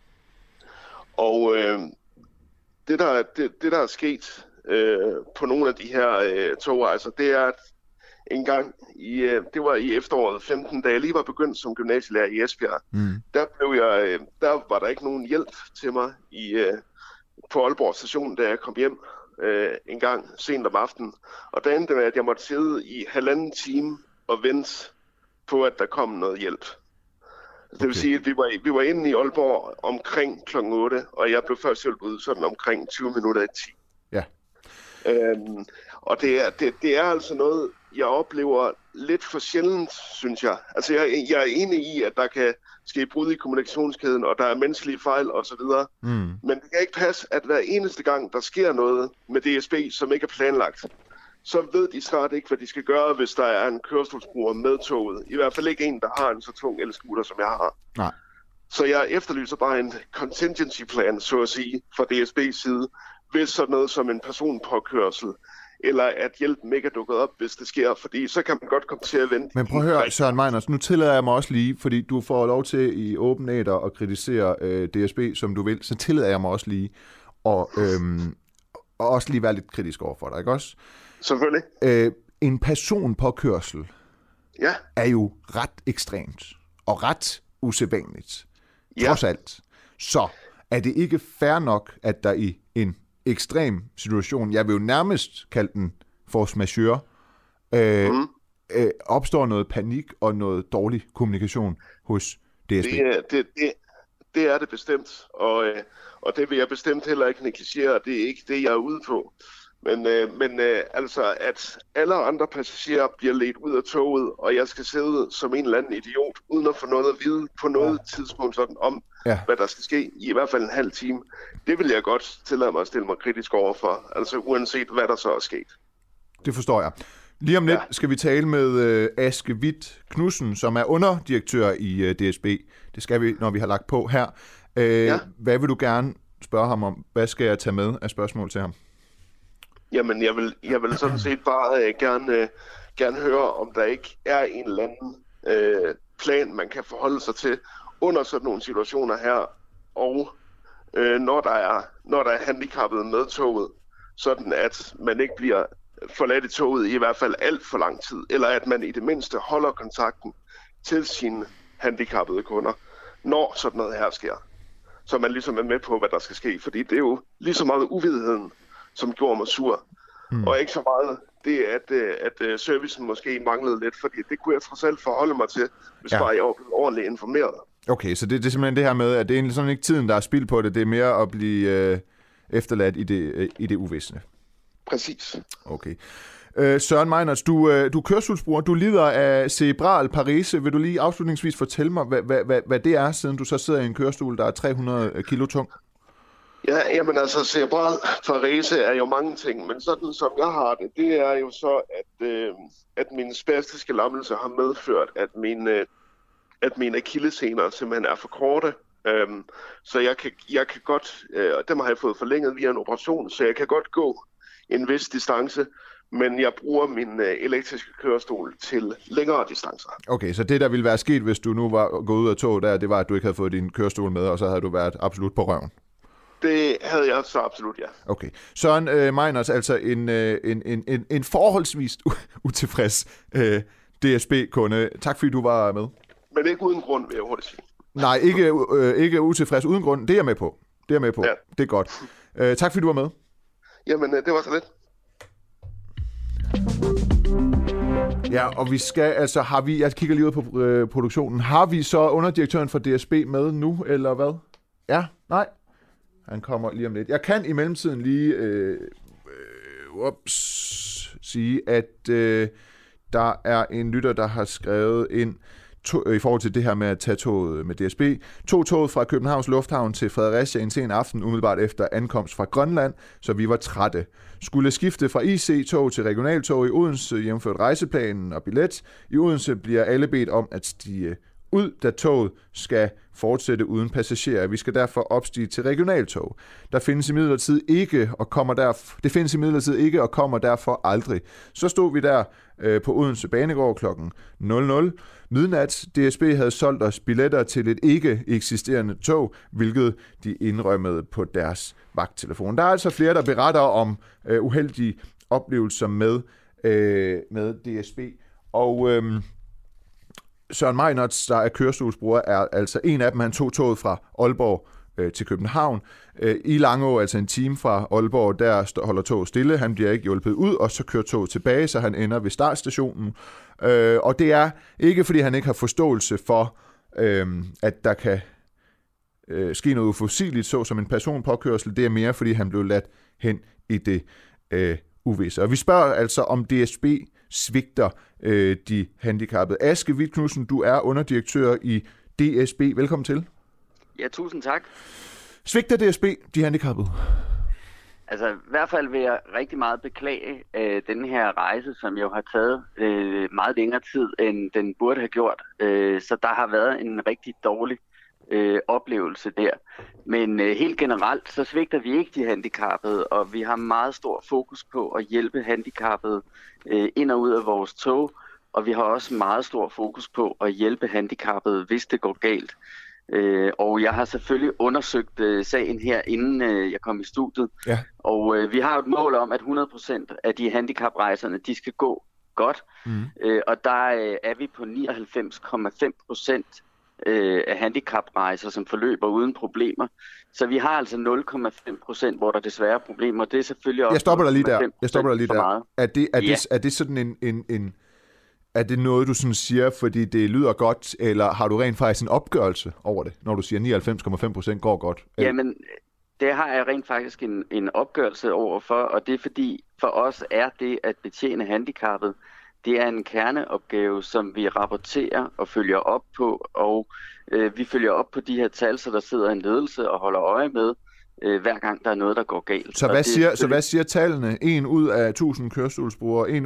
Og det der er sket på nogle af de her togrejser, det er, at en gang det var i efteråret 15, da jeg lige var begyndt som gymnasielærer i Esbjerg, der var der ikke nogen hjælp til mig på Aalborg station, da jeg kom hjem en gang sent om aftenen. Og der endte med, at jeg måtte sidde i 1,5 time og vente på, at der kom noget hjælp. Det vil sige, at vi var inde i Aalborg omkring kl. 8, og jeg blev først hjulpet ud sådan omkring 20 minutter i 10. Ja. Og det er altså noget, jeg oplever lidt for sjældent, synes jeg. Altså jeg er enig i, at der kan ske brud i kommunikationskæden, og der er menneskelige fejl osv. Men det kan ikke passe, at hver eneste gang, der sker noget med DSB, som ikke er planlagt, så ved de snart ikke, hvad de skal gøre, hvis der er en kørestolsbruger med toget. I hvert fald ikke en, der har en så tung elscooter, som jeg har. Nej. Så jeg efterlyser bare en contingency plan, så at sige, fra DSB's side, hvis sådan noget som en personpåkørsel, eller at hjælpen ikke er dukket op, hvis det sker, fordi så kan man godt komme til at vente. Men prøv at høre, Søren Meiners, nu tillader jeg mig også lige, fordi du får lov til i åben æter at kritisere DSB, som du vil, så tillader jeg mig også lige, og også lige være lidt kritisk over for dig, ikke også? Selvfølgelig. En personpåkørsel er jo ret ekstremt, og ret usædvanligt, trods alt. Så er det ikke fair nok, at der i en ekstrem situation, jeg vil jo nærmest kalde den force majeure, opstår noget panik og noget dårlig kommunikation hos DSB? Det er det bestemt, og det vil jeg bestemt heller ikke negligere, det er ikke det, jeg er ude på. Men altså, at alle andre passagerer bliver ledt ud af toget, og jeg skal sidde som en eller anden idiot, uden at få noget at vide på noget tidspunkt sådan om, hvad der skal ske, i hvert fald en halv time, det vil jeg godt tillade mig at stille mig kritisk over for, altså uanset hvad der så er sket. Det forstår jeg. Lige om lidt skal vi tale med Aske Hvidt Knudsen, som er underdirektør i DSB. Det skal vi, når vi har lagt på her. Hvad vil du gerne spørge ham om? Hvad skal jeg tage med af spørgsmål til ham? Jamen, jeg vil sådan set bare gerne høre, om der ikke er en eller anden plan, man kan forholde sig til under sådan nogle situationer her, og når der er handicappede med toget, sådan at man ikke bliver forladt i toget i hvert fald alt for lang tid, eller at man i det mindste holder kontakten til sine handicappede kunder, når sådan noget her sker. Så man ligesom er med på, hvad der skal ske, fordi det er jo lige så meget uvidenheden, som gjorde mig sur. Og ikke så meget det, at servicen måske manglede lidt, fordi det kunne jeg trods alt forholde mig til, hvis bare jeg var blevet ordentligt informeret. Okay, så det er simpelthen det her med, at det er egentlig sådan ikke tiden, der er spild på det, det er mere at blive efterladt i det uvisne. Præcis. Okay. Søren Meiners, du er kørestolsbruger, du lider af cerebral parese. Vil du lige afslutningsvis fortælle mig, hvad det er, siden du så sidder i en kørestol, der er 300 kilo tung? Ja, jamen altså, cerebral parese er jo mange ting, men sådan som jeg har det, det er jo så, at min spastiske lammelse har medført, at mine akillessener simpelthen er for korte. Så jeg kan godt, dem har jeg fået forlænget via en operation, så jeg kan godt gå en vis distance, men jeg bruger min elektriske kørestol til længere distancer. Okay, så det der ville være sket, hvis du nu var gået ud af toget der, det var, at du ikke havde fået din kørestol med, og så havde du været absolut på røven? Det havde jeg så absolut, ja. Okay. Søren Meiners, altså en forholdsvis utilfreds DSB-kunde. Tak fordi du var med. Men ikke uden grund, vil jeg hurtigt sige. Nej, ikke utilfreds uden grund. Det er jeg med på. Ja. Det er godt. Tak fordi du var med. Jamen, det var så lidt. Ja, og vi skal, altså jeg kigger lige ud på produktionen. Har vi så underdirektøren for DSB med nu, eller hvad? Ja, nej. Han kommer lige om lidt. Jeg kan i mellemtiden lige sige, at der er en lytter, der har skrevet ind i forhold til det her med at tage toget med DSB. Tog toget fra Københavns Lufthavn til Fredericia en sen aften, umiddelbart efter ankomst fra Grønland, så vi var trætte. Skulle skifte fra IC-tog til regionaltog i Odense, jævnført rejseplanen og billet. I Odense bliver alle bedt om at stige ud, da toget skal fortsætte uden passagerer. Vi skal derfor opstige til regionaltog. Det findes imidlertid ikke og kommer derfor aldrig. Så stod vi der på Odense Banegård kl. 00 midnat. DSB havde solgt os billetter til et ikke eksisterende tog, hvilket de indrømmede på deres vagttelefon. Der er altså flere, der beretter om uheldige oplevelser med DSB. Og Søren Meinertz, der er kørestolsbruger, er altså en af dem. Han tog toget fra Aalborg til København. I Langå, altså en time fra Aalborg, der holder toget stille. Han bliver ikke hjulpet ud, og så kører toget tilbage, så han ender ved startstationen. Og det er ikke, fordi han ikke har forståelse for, at der kan ske noget uforudsigeligt, så som en personpåkørsel. Det er mere, fordi han blev ladt hen i det uvisse. Og vi spørger altså, om DSB svigter de handicappede. Aske Hvidt-Knudsen, du er underdirektør i DSB. Velkommen til. Ja, tusind tak. Svigter DSB de handicappede? Altså, i hvert fald vil jeg rigtig meget beklage den her rejse, som jo har taget meget længere tid, end den burde have gjort. Så der har været en rigtig dårlig oplevelse der. Men helt generelt, så svigter vi ikke de handicappede, og vi har meget stor fokus på at hjælpe handicappede ind og ud af vores tog, og vi har også meget stor fokus på at hjælpe handicappede, hvis det går galt. Og jeg har selvfølgelig undersøgt sagen her, inden jeg kom i studiet. Ja. Og vi har et mål om, at 100% af de handicaprejserne, de skal gå godt. Og der er vi på 99,5% af handicaprejser, som forløber uden problemer. Så vi har altså 0,5%, hvor der desværre er problemer. Det er selvfølgelig også... Jeg stopper dig lige der. Er det sådan en er det noget, du sådan siger, fordi det lyder godt, eller har du rent faktisk en opgørelse over det, når du siger 99,5% går godt? Jamen, det har jeg rent faktisk en opgørelse over for, og det er fordi, for os er det at betjene handicappet, det er en kerneopgave, som vi rapporterer og følger op på, og vi følger op på de her tal, så der sidder en ledelse og holder øje med, hver gang der er noget, der går galt. Så hvad siger tallene? 1 ud af 1000 kørestolsbrugere, 1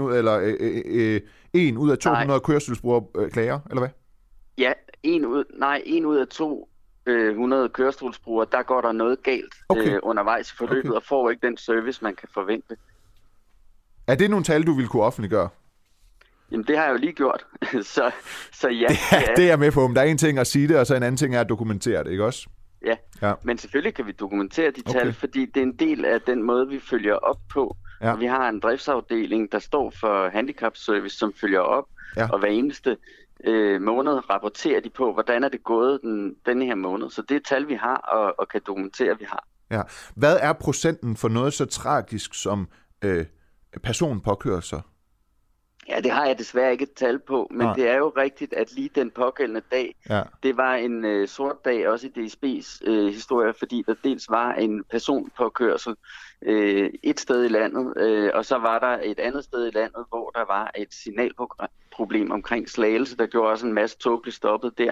ud af 200 kørestolsbrugere klager, eller hvad? Ja, 1 ud af 200 kørestolsbrugere, der går der noget galt undervejs i forløbet, og får ikke den service, man kan forvente. Er det nogle tal, du vil kunne offentliggøre? Jamen, det har jeg jo lige gjort, så ja. Det er jeg med på, men der er en ting at sige det, og så en anden ting er at dokumentere det, ikke også? Ja, men selvfølgelig kan vi dokumentere de tal, fordi det er en del af den måde, vi følger op på. Ja. Og vi har en driftsafdeling, der står for handicapservice, som følger op, og hver eneste måned rapporterer de på, hvordan er det gået denne her måned. Så det er tal, vi har, og kan dokumentere, at vi har. Ja. Hvad er procenten for noget så tragisk som personpåkørelser? Ja, det har jeg desværre ikke et tal på, men det er jo rigtigt, at lige den pågældende dag, det var en sort dag også i DSB's historie, fordi der dels var en personpåkørsel et sted i landet, og så var der et andet sted i landet, hvor der var et signalproblem omkring Slagelse, der gjorde også en masse tog blev stoppet der.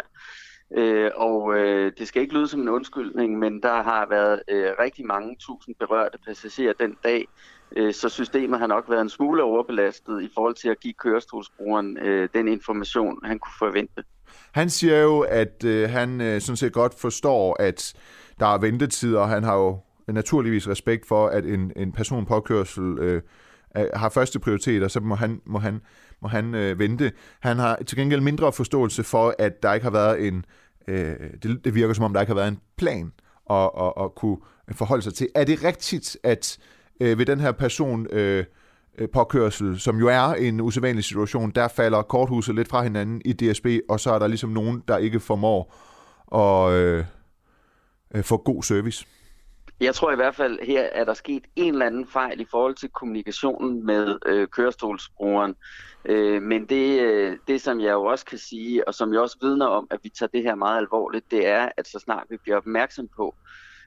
Det skal ikke lyde som en undskyldning, men der har været rigtig mange tusind berørte passagerer den dag, så systemet har nok været en smule overbelastet i forhold til at give kørestolsbrugeren den information, han kunne forvente. Han siger jo, at han sådan set godt forstår, at der er ventetider, og han har jo naturligvis respekt for, at en personpåkørsel har første prioritet, og så må han vente. Han har til gengæld mindre forståelse for, at der ikke har været det virker som om, der ikke har været en plan at kunne forholde sig til. Er det rigtigt, at ved den her påkørsel, som jo er en usædvanlig situation, der falder korthuset lidt fra hinanden i DSB, og så er der ligesom nogen, der ikke formår at få god service? Jeg tror i hvert fald, her er der sket en eller anden fejl i forhold til kommunikationen med kørestolsbrugeren. Men det, som jeg jo også kan sige, og som jeg også vidner om, at vi tager det her meget alvorligt, det er, at så snart vi bliver opmærksom på,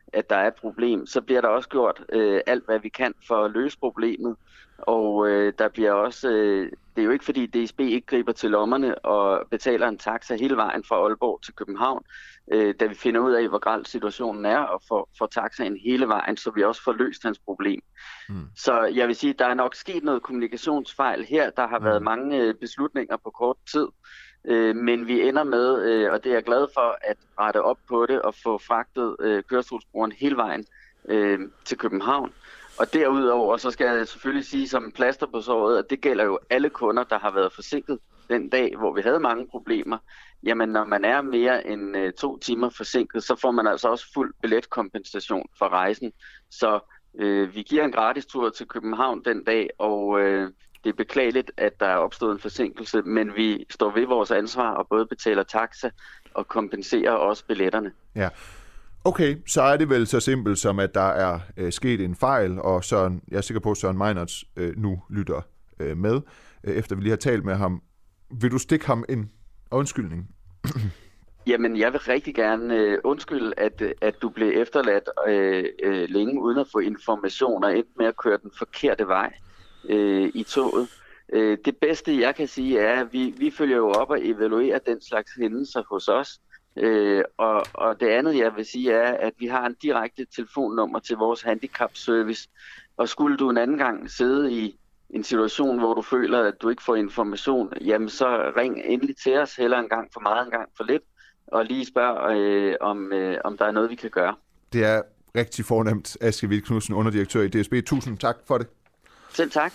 at der er et problem, så bliver der også gjort alt, hvad vi kan for at løse problemet. Og der bliver også, det er jo ikke fordi DSB ikke griber til lommerne og betaler en taxa hele vejen fra Aalborg til København, da vi finder ud af, hvor grel situationen er, og får taxaen hele vejen, så vi også får løst hans problem. Så jeg vil sige, at der er nok sket noget kommunikationsfejl her. Der har været mange beslutninger på kort tid, men vi ender med, og det er jeg glad for, at rette op på det og få fragtet kørestolsbrugeren hele vejen til København. Og derudover, så skal jeg selvfølgelig sige som plaster på såret, at det gælder jo alle kunder, der har været forsinket den dag, hvor vi havde mange problemer. Jamen, når man er mere end 2 timer forsinket, så får man altså også fuld billetkompensation for rejsen. Så vi giver en gratis tur til København den dag, og det er beklageligt, at der er opstået en forsinkelse, men vi står ved vores ansvar og både betaler taxa og kompenserer også billetterne. Ja. Okay, så er det vel så simpelt som, at der er sket en fejl, og Søren, jeg er sikker på, at Søren Meinertz nu lytter med, efter vi lige har talt med ham. Vil du stikke ham en undskyldning? Jamen, jeg vil rigtig gerne undskylde, at du blev efterladt længe uden at få information og endte med at køre den forkerte vej i toget. Det bedste, jeg kan sige, er, at vi følger jo op og evaluerer den slags hændelser hos os. Og det andet, jeg vil sige, er, at vi har en direkte telefonnummer til vores handicapservice. Og skulle du en anden gang sidde i en situation, hvor du føler, at du ikke får information, jamen så ring endelig til os, heller en gang for meget, en gang for lidt, og lige spørg, om der er noget, vi kan gøre. Det er rigtig fornemt, Aske Hvidt Knudsen, underdirektør i DSB. Tusind tak for det. Selv tak.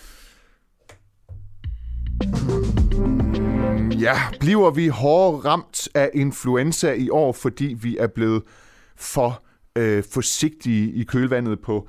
Ja, bliver vi hårdt ramt af influenza i år, fordi vi er blevet for forsigtige i kølvandet på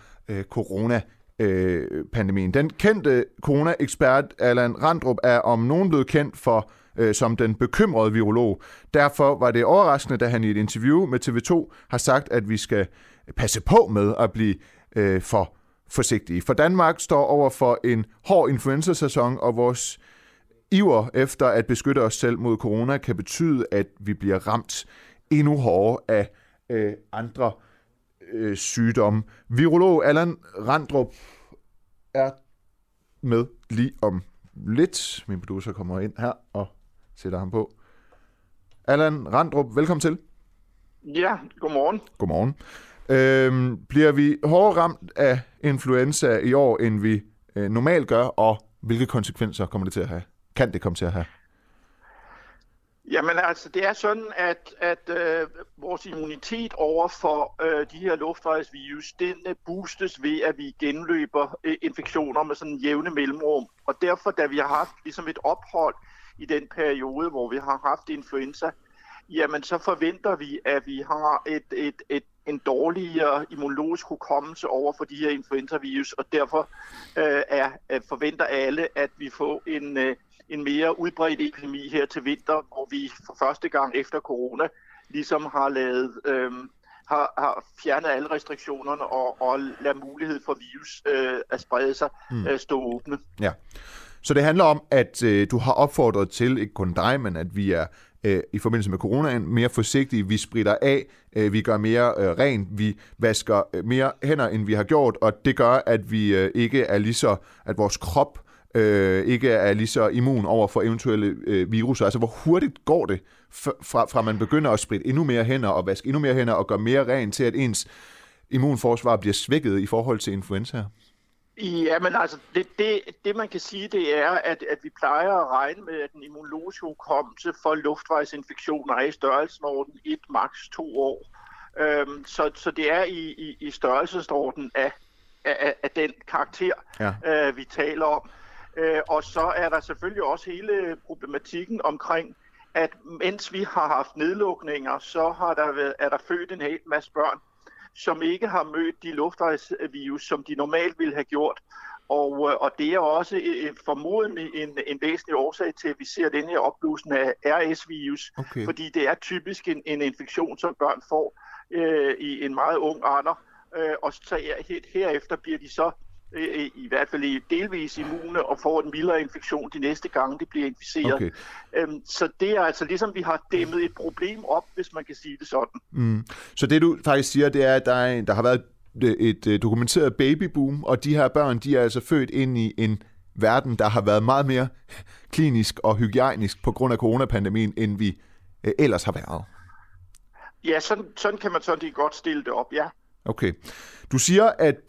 coronapandemien. Den kendte corona-ekspert Allan Randrup er om nogen blevet kendt for som den bekymrede virolog. Derfor var det overraskende, da han i et interview med TV2 har sagt, at vi skal passe på med at blive for forsigtige. For Danmark står over for en hård influenza-sæson, og vores iver efter at beskytte os selv mod corona kan betyde, at vi bliver ramt endnu hårdere af andre sygdomme. Virolog Allan Randrup er med lige om lidt. Min producer kommer ind her og sætter ham på. Allan Randrup, velkommen til. Ja, godmorgen. Godmorgen. Bliver vi hårdere ramt af influenza i år, end vi normalt gør, og hvilke konsekvenser kommer det til at have? Kan det komme til at have? Jamen altså, det er sådan, at vores immunitet over for de her luftvejsvirus, den boostes ved, at vi genløber infektioner med sådan jævne mellemrum. Og derfor, da vi har haft ligesom et ophold i den periode, hvor vi har haft influenza, jamen så forventer vi, at vi har en dårligere immunologisk hukommelse over for de her influenzavirus, og derfor forventer alle, at vi får en mere udbredt epidemi her til vinter, hvor vi for første gang efter corona ligesom har har fjernet alle restriktionerne og lader mulighed for virus at sprede sig stå åbne. Ja. Så det handler om, at du har opfordret til, ikke kun dig, men at vi er i forbindelse med coronaen mere forsigtige, vi spritter af, vi gør mere rent, vi vasker mere hænder, end vi har gjort, og det gør, at vi ikke er lige så, at vores krop ikke er lige så immun over for eventuelle viruser. Altså, hvor hurtigt går det, fra man begynder at spritte endnu mere hænder og vaske endnu mere hænder og gøre mere rent, til at ens immunforsvar bliver svækket i forhold til influenza? Ja, men altså, det man kan sige, det er, at vi plejer at regne med, at den immunologiske hukommelse for luftvejsinfektioner er i størrelsesorden 1, maks. 2 år. Så det er i størrelsesorden af den karakter, vi taler om. Og så er der selvfølgelig også hele problematikken omkring, at mens vi har haft nedlukninger, så er der født en hel masse børn, som ikke har mødt de luftvejsvirus, som de normalt ville have gjort. Og det er også formodentlig en væsentlig årsag til, at vi ser den her opblussen af RS-virus, fordi det er typisk en infektion, som børn får i en meget ung alder, og så herefter bliver de så i hvert fald delvis immune og får en mildere infektion de næste gange, de bliver inficeret. Okay. Så det er altså ligesom, vi har dæmmet et problem op, hvis man kan sige det sådan. Så det du faktisk siger, det er, at der har været et dokumenteret babyboom, og de her børn, de er altså født ind i en verden, der har været meget mere klinisk og hygiejnisk på grund af coronapandemien, end vi ellers har været. Ja, sådan kan man sådan godt stille det op, ja. Okay. Du siger, at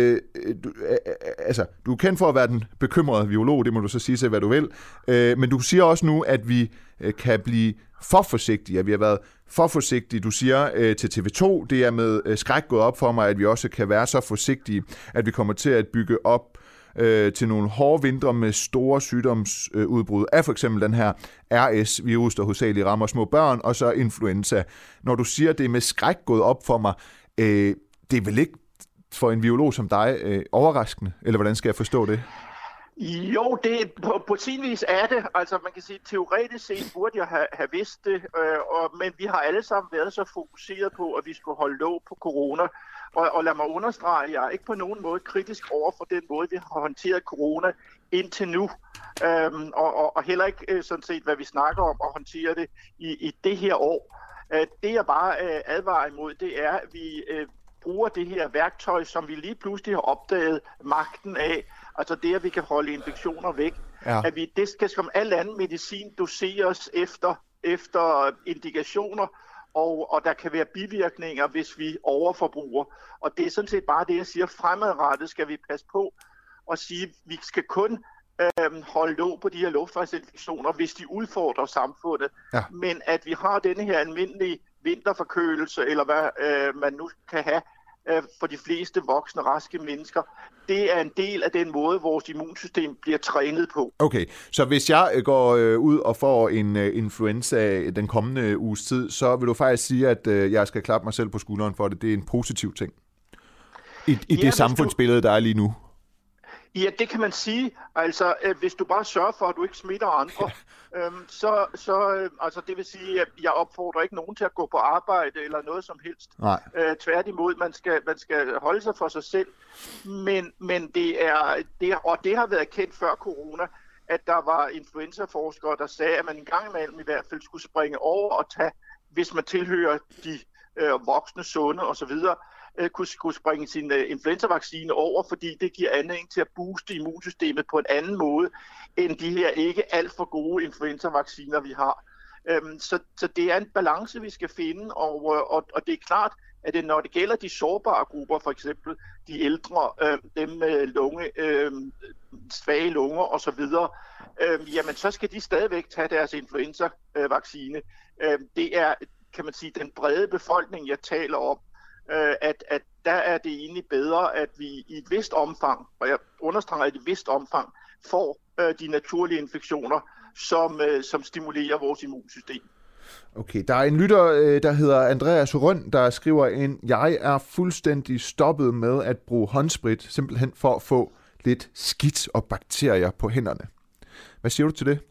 du er kendt for at være den bekymrede virolog, det må du så sige til, hvad du vil, men du siger også nu, at vi kan blive for forsigtige, at vi har været for forsigtige. Du siger til TV2, det er med skræk gået op for mig, at vi også kan være så forsigtige, at vi kommer til at bygge op til nogle hårde vintre med store sygdomsudbrud af for eksempel den her RS-virus, der hovedsageligt rammer små børn, og så influenza. Når du siger, det er med skræk gået op for mig, det er vel ikke for en virolog som dig overraskende, eller hvordan skal jeg forstå det? Jo, det på sin vis er det. Altså man kan sige, teoretisk set burde jeg have vidst det, men vi har alle sammen været så fokuseret på, at vi skulle holde låg på corona. Og lad mig understrege, at jeg er ikke på nogen måde kritisk over for den måde, vi har håndteret corona indtil nu. Og heller ikke sådan set, hvad vi snakker om at håndtere det i det her år. Det jeg bare advarer imod, det er, at vi bruger det her værktøj, som vi lige pludselig har opdaget magten af. Altså det, at vi kan holde infektioner væk. Ja. At det skal som al anden medicin doseres efter indikationer, og der kan være bivirkninger, hvis vi overforbruger. Og det er sådan set bare det, jeg siger. Fremadrettet skal vi passe på og sige, at vi skal kun holde låg på de her luftvejsinfektioner, hvis de udfordrer samfundet. Ja. Men at vi har denne her almindelige vinterforkølelse, eller hvad man nu kan have for de fleste voksne, raske mennesker, det er en del af den måde, vores immunsystem bliver trænet på. Okay, så hvis jeg går ud og får en influenza den kommende uges tid, så vil du faktisk sige, at jeg skal klappe mig selv på skulderen for det. Det er en positiv ting i det samfundsbillede, der er lige nu. Ja, det kan man sige. Altså, hvis du bare sørger for, at du ikke smitter andre, altså det vil sige, at jeg opfordrer ikke nogen til at gå på arbejde eller noget som helst. Tværtimod, man skal holde sig for sig selv. Men det har været kendt før corona, at der var influenzaforskere, der sagde, at man en gang imellem i hvert fald skulle springe over og tage, hvis man tilhører de voksne, sunde osv., kunne springe sin influenzavaccine over, fordi det giver anledning til at booste immunsystemet på en anden måde, end de her ikke alt for gode influenzavacciner, vi har. Så det er en balance, vi skal finde, og det er klart, at når det gælder de sårbare grupper, for eksempel de ældre, dem med svage lunger osv., jamen så skal de stadigvæk tage deres influenzavaccine. Det er, kan man sige, den brede befolkning, jeg taler om, at der er det egentlig bedre, at vi i et vist omfang, og jeg understreger i et vist omfang, får de naturlige infektioner, som stimulerer vores immunsystem. Okay, der er en lytter, der hedder Andreas Røn, der skriver ind, jeg er fuldstændig stoppet med at bruge håndsprit, simpelthen for at få lidt skidt og bakterier på hænderne. Hvad siger du til det?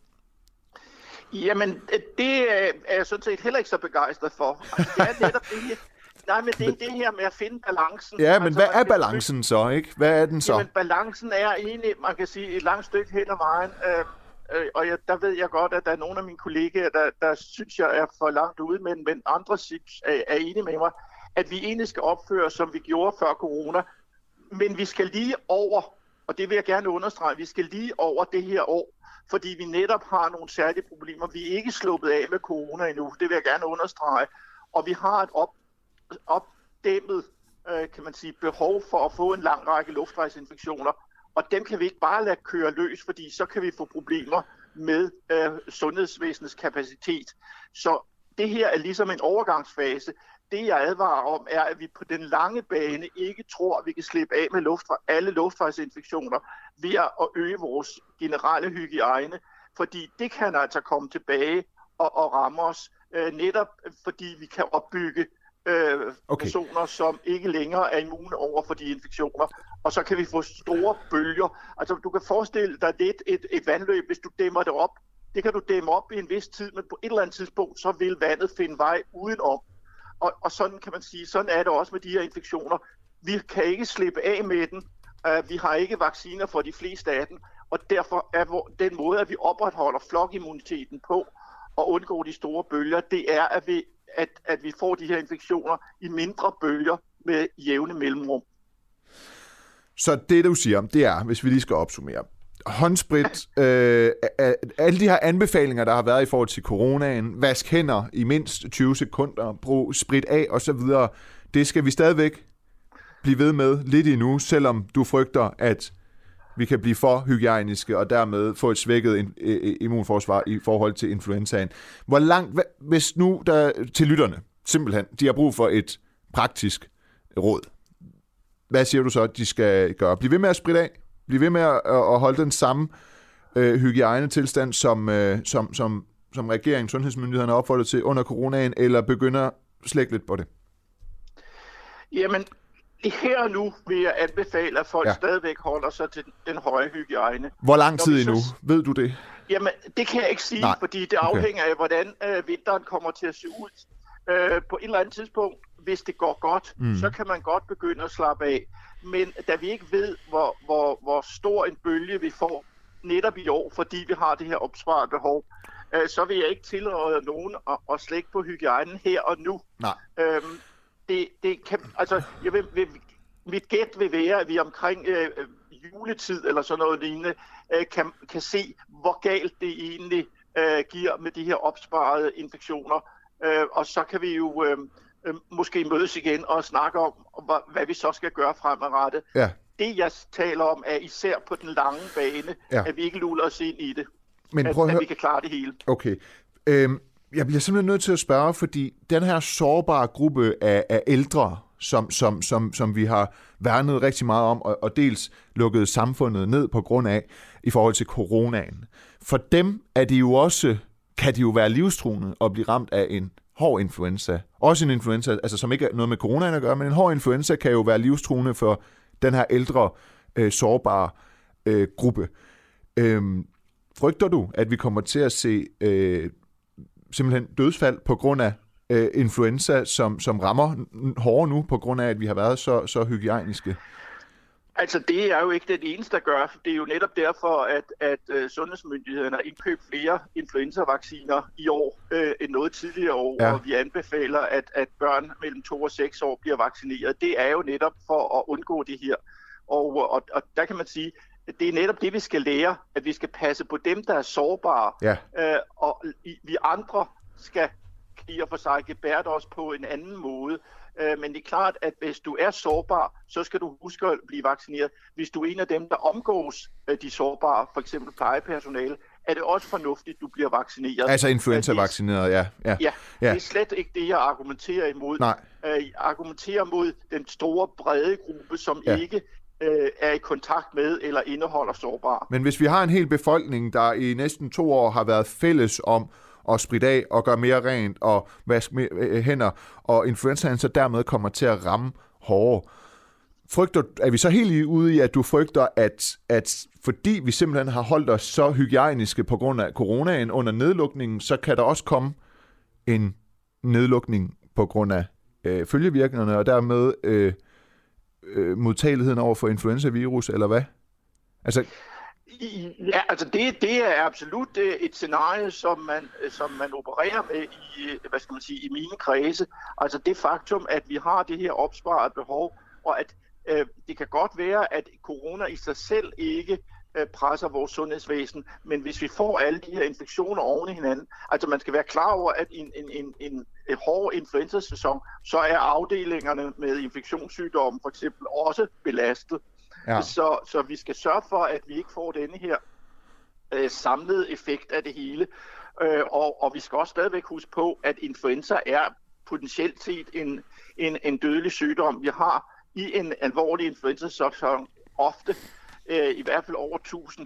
Jamen, det er jeg sådan set heller ikke så begejstret for. Altså, det er netop det her. Nej, men det er det her med at finde balancen. Ja, men hvad er balancen så, ikke? Hvad er den så? Jamen, balancen er egentlig, man kan sige, et langt stykke hen ad vejen. Og der ved jeg godt, at der er nogle af mine kollegaer, der synes, jeg er for langt ude, men andre er enige med mig, at vi egentlig skal opføre, som vi gjorde før corona. Men vi skal lige over, og det vil jeg gerne understrege, vi skal lige over det her år, fordi vi netop har nogle særlige problemer. Vi er ikke sluppet af med corona endnu, det vil jeg gerne understrege. Og vi har et opdæmmet, kan man sige, behov for at få en lang række luftvejsinfektioner. Og dem kan vi ikke bare lade køre løs, fordi så kan vi få problemer med sundhedsvæsenets kapacitet. Så det her er ligesom en overgangsfase. Det jeg advarer om er, at vi på den lange bane ikke tror, at vi kan slippe af med alle luftvejsinfektioner ved at øge vores generelle hygiejne. Fordi det kan altså komme tilbage og ramme os, netop fordi vi kan opbygge personer, som ikke længere er immune over for de infektioner. Og så kan vi få store bølger. Altså du kan forestille dig lidt et vandløb, hvis du dæmmer det op. Det kan du dæmme op i en vis tid, men på et eller andet tidspunkt, så vil vandet finde vej udenom. Og sådan kan man sige, sådan er det også med de her infektioner. Vi kan ikke slippe af med den, Vi har ikke vacciner for de fleste af dem, og derfor er den måde, at vi opretholder flokimmuniteten på og undgår de store bølger, det er, at vi får de her infektioner i mindre bølger med jævne mellemrum. Så det, du siger, det er, hvis vi lige skal opsummere, håndsprit, alle de her anbefalinger, der har været i forhold til coronaen, vask hænder i mindst 20 sekunder, brug sprit af osv., det skal vi stadigvæk blive ved med lidt endnu, selvom du frygter, at vi kan blive for hygiejniske og dermed få et svækket immunforsvar i forhold til influenzaen. Hvor langt, hvis nu der til lytterne, simpelthen, de har brug for et praktisk råd, hvad siger du så, at de skal gøre? Bliv ved med at spritte af, bliv ved med at holde den samme hygiejnetilstand, som regeringen, sundhedsmyndighederne har opfordret til under coronaen, eller begynder at slække lidt på det? Jamen, her og nu vil jeg anbefale, at folk stadigvæk holder sig til den høje hygiejne. Hvor lang tid endnu? Ved du det? Jamen, det kan jeg ikke sige, fordi det afhænger af, hvordan vinteren kommer til at se ud. På et eller andet tidspunkt, hvis det går godt, så kan man godt begynde at slappe af. Men da vi ikke ved, hvor stor en bølge vi får netop i år, fordi vi har det her opsparet behov, så vil jeg ikke tillade nogen at slække på hygiejnen her og nu. Nej. Det kan, altså, mit gæt vil være, at vi omkring juletid eller sådan noget lignende kan se, hvor galt det egentlig giver med de her opsparede infektioner. Og så kan vi jo måske mødes igen og snakke om, hvad vi så skal gøre fremadrettet. Ja. Det, jeg taler om, er især på den lange bane, at vi ikke luller os ind i det. Men at vi kan klare det hele. Okay. Jeg bliver simpelthen nødt til at spørge, fordi den her sårbare gruppe af ældre, som vi har værnet rigtig meget om, og dels lukket samfundet ned på grund af i forhold til coronaen. For dem er de jo også, kan de jo være livstruende og blive ramt af en hård influenza. Også en influenza, altså som ikke har noget med coronaen at gøre, men en hård influenza kan jo være livstruende for den her ældre, sårbare gruppe. Frygter du, at vi kommer til at se simpelthen dødsfald på grund af influenza, som rammer hårdere nu, på grund af, at vi har været så hygiejniske? Altså, det er jo ikke det eneste, der gør. Det er jo netop derfor, at sundhedsmyndighederne har indkøbt flere influenza-vacciner i år end noget tidligere år, og vi anbefaler, at børn mellem 2 og 6 år bliver vaccineret. Det er jo netop for at undgå det her. Og der kan man sige, at det er netop det, vi skal lære, at vi skal passe på dem, der er sårbare, og vi andre skal i og for sig gebære os på en anden måde. Men det er klart, at hvis du er sårbar, så skal du huske at blive vaccineret. Hvis du er en af dem, der omgås de sårbare, for eksempel plejepersonale, er det også fornuftigt, at du bliver vaccineret. Altså influenza-vaccineret, ja. Det er slet ikke det, jeg argumenterer imod. Nej. Jeg argumenterer mod den store, brede gruppe, som ikke er i kontakt med eller indeholder sårbare. Men hvis vi har en hel befolkning, der i næsten 2 år har været fælles om at spritte af og gøre mere rent og vaske hænder, og influenzaen så dermed kommer til at ramme hårdere. Er vi så helt ude i, at du frygter, at fordi vi simpelthen har holdt os så hygiejniske på grund af coronaen under nedlukningen, så kan der også komme en nedlukning på grund af følgevirkningerne, og dermed modtageligheden over for influenzavirus, eller hvad? Altså... Ja, altså det er absolut et scenarie, som man opererer med i mine kredse. Altså det faktum, at vi har det her opsparede behov, og at det kan godt være, at corona i sig selv ikke presser vores sundhedsvæsen, men hvis vi får alle de her infektioner oven i hinanden, altså man skal være klar over, at en hård influenza-sæson, så er afdelingerne med infektionssygdomme for eksempel også belastet. Ja. Så vi skal sørge for, at vi ikke får denne her samlede effekt af det hele. Og vi skal også stadigvæk huske på, at influenza er potentielt set en dødelig sygdom. Vi har i en alvorlig influenza-sæson ofte i hvert fald over 1000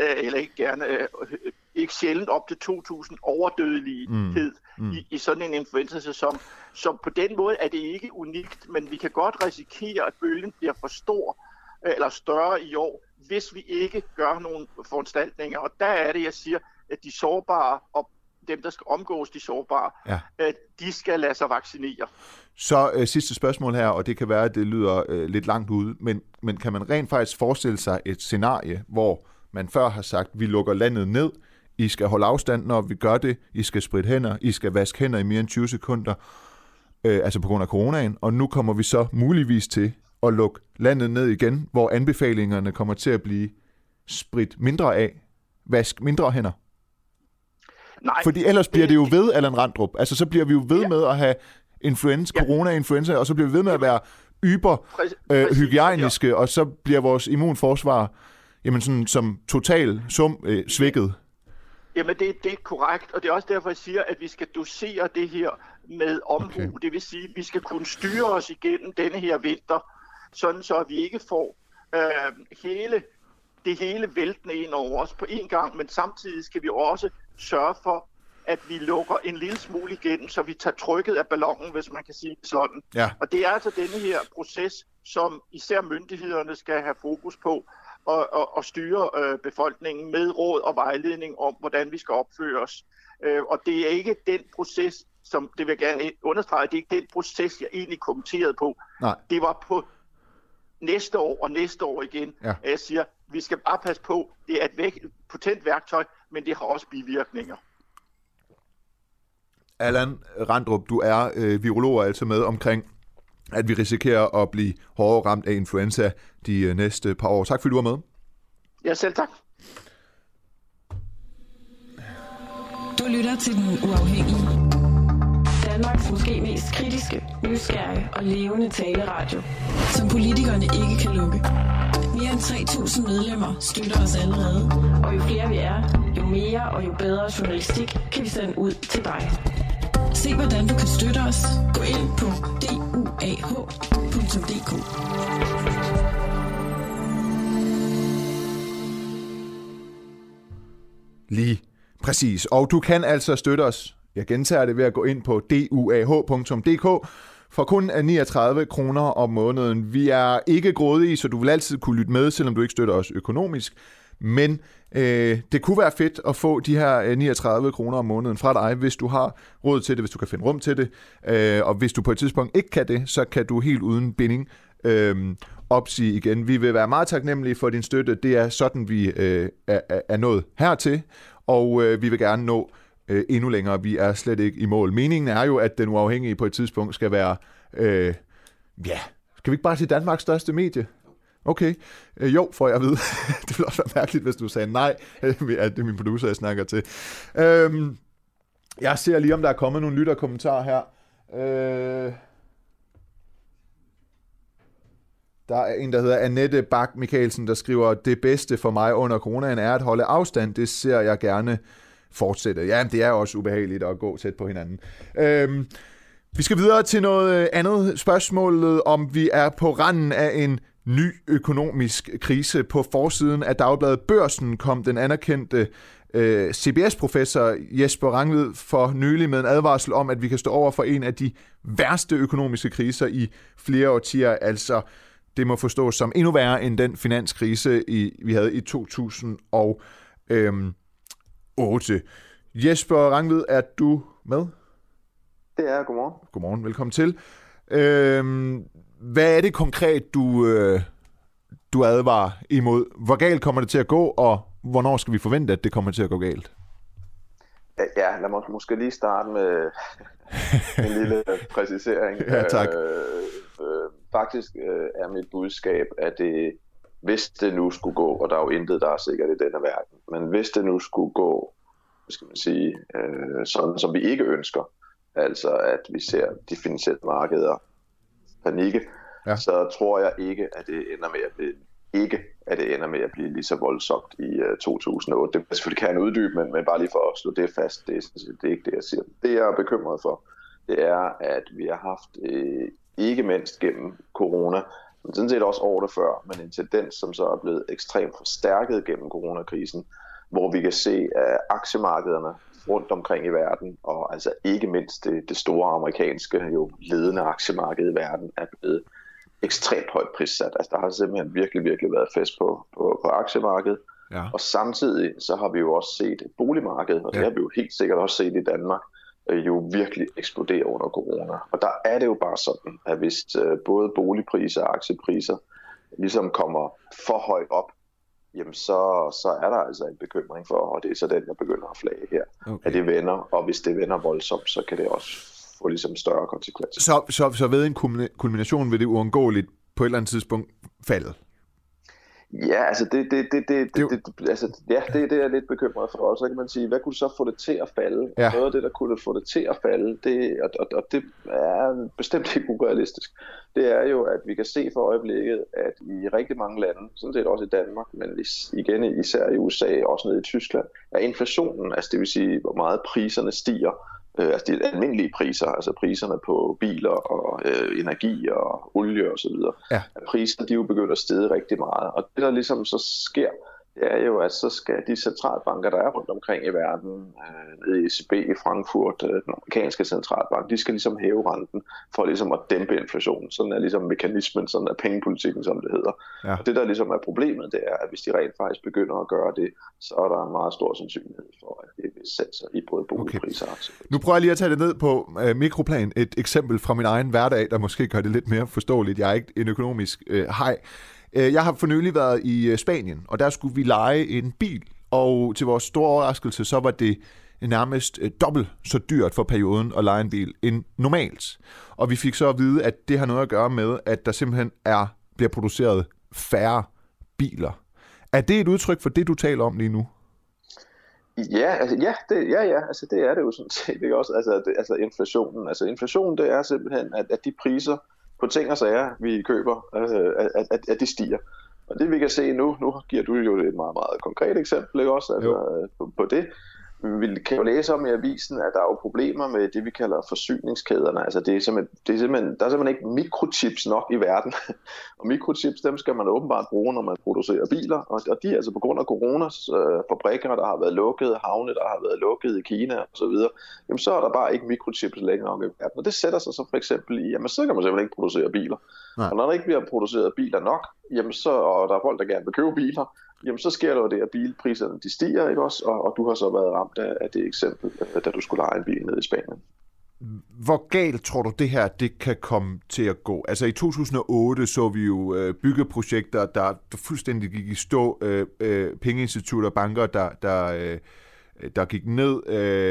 ikke sjældent op til 2000 overdødelighed i sådan en influenza-sæson. Så på den måde er det ikke unikt, men vi kan godt risikere, at bølgen bliver for stor eller større i år, hvis vi ikke gør nogle foranstaltninger. Og der er det, jeg siger, at de sårbare og dem, der skal omgås de sårbare, de skal lade sig vaccinere. Så sidste spørgsmål her, og det kan være, at det lyder lidt langt ude, men kan man rent faktisk forestille sig et scenarie, hvor man før har sagt, vi lukker landet ned, I skal holde afstand, når vi gør det, I skal spritte hænder, I skal vaske hænder i mere end 20 sekunder, altså på grund af coronaen, og nu kommer vi så muligvis til at lukke landet ned igen, hvor anbefalingerne kommer til at blive sprit mindre af, vask mindre hænder. Nej. Fordi ellers bliver det jo ved, Allan Randrup. Altså så bliver vi jo ved med at have corona-influenza, og så bliver vi ved med at være hygiejniske, og så bliver vores immunforsvar jamen sådan som total svækket. Jamen det er korrekt, og det er også derfor, jeg siger, at vi skal dosere det her med omhu. Okay. Det vil sige, at vi skal kunne styre os igennem denne her vinter, sådan så vi ikke får det hele væltende ind over os på en gang, men samtidig skal vi også sørge for, at vi lukker en lille smule igennem, så vi tager trykket af ballonen, hvis man kan sige det sådan. Ja. Og det er altså denne her proces, som især myndighederne skal have fokus på, og styre befolkningen med råd og vejledning om, hvordan vi skal opføre os. Og det er ikke den proces, som det vil jeg gerne understrege, det er ikke den proces, jeg egentlig kommenterede på. Nej. Det var på næste år og næste år igen, at jeg siger, vi skal bare passe på, det er et potent værktøj, men det har også bivirkninger. Allan Randrup, du er virolog altså med omkring, at vi risikerer at blive hårdere ramt af influenza de næste par år. Tak fordi du var med. Ja, selv tak. Du lytter til Den Uafhængige. Danmarks måske mest kritiske, nysgerrige og levende taleradio, som politikerne ikke kan lukke. Mere end 3.000 medlemmer støtter os allerede, og jo flere vi er, jo mere og jo bedre journalistik kan vi sende ud til dig. Se hvordan du kan støtte os. Gå ind på duah.dk. Lige præcis. Og du kan altså støtte os. Jeg gentager det ved at gå ind på duah.dk for kun 39 kroner om måneden. Vi er ikke grådige, så du vil altid kunne lytte med, selvom du ikke støtter os økonomisk. Men det kunne være fedt at få de her 39 kroner om måneden fra dig, hvis du har råd til det, hvis du kan finde rum til det. Og hvis du på et tidspunkt ikke kan det, så kan du helt uden binding opsige igen. Vi vil være meget taknemmelige for din støtte. Det er sådan, vi er nået hertil, og vi vil gerne nå endnu længere. Vi er slet ikke i mål. Meningen er jo, at Den Uafhængige på et tidspunkt skal være, skal vi ikke bare sige Danmarks største medie? Okay. Jo, får jeg at vide. Det ville også være mærkeligt, hvis du sagde nej, at det er min producer, jeg snakker til. Jeg ser lige, om der er kommet nogle lytterkommentarer her. Der er en, der hedder Annette Bak Mikkelsen, der skriver, det bedste for mig under coronaen er at holde afstand. Det ser jeg gerne fortsætte. Ja, det er også ubehageligt at gå tæt på hinanden. Vi skal videre til noget andet. Spørgsmålet, om vi er på randen af en ny økonomisk krise. På forsiden af Dagbladet Børsen kom den anerkendte CBS-professor Jesper Rangvid for nylig med en advarsel om, at vi kan stå over for en af de værste økonomiske kriser i flere årtier. Altså, det må forstås som endnu værre end den finanskrise, vi havde i 2008. Jesper Rangvid, er du med? Det er. Godmorgen. Godmorgen, velkommen til. Hvad er det konkret, du advarer imod? Hvor galt kommer det til at gå, og hvornår skal vi forvente, at det kommer til at gå galt? Ja, lad mig måske lige starte med en lille præcisering. Ja, tak. Faktisk er mit budskab, at hvis det nu skulle gå, og der er jo intet, der er sikkert i denne verden, men hvis det nu skulle gå, skal man sige, sådan som vi ikke ønsker, altså at vi ser de finansielle markeder panikke, så tror jeg ikke, at det ender med at blive lige så voldsomt i 2008. Det vil selvfølgelig gerne uddybe, men bare lige for at slå det fast, det er ikke det, jeg siger. Det, jeg er bekymret for, det er, at vi har haft, ikke mindst gennem corona, men sådan set også året før, men en tendens, som så er blevet ekstremt forstærket gennem coronakrisen, hvor vi kan se, at aktiemarkederne rundt omkring i verden, og altså ikke mindst det store amerikanske, jo ledende aktiemarked i verden, er blevet ekstremt højt prissat. Altså der har simpelthen virkelig været fest på aktiemarkedet, Ja. Og samtidig så har vi jo også set boligmarkedet, og det har vi jo helt sikkert også set i Danmark, jo virkelig eksplodere under corona. Og der er det jo bare sådan, at hvis både boligpriser og aktiepriser ligesom kommer for højt op, jamen så er der altså en bekymring for, og det er så den, jeg begynder at flage her, at det vender, og hvis det vender voldsomt, så kan det også få ligesom større konsekvenser. Så ved en kulmination vil det uundgåeligt på et eller andet tidspunkt falde? Ja, altså det er jeg lidt bekymret for. Og så kan man sige, hvad kunne så få det til at falde? Ja. Noget af det, der kunne få det til at falde, det er bestemt ikke urealistisk. Det er jo, at vi kan se for øjeblikket, at i rigtig mange lande, sådan set også i Danmark, men igen især i USA, også nede i Tyskland, er inflationen, altså det vil sige, hvor meget priserne stiger, altså de almindelige priser, altså priserne på biler og energi og olie og så videre. Ja. Priserne, de er jo begyndt at stige rigtig meget. Og det der ligesom så sker, det er jo, at så skal de centralbanker, der er rundt omkring i verden, nede i ECB i Frankfurt, den amerikanske centralbank, de skal ligesom hæve renten for ligesom at dæmpe inflationen. Sådan er ligesom mekanismen, sådan er pengepolitikken, som det hedder. Ja. Og det der ligesom er problemet, det er, at hvis de rent faktisk begynder at gøre det, så er der en meget stor sandsynlighed for, at det vil sætte sig i både boligpriser og aktier. Nu prøver jeg lige at tage det ned på mikroplan. Et eksempel fra min egen hverdag, der måske gør det lidt mere forståeligt. Jeg er ikke en økonomisk hej. Jeg har for nylig været i Spanien, og der skulle vi leje en bil, og til vores store overraskelse, så var det nærmest dobbelt så dyrt for perioden at leje en bil end normalt. Og vi fik så at vide, at det har noget at gøre med, at der simpelthen bliver produceret færre biler. Er det et udtryk for det, du taler om lige nu? Ja, altså, altså det er det jo sådan set ikke også. Altså inflationen. Altså inflationen, det er simpelthen, at de priser på ting og sager, vi køber, at de stiger. Og det vi kan se nu giver du jo et meget, meget konkret eksempel, ikke også, altså, på det. Vi kan jo læse om i avisen, at der er jo problemer med det, vi kalder forsyningskæderne. Altså der er simpelthen ikke mikrochips nok i verden. Og mikrochips, dem skal man åbenbart bruge, når man producerer biler. Og de er altså på grund af coronas fabrikker, der har været lukket, havne, der har været lukket i Kina osv., jamen så er der bare ikke mikrochips længere nok i verden. Og det sætter sig så for eksempel i, jamen så kan man simpelthen ikke producere biler. Nej. Og når der ikke bliver produceret biler nok, jamen og der er folk, der gerne vil købe biler, jamen så sker der jo det, at bilpriserne de stiger, ikke også? Og du har så været ramt af det eksempel, da du skulle leje en bil nede i Spanien. Hvor galt tror du det her, det kan komme til at gå? Altså i 2008 så vi jo byggeprojekter, der fuldstændig gik i stå, pengeinstitutter og banker, der gik ned,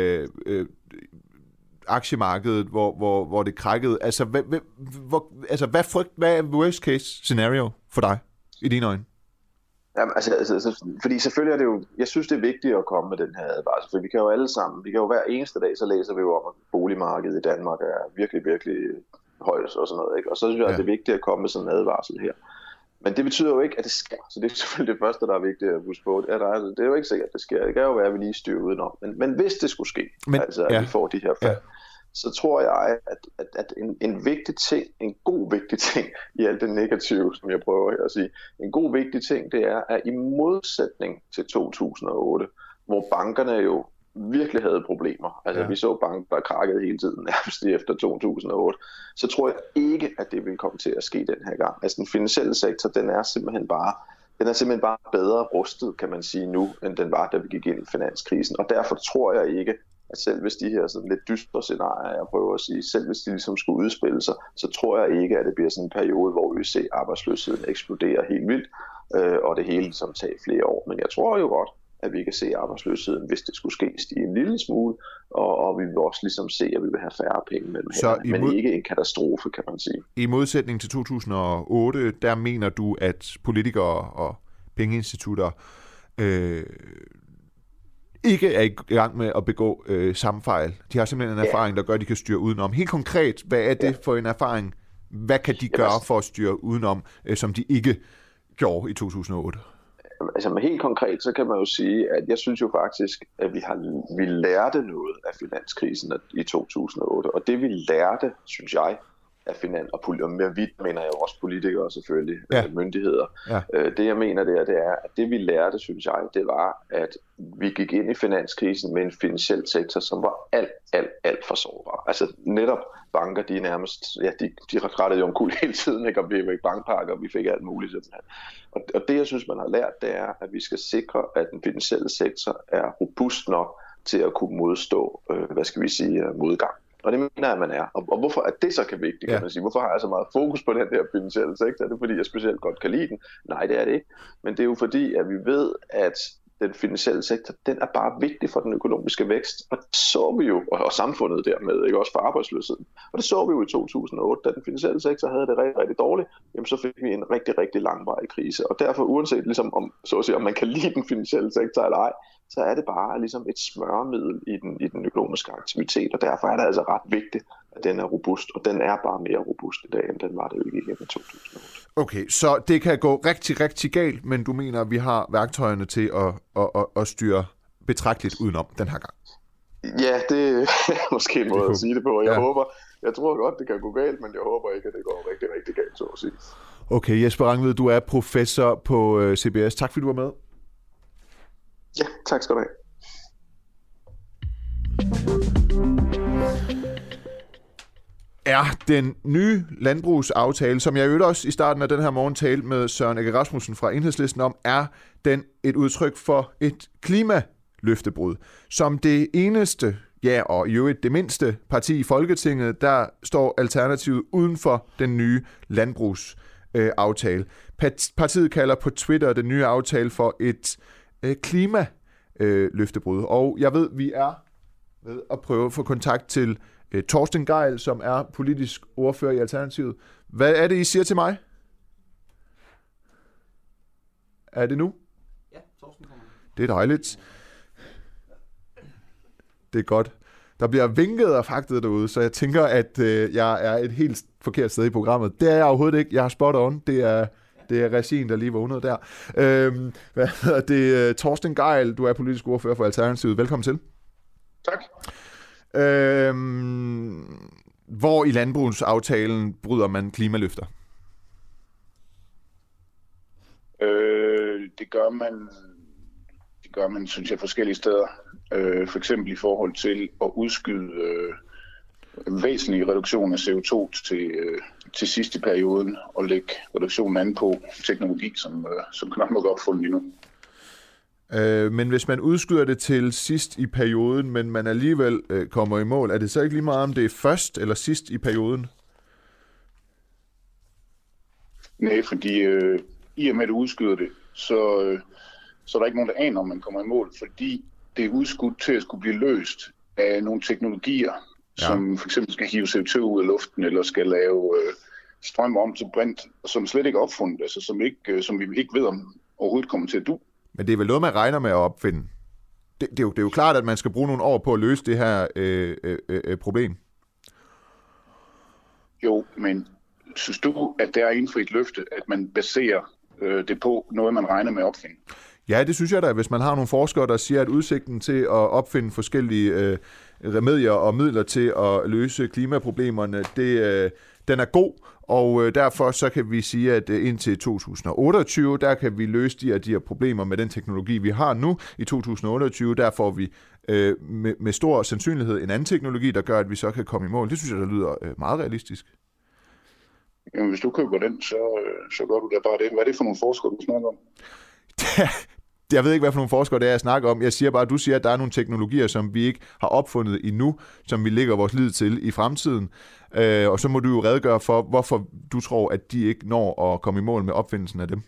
aktiemarkedet, hvor det krakkede. Altså hvad er worst case scenario for dig i dine øjne? Jamen, fordi selvfølgelig er det jo, jeg synes det er vigtigt at komme med den her advarsel, for vi kan jo alle sammen, vi kan jo hver eneste dag, så læser vi jo om, at boligmarkedet i Danmark er virkelig, virkelig højt og sådan noget, ikke? Og så synes jeg, at det er vigtigt at komme med sådan en advarsel her. Men det betyder jo ikke, at det sker, så det er selvfølgelig det første, der er vigtigt at huske på. Det er jo ikke sikkert, at det sker. Det kan jo være, at vi lige styrer udenom. Men hvis det skulle ske, at vi får de her fald, så tror jeg, at en vigtig ting, en god vigtig ting i alt det negative, som jeg prøver her at sige, en god vigtig ting, det er, at i modsætning til 2008, hvor bankerne jo virkelig havde problemer, altså vi så banker, der krakkede hele tiden nærmest efter 2008, så tror jeg ikke, at det vil komme til at ske den her gang. Altså den finansielle sektor, den er simpelthen bare bedre rustet, kan man sige nu, end den var, da vi gik ind i finanskrisen, og derfor tror jeg ikke, at selv hvis de her sådan lidt dystre scenarier, jeg prøver at sige, selv hvis de ligesom skulle udspille sig, så tror jeg ikke, at det bliver sådan en periode, hvor vi vil se arbejdsløsheden eksplodere helt vildt, og det hele ligesom tage flere år. Men jeg tror jo godt, at vi kan se arbejdsløsheden, hvis det skulle ske, stige en lille smule, og vi vil også ligesom se, at vi vil have færre penge mellem hænderne, men ikke en katastrofe, kan man sige. I modsætning til 2008, der mener du, at politikere og pengeinstitutter ikke er i gang med at begå samme fejl. De har simpelthen en erfaring, der gør, at de kan styre udenom. Helt konkret, hvad er det for en erfaring? Hvad kan de gøre for at styre udenom, som de ikke gjorde i 2008? Altså helt konkret, så kan man jo sige, at jeg synes jo faktisk, at vi lærte noget af finanskrisen i 2008. Og det vi lærte, synes jeg, af finans og mere vidt mener jeg også politikere selvfølgelig, myndigheder. Ja. Det jeg mener det er, at det vi lærte, synes jeg, det var, at vi gik ind i finanskrisen med en finansiel sektor, som var alt for sårbar. Altså netop banker, de nærmest, de rettede jo omkuld hele tiden, ikke? Og vi fik bankpakker, og vi fik alt muligt. Og det jeg synes, man har lært, det er, at vi skal sikre, at den finansielle sektor er robust nok til at kunne modstå, modgang. Og det mener jeg, man er. Og hvorfor er det så vigtigt, kan man sige? Hvorfor har jeg så meget fokus på den her finansielle sektor? Er det fordi, jeg specielt godt kan lide den? Nej, det er det ikke. Men det er jo fordi, at vi ved, at den finansielle sektor, den er bare vigtig for den økonomiske vækst. Og det så vi jo, og samfundet dermed, ikke også for arbejdsløsheden. Og det så vi jo i 2008, da den finansielle sektor havde det rigtig, rigtig dårligt. Jamen så fik vi en rigtig, rigtig langvarig krise. Og derfor uanset ligesom om man kan lide den finansielle sektor eller ej, så er det bare ligesom et smøremiddel i den økonomiske aktivitet, og derfor er det altså ret vigtigt, at den er robust, og den er bare mere robust i dag, end den var det jo ikke igennem 2008. Okay, så det kan gå rigtig, rigtig galt, men du mener, at vi har værktøjerne til at styre betragteligt udenom den her gang? Ja, det er måske en måde at sige det på. Jeg tror godt, det kan gå galt, men jeg håber ikke, at det går rigtig, rigtig galt, så at sige. Okay, Jesper Rangvid, du er professor på CBS. Tak fordi du var med. Ja, tak skal du have. Er den nye landbrugsaftale, som jeg øvrigt også i starten af den her morgen talte med Søren Egge Rasmussen fra Enhedslisten om, er den et udtryk for et klimaløftebrud? Som det eneste, og i øvrigt det mindste parti i Folketinget, der står Alternativet uden for den nye landbrugsaftale. Partiet kalder på Twitter den nye aftale for et klimaløftebrud. Og jeg ved, vi er ved at prøve at få kontakt til Torsten Gejl, som er politisk ordfører i Alternativet. Hvad er det, I siger til mig? Er det nu? Ja, Torsten kommer. Det er dejligt. Det er godt. Der bliver vinket og faktet derude, så jeg tænker, at jeg er et helt forkert sted i programmet. Det er jeg overhovedet ikke. Jeg har spot on. Det er regien, der lige vågnede der. Det er Torsten Gejl, du er politisk ordfører for Alternativet. Velkommen til. Tak. Hvor i landbrugsaftalen bryder man klimaløfter? Det gør man, synes jeg, forskellige steder. For eksempel i forhold til at udskyde væsentlig reduktion af CO2 til sidst i perioden og lægge reduktionen an på teknologi, som knap nok er opfundet endnu. Men hvis man udskyder det til sidst i perioden, men man alligevel kommer i mål, er det så ikke lige meget, om det er først eller sidst i perioden? Nej, fordi i og med, at du udskyder det, så er der ikke nogen, der aner, om man kommer i mål, fordi det er udskudt til at skulle blive løst af nogle teknologier, som for eksempel skal hive CO2 ud af luften, eller skal lave strøm om til brint, som slet ikke er opfundet, altså som vi ikke ved, om overhovedet kommer til at du. Men det er vel noget, man regner med at opfinde? Det er jo klart, at man skal bruge nogle år på at løse det her problem. Jo, men synes du, at det er inden for et løfte, at man baserer det på noget, man regner med at opfinde? Ja, det synes jeg da. Hvis man har nogle forskere, der siger, at udsigten til at opfinde forskellige remedier og midler til at løse klimaproblemerne, den er god, og derfor så kan vi sige, at indtil 2028, der kan vi løse de her problemer med den teknologi, vi har nu. I 2028, der får vi med stor sandsynlighed en anden teknologi, der gør, at vi så kan komme i mål. Det synes jeg, der lyder meget realistisk. Jamen, hvis du køber den, så gør du da bare det. Hvad er det for nogle forskere, du snakker om? Jeg ved ikke, hvad for nogle forskere det er, jeg snakker om. Jeg siger bare, at du siger, at der er nogle teknologier, som vi ikke har opfundet endnu, som vi lægger vores lid til i fremtiden. Og så må du jo redegøre for, hvorfor du tror, at de ikke når at komme i mål med opfindelsen af dem.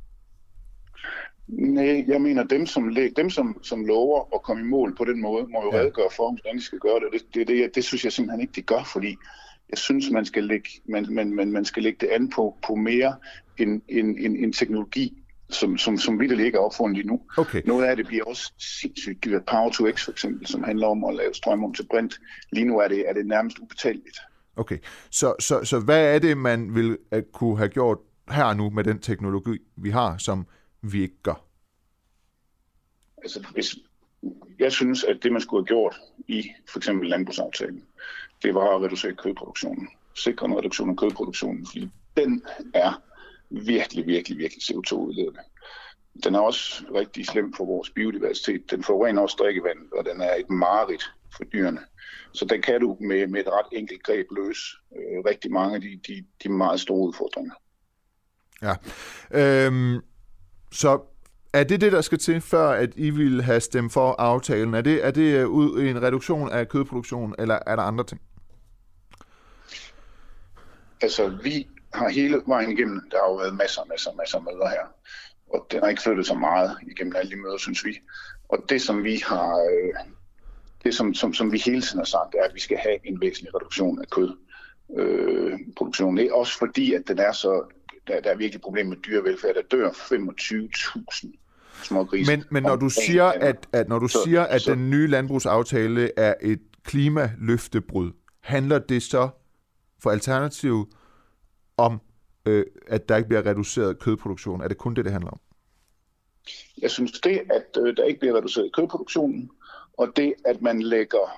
Nej, jeg mener, dem som lover at komme i mål på den måde, må jo redegøre for, hvordan de skal gøre det. Det synes jeg simpelthen ikke, de gør, fordi jeg synes, man skal lægge det an på mere en teknologi, som vitterligt ikke er opfundet endnu. Okay. Noget af det bliver også sindssygt dyrt. Power-to-X for eksempel, som handler om at lave strøm om til brint. Lige nu er det nærmest ubetaleligt. Okay, så hvad er det, man vil kunne have gjort her nu med den teknologi, vi har, som vi ikke gør? Altså, jeg synes, at det, man skulle have gjort i for eksempel landbrugsaftalen, det var at reducere kødproduktionen. sikre en reduktion af kødproduktionen, fordi den er virkelig, virkelig, virkelig CO2-udledende. Den er også rigtig slem for vores biodiversitet. Den forurener også drikkevandet, og den er et mareridt for dyrene. Så den kan du med et ret enkelt greb løse rigtig mange af de meget store udfordringer. Ja. Så er det, der skal til, før at I vil have stemt for aftalen? Er det ud i en reduktion af kødproduktion, eller er der andre ting? Altså, vi har hele vejen igennem, der har jo været masser af møder her, og den har ikke flyttet så meget igennem alle de møder, synes vi. Og det, som vi har, som vi hele tiden har sagt, er, at vi skal have en væsentlig reduktion af kødproduktionen. Det er også fordi, at den er så, der er virkelig problem med dyrevelfærd. Der dør 25.000 smågrise. Men når du siger, at den nye landbrugsaftale er et klimaløftebrud, handler det så for Alternativ om, at der ikke bliver reduceret kødproduktion? Er det kun det handler om? Jeg synes det, at der ikke bliver reduceret kødproduktionen, og det, at man lægger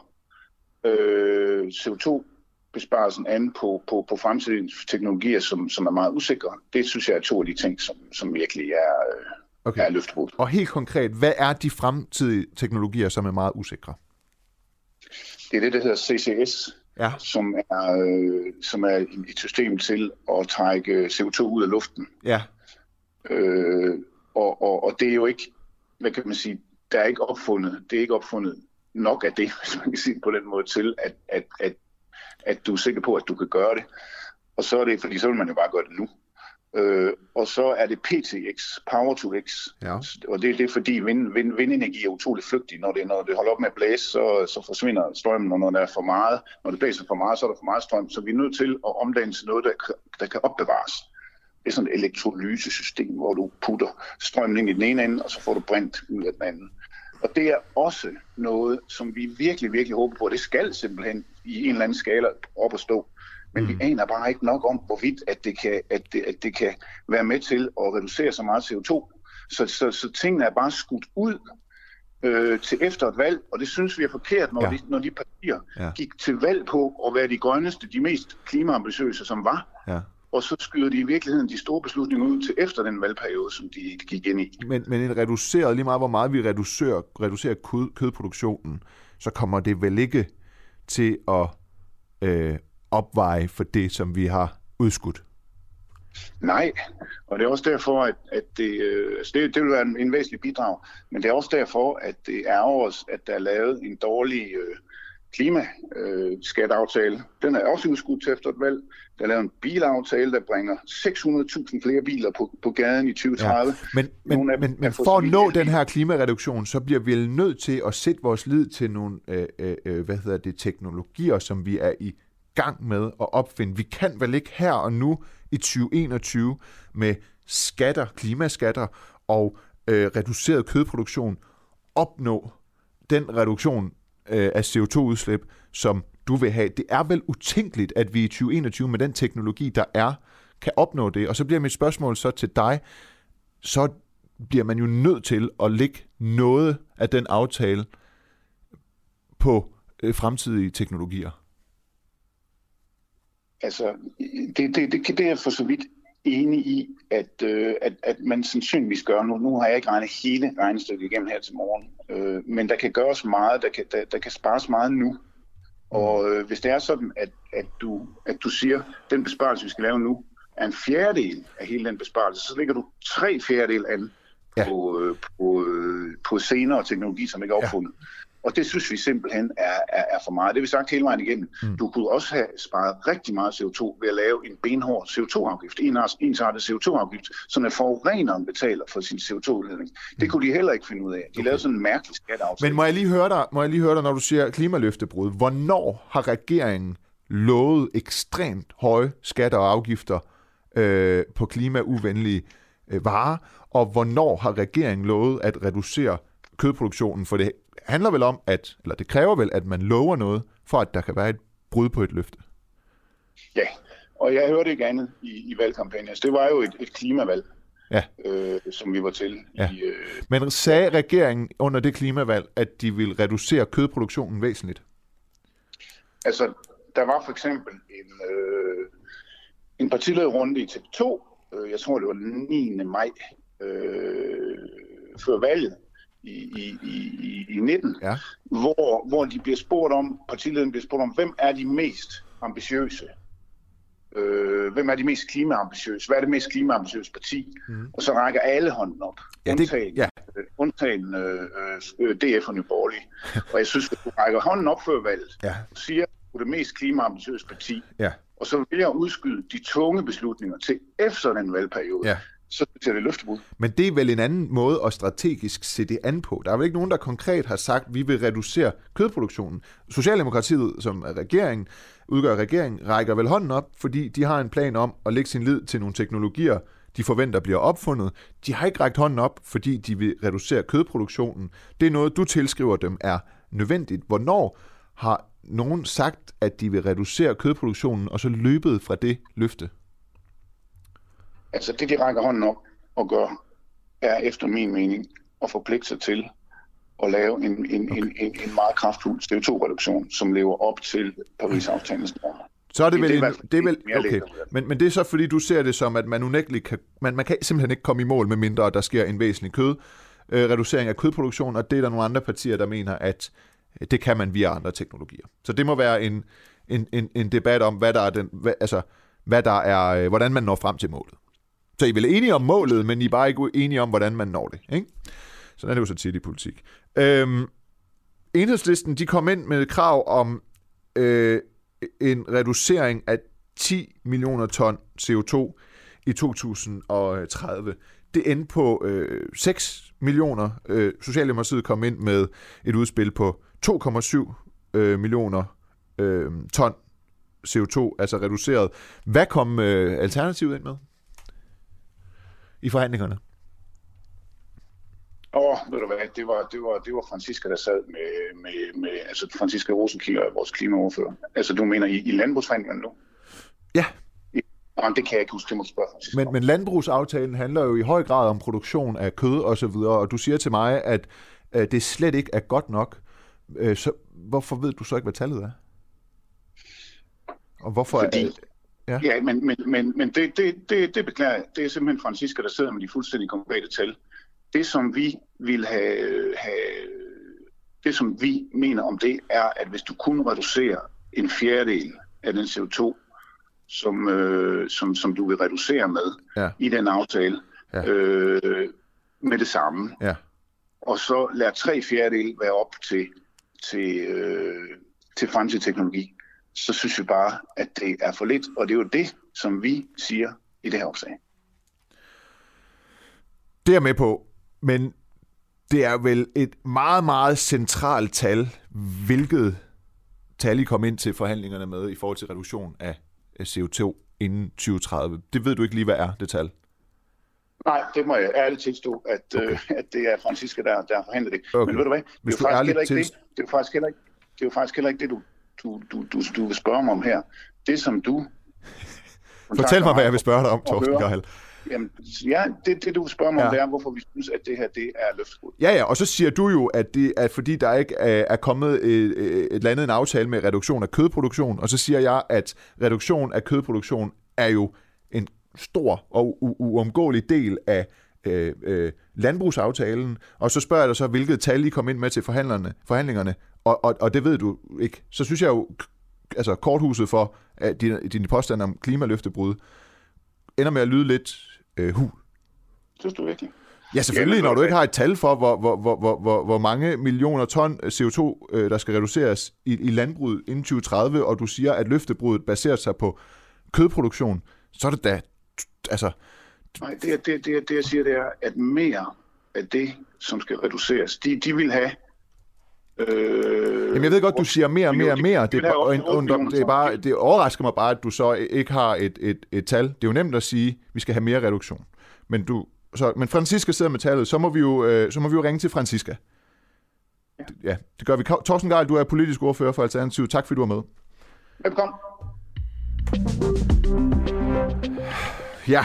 CO2-besparelsen an på fremtidige teknologier, som er meget usikre, det synes jeg er to af de ting, som virkelig er løftebrud. Og helt konkret, hvad er de fremtidige teknologier, som er meget usikre? Det er det, der hedder CCS, som er et system til at trække CO2 ud af luften. Ja. Og det er jo ikke, hvad kan man sige, det er ikke opfundet nok af det, hvis man kan sige på den måde, til at du er sikker på, at du kan gøre det. Og så er det, fordi så vil man jo bare gøre det nu. Og så er det PTX, Power to X. Ja. Og det er fordi vindenergi er utrolig flygtig. Når det holder op med at blæse, så forsvinder strømmen, og når der er for meget, når det blæser for meget, så er der for meget strøm. Så vi er nødt til at omdanne til noget, der kan opbevares. Det er sådan et elektrolysesystem, hvor du putter strømmen ind i den ene ende, og så får du brint ud af den anden. Og det er også noget, som vi virkelig, virkelig håber på. Det skal simpelthen i en eller anden skala op at stå. Men vi aner bare ikke nok om, hvorvidt at det kan være med til at reducere så meget CO2. Så tingene er bare skudt ud til efter et valg, og det synes vi er forkert, når de partier gik til valg på at være de grønneste, de mest klimaambitiøse, som var. Ja. Og så skyder de i virkeligheden de store beslutninger ud til efter den valgperiode, som de gik ind i. Men en reduceret, lige meget hvor meget vi reducerer kødproduktionen, så kommer det vel ikke til at opveje for det, som vi har udskudt? Nej, og det er også derfor, at det vil være en væsentlig bidrag, men det er også derfor, at det er os, at der er lavet en dårlig klimaskatteaftale. Den er også udskudt til efter et valg. Der er lavet en bilaftale, der bringer 600.000 flere biler på gaden i 2030. Ja. Men for at nå den her klimareduktion, så bliver vi nødt til at sætte vores lid til nogle teknologier, som vi er i gang med at opfinde. Vi kan vel ikke her og nu i 2021 med klimaskatter og reduceret kødproduktion opnå den reduktion af CO2-udslip, som du vil have. Det er vel utænkeligt, at vi i 2021 med den teknologi, der er, kan opnå det. Og så bliver mit spørgsmål så til dig, så bliver man jo nødt til at lægge noget af den aftale på fremtidige teknologier. Altså, det er for så vidt enig i, at man sandsynligvis gør nu. Nu har jeg ikke regnet hele regnestykket igennem her til morgen, men der kan gøres meget, der kan spares meget nu. Og hvis det er sådan, at du siger, at den besparelse, vi skal lave nu, er en fjerdedel af hele den besparelse, så ligger du 3/4 an på senere teknologi, som ikke er opfundet. Ja. Og det synes vi simpelthen er for meget. Det har vi sagt hele vejen igennem. Du kunne også have sparet rigtig meget CO2 ved at lave en benhård CO2-afgift. Ensartet CO2-afgift, som er forureneren betaler for sin CO2-udledning. Det kunne de heller ikke finde ud af. De lavede sådan en mærkelig skatteaftale. Men må jeg lige høre dig, når du siger klimaløftebrud. Hvornår har regeringen lovet ekstremt høje skatter og afgifter på klimauvenlige varer? Og hvornår har regeringen lovet at reducere kødproduktionen? For det handler vel om, eller det kræver vel, at man lover noget, for at der kan være et brud på et løfte. Ja, og jeg hørte ikke andet i valgkampagnen. Altså, det var jo et klimavalg, som vi var til. Ja. Men sagde regeringen under det klimavalg, at de ville reducere kødproduktionen væsentligt? Altså, der var for eksempel en partilederrunde i TV2, jeg tror det var den 9. maj, før valget i 19, hvor de bliver spurgt om, partilederen bliver spurgt om, hvem er de mest ambitiøse? Hvem er de mest klimaambitiøse? Hvad er det mest klimaambitiøse parti? Og så rækker alle hånden op. Undtagen DF og Nye Borgerlige. Og jeg synes, at du rækker hånden op før valget, og siger, at du er det mest klimaambitiøse parti, og så vil jeg udskyde de tunge beslutninger til efter den valgperiode. Så er det løftebrud. Men det er vel en anden måde at strategisk se det an på. Der er vel ikke nogen, der konkret har sagt, at vi vil reducere kødproduktionen. Socialdemokratiet, som er regeringen, udgør regeringen, rækker vel hånden op, fordi de har en plan om at lægge sin lid til nogle teknologier, de forventer bliver opfundet. De har ikke rækket hånden op, fordi de vil reducere kødproduktionen. Det er noget, du tilskriver dem er nødvendigt. Hvornår har nogen sagt, at de vil reducere kødproduktionen, og så løbet fra det løfte? Altså det, de rækker hånden op og gør, er efter min mening at forpligte sig til at lave en meget kraftfuld CO2-reduktion, som lever op til Paris-aftalens normer. Så er det vel okay. Men det er så fordi, du ser det som, at man unægteligt kan, man kan simpelthen ikke komme i mål, med mindre der sker en væsentlig reducering af kødproduktion, og det er der nogle andre partier, der mener, at det kan man via andre teknologier. Så det må være en debat om, hvordan man når frem til målet. Så I er vel enige om målet, men I er bare ikke enige om, hvordan man når det, ikke? Sådan er det jo så tit i politik. Enhedslisten, de kom ind med et krav om en reducering af 10 millioner ton CO2 i 2030. Det endte på 6 millioner. Socialdemokratiet kom ind med et udspil på 2,7 millioner ton CO2, altså reduceret. Hvad kom Alternativet ind med i forhandlingerne? Ved du hvad, det var Franziska, der sad med altså Franziska Rosenkilde, vores klimaordfører. Altså du mener i landbrugsforhandlingerne nu? Ja. Jamen, det kan jeg ikke huske, det må du spørge Franziska. Men landbrugsaftalen handler jo i høj grad om produktion af kød og så videre, og du siger til mig, at det slet ikke er godt nok. Så hvorfor ved du så ikke, hvad tallet er? Og hvorfor Ja, men det beklager jeg. Det er simpelthen Franziska, der sidder med de fuldstændig konkrete tal. Det, som vi vil have det, som vi mener om det, er, at hvis du kun reducerer en fjerdedel af den CO2, som du vil reducere med i den aftale, med det samme, og så lader 3/4 være op til fremtidig teknologi, så synes vi bare, at det er for lidt, og det er jo det, som vi siger i det her opslag. Det er jeg med på, men det er vel et meget, meget centralt tal, hvilket tal I kom ind til forhandlingerne med i forhold til reduktion af CO2 inden 2030. Det ved du ikke lige, hvad er det tal? Nej, det må jeg ærligt tilstå, at det er Franziska, der forhandler det. Okay. Men ved du hvad, det er jo faktisk heller ikke det, du vil spørge mig om her. Det som du... Fortæl mig, hvad jeg vil spørge dig om, Torsten Gejl. Jamen, ja, det du vil spørge mig om, det er, hvorfor vi synes, at det her det er løftebrud. Ja, og så siger du jo, at det er fordi, der ikke er kommet et landet en aftale med reduktion af kødproduktion, og så siger jeg, at reduktion af kødproduktion er jo en stor og uomgåelig del af landbrugsaftalen, og så spørger jeg dig så, hvilket tal I kom ind med til forhandlingerne, og det ved du ikke. Så synes jeg jo, altså korthuset for at dine påstande om klimaløftebrud ender med at lyde lidt hul. Synes du virkelig? Ja, selvfølgelig, når du ikke har et tal for, hvor mange millioner ton CO2, der skal reduceres i landbruget inden 2030, og du siger, at løftebruddet baserer sig på kødproduktion, så er det da... Altså... Nej, det jeg siger, det er, at mere af det, som skal reduceres, de vil have... Jamen jeg ved godt, du siger mere. Det overrasker mig bare, at du så ikke har et tal. Det er jo nemt at sige, at vi skal have mere reduktion. Men Franziska sidder med tallet, så må vi jo ringe til Franziska. Ja, det gør vi. Torsten Gejl, du er politisk ordfører for Alternativet. Tak fordi du var med. Velkommen. Ja,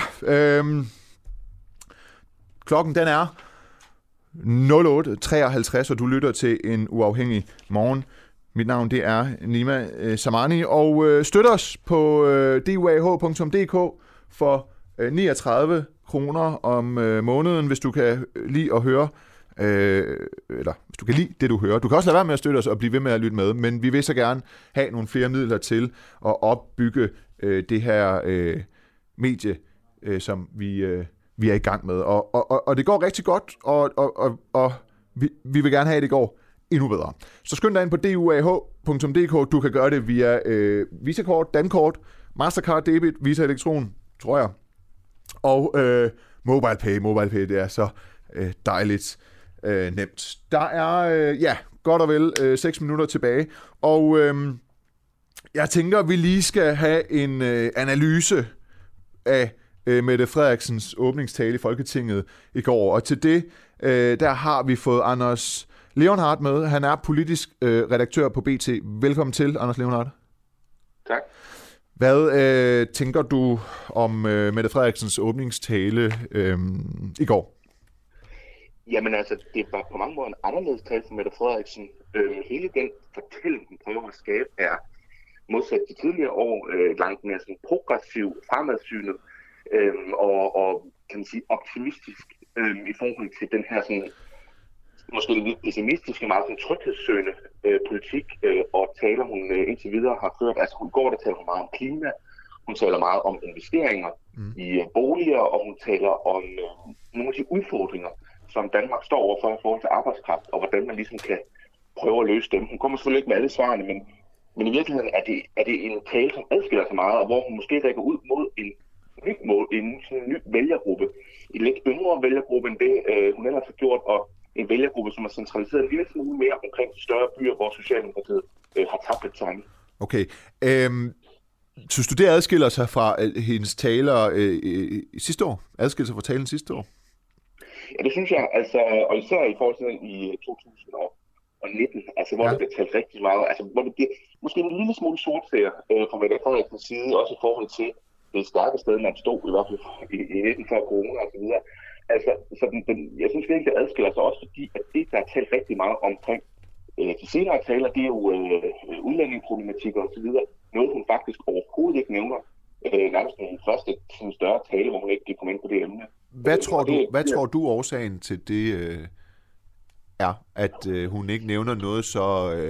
klokken den er 08:53, og du lytter til en uafhængig morgen. Mit navn det er Nima Samani, og støt os på duah.dk for 39 kroner om måneden, hvis du kan lide at høre, eller hvis du kan lide det, du hører. Du kan også lade være med at støtte os og blive ved med at lytte med, men vi vil så gerne have nogle flere midler til at opbygge det her medie, som vi er i gang med. Og det går rigtig godt, og vi vil gerne have, at det går endnu bedre. Så skynd dig ind på duah.dk. Du kan gøre det via Visa-kort, Dankort, Mastercard, Debit, Visa Elektron, tror jeg. Og MobilePay, det er så dejligt nemt. Der er, godt og vel 6 minutter tilbage, og jeg tænker, at vi lige skal have en analyse af Mette Frederiksens åbningstale i Folketinget i går, og til det, der har vi fået Anders Leonhardt med. Han er politisk redaktør på BT. Velkommen til, Anders Leonhardt. Tak. Hvad tænker du om Mette Frederiksens åbningstale i går? Jamen altså, det var på mange måder en anderledes tale for Mette Frederiksen. Hele den fortælling, hun prøver at skabe, er modsat de tidligere år langt mere sådan progressiv, fremadsynet og kan man sige optimistisk i forhold til den her sådan måske lidt pessimistiske, meget sådan tryghedssøgende politik og taler hun indtil videre har ført. Altså hun går, der taler hun meget om klima, hun taler meget om investeringer i boliger, og hun taler om nogle af de udfordringer, som Danmark står overfor i forhold til arbejdskraft, og hvordan man ligesom kan prøve at løse dem. Hun kommer selvfølgelig ikke med alle svarene, men i virkeligheden er det en tale, som adskiller sig meget, og hvor hun måske rækker ud mod en ny vælgergruppe. En lidt yngre vælgergruppe end det, hun ellers har gjort, og en vælgergruppe, som er centraliseret en lille smule mere omkring de større byer, hvor Socialdemokratiet har tabt lidt terræn. Okay. Synes du, det adskiller sig fra hendes taler sidste år? Adskiller sig fra talen sidste år? Ja, det synes jeg. Altså, og især i forhold til i 2019, altså, hvor der bliver talt rigtig meget. Altså, hvor det bliver måske en lille smule sortseer fra Mette Frederiksens side, også i forhold til det stærke sted, man stod, i hvert fald i 19 før corona og så videre. Altså, så jeg synes virkelig, det adskiller sig også, fordi at det, der er talt rigtig meget omkring de senere taler, det er jo udlændingeproblematikker og så videre. Noget, hun faktisk overhovedet ikke nævner. Nærmest den første sådan større tale, hvor hun ikke kommer ind på det emne. Hvad tror du årsagen til det er, at hun ikke nævner noget så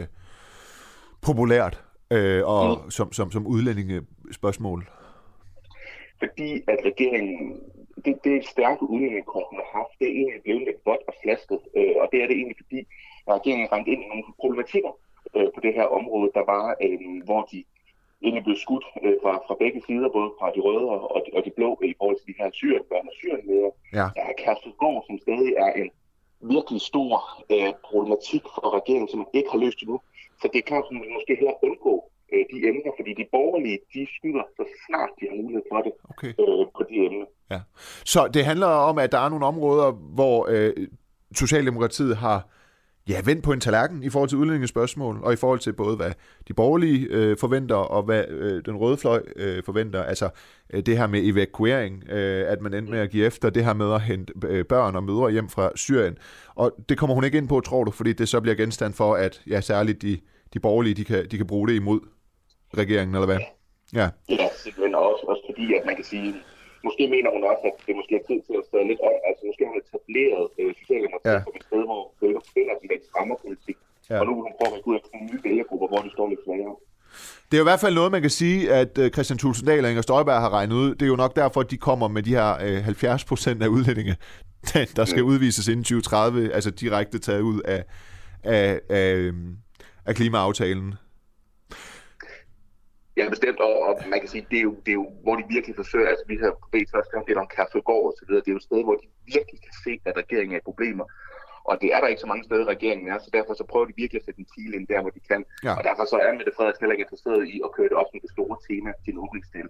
populært og som udlændingespørgsmål? Fordi at regeringen, det stærke udlændingekort, hun har haft, det er egentlig blevet lidt vådt og flasket. Og det er det egentlig, fordi regeringen rendte ind i nogle problematikker på det her område, der var, hvor de egentlig blev skudt fra begge sider, både fra de røde og de blå, i forhold til de her Syrienbørn og Syrienmøder. Ja. Der er Kærshovedgård, som stadig er en virkelig stor problematik for regeringen, som man ikke har løst endnu. Så det kan man måske hellere undgå de emner, fordi de borgerlige, de skyder så snart de har mulighed for det på de emner. Ja. Så det handler om, at der er nogle områder, hvor Socialdemokratiet har vendt på en tallerken i forhold til udlændingespørgsmål, og i forhold til både, hvad de borgerlige forventer, og hvad den røde fløj forventer. Altså det her med evakuering, at man endte med at give efter, det her med at hente børn og mødre hjem fra Syrien. Og det kommer hun ikke ind på, tror du, fordi det så bliver genstand for, at særligt de borgerlige, de kan bruge det imod regeringen, eller hvad? Ja, simpelthen også fordi, at man kan sige, måske mener hun også, at det måske er tid til at stå lidt om, altså måske har hun etableret Socialdemokratiet som et sted, hvor det finder den lidt strammerpolitik, og nu vil hun prøve at gå ud efter nogle nye vælgergrupper, hvor det står lidt svagere. Det er jo i hvert fald noget, man kan sige, at Kristian Thulesen Dahl og Inger Støjberg har regnet ud. Det er jo nok derfor, at de kommer med de her 70% af udlændinge, der skal udvises inden 2030, altså direkte taget ud af klimaaftalen. Ja, bestemt, og man kan sige, det er jo hvor de virkelig forsøger, altså vi har bedt først om det om Kærshovedgård og så videre, det er jo et sted, hvor de virkelig kan se, at regeringen er problemer. Og det er der ikke så mange steder, regeringen er, så derfor så prøver de virkelig at sætte en pil ind der, hvor de kan. Ja. Og derfor så er Mette Frederiksen heller ikke interesseret i at køre det op som det store tema til en åbningstale.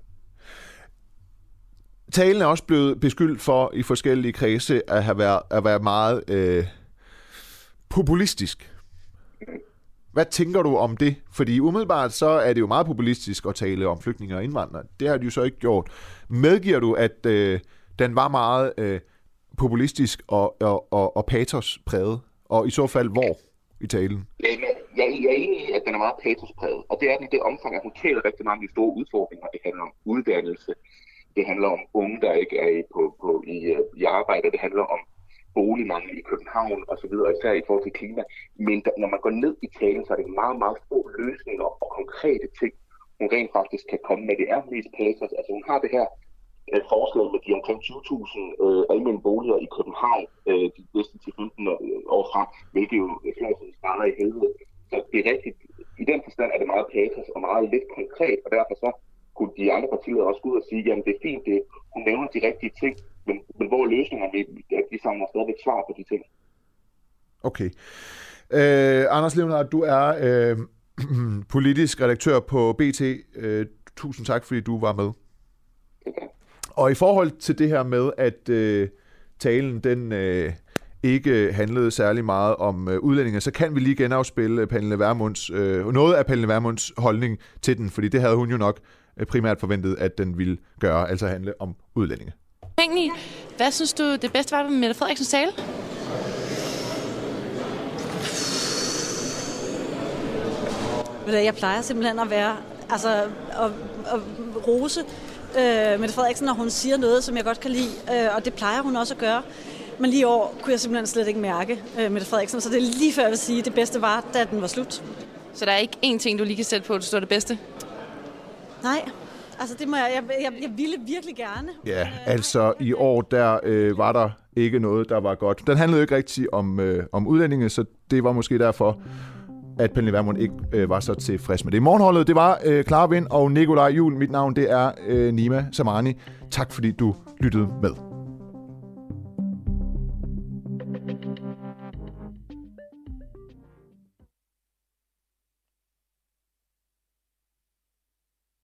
Talen er også blevet beskyldt for i forskellige kredse at være meget populistisk. Hvad tænker du om det? Fordi umiddelbart så er det jo meget populistisk at tale om flygtninge og indvandrere. Det har de jo så ikke gjort. Medgiver du, at den var meget populistisk og patospræget? Og i så fald hvor i talen? Jeg er enig i, at den er meget patospræget. Og det er den i det omfang, at hun taler rigtig mange af de store udfordringer. Det handler om uddannelse, det handler om unge, der ikke er i arbejde, det handler om boligmangel i København osv., især i forhold til klima. Men når man går ned i talen, så er det meget, meget få løsninger og konkrete ting, hun rent faktisk kan komme med. Det er mest patos. Altså hun har det her forslag med de omkring 20.000 almene boliger i København de næste 10-15 år frem, hvilket jo flere som sparer i helvede. Så det er rigtigt. I den forstand er det meget patos og meget lidt konkret, og derfor så kunne de andre partier også gå ud og sige, jamen det er fint, hun nævner de rigtige ting, men hvor er løsningerne? De savner stadigvæk svar på de ting. Okay. Anders Leonhardt, du er politisk redaktør på BT. Tusind tak, fordi du var med. Okay. Og i forhold til det her med, at talen den ikke handlede særlig meget om udlændinge, så kan vi lige genafspille Pernille Vermunds, noget af Pernille Vermunds holdning til den, fordi det havde hun jo nok primært forventet, at den ville gøre, altså handle om udlændinge. Hvad synes du, det bedste var ved Mette Frederiksens tale? Jeg plejer simpelthen at være, at rose Mette Frederiksen, når hun siger noget, som jeg godt kan lide, og det plejer hun også at gøre. Men lige i år kunne jeg simpelthen slet ikke mærke Mette Frederiksen, så det er lige før jeg vil sige, at det bedste var, da den var slut. Så der er ikke én ting, du lige kan sætte på, at du står det bedste? Nej, altså det må jeg ville virkelig gerne. Ja, altså i år, der var der ikke noget, der var godt. Den handlede ikke rigtig om udlændinge, så det var måske derfor, at Pernille Vermund ikke var så tilfreds med det. Morgenholdet, det var Clara Vind og Nikolaj Juhl. Mit navn, det er Nima Samani. Tak fordi du lyttede med.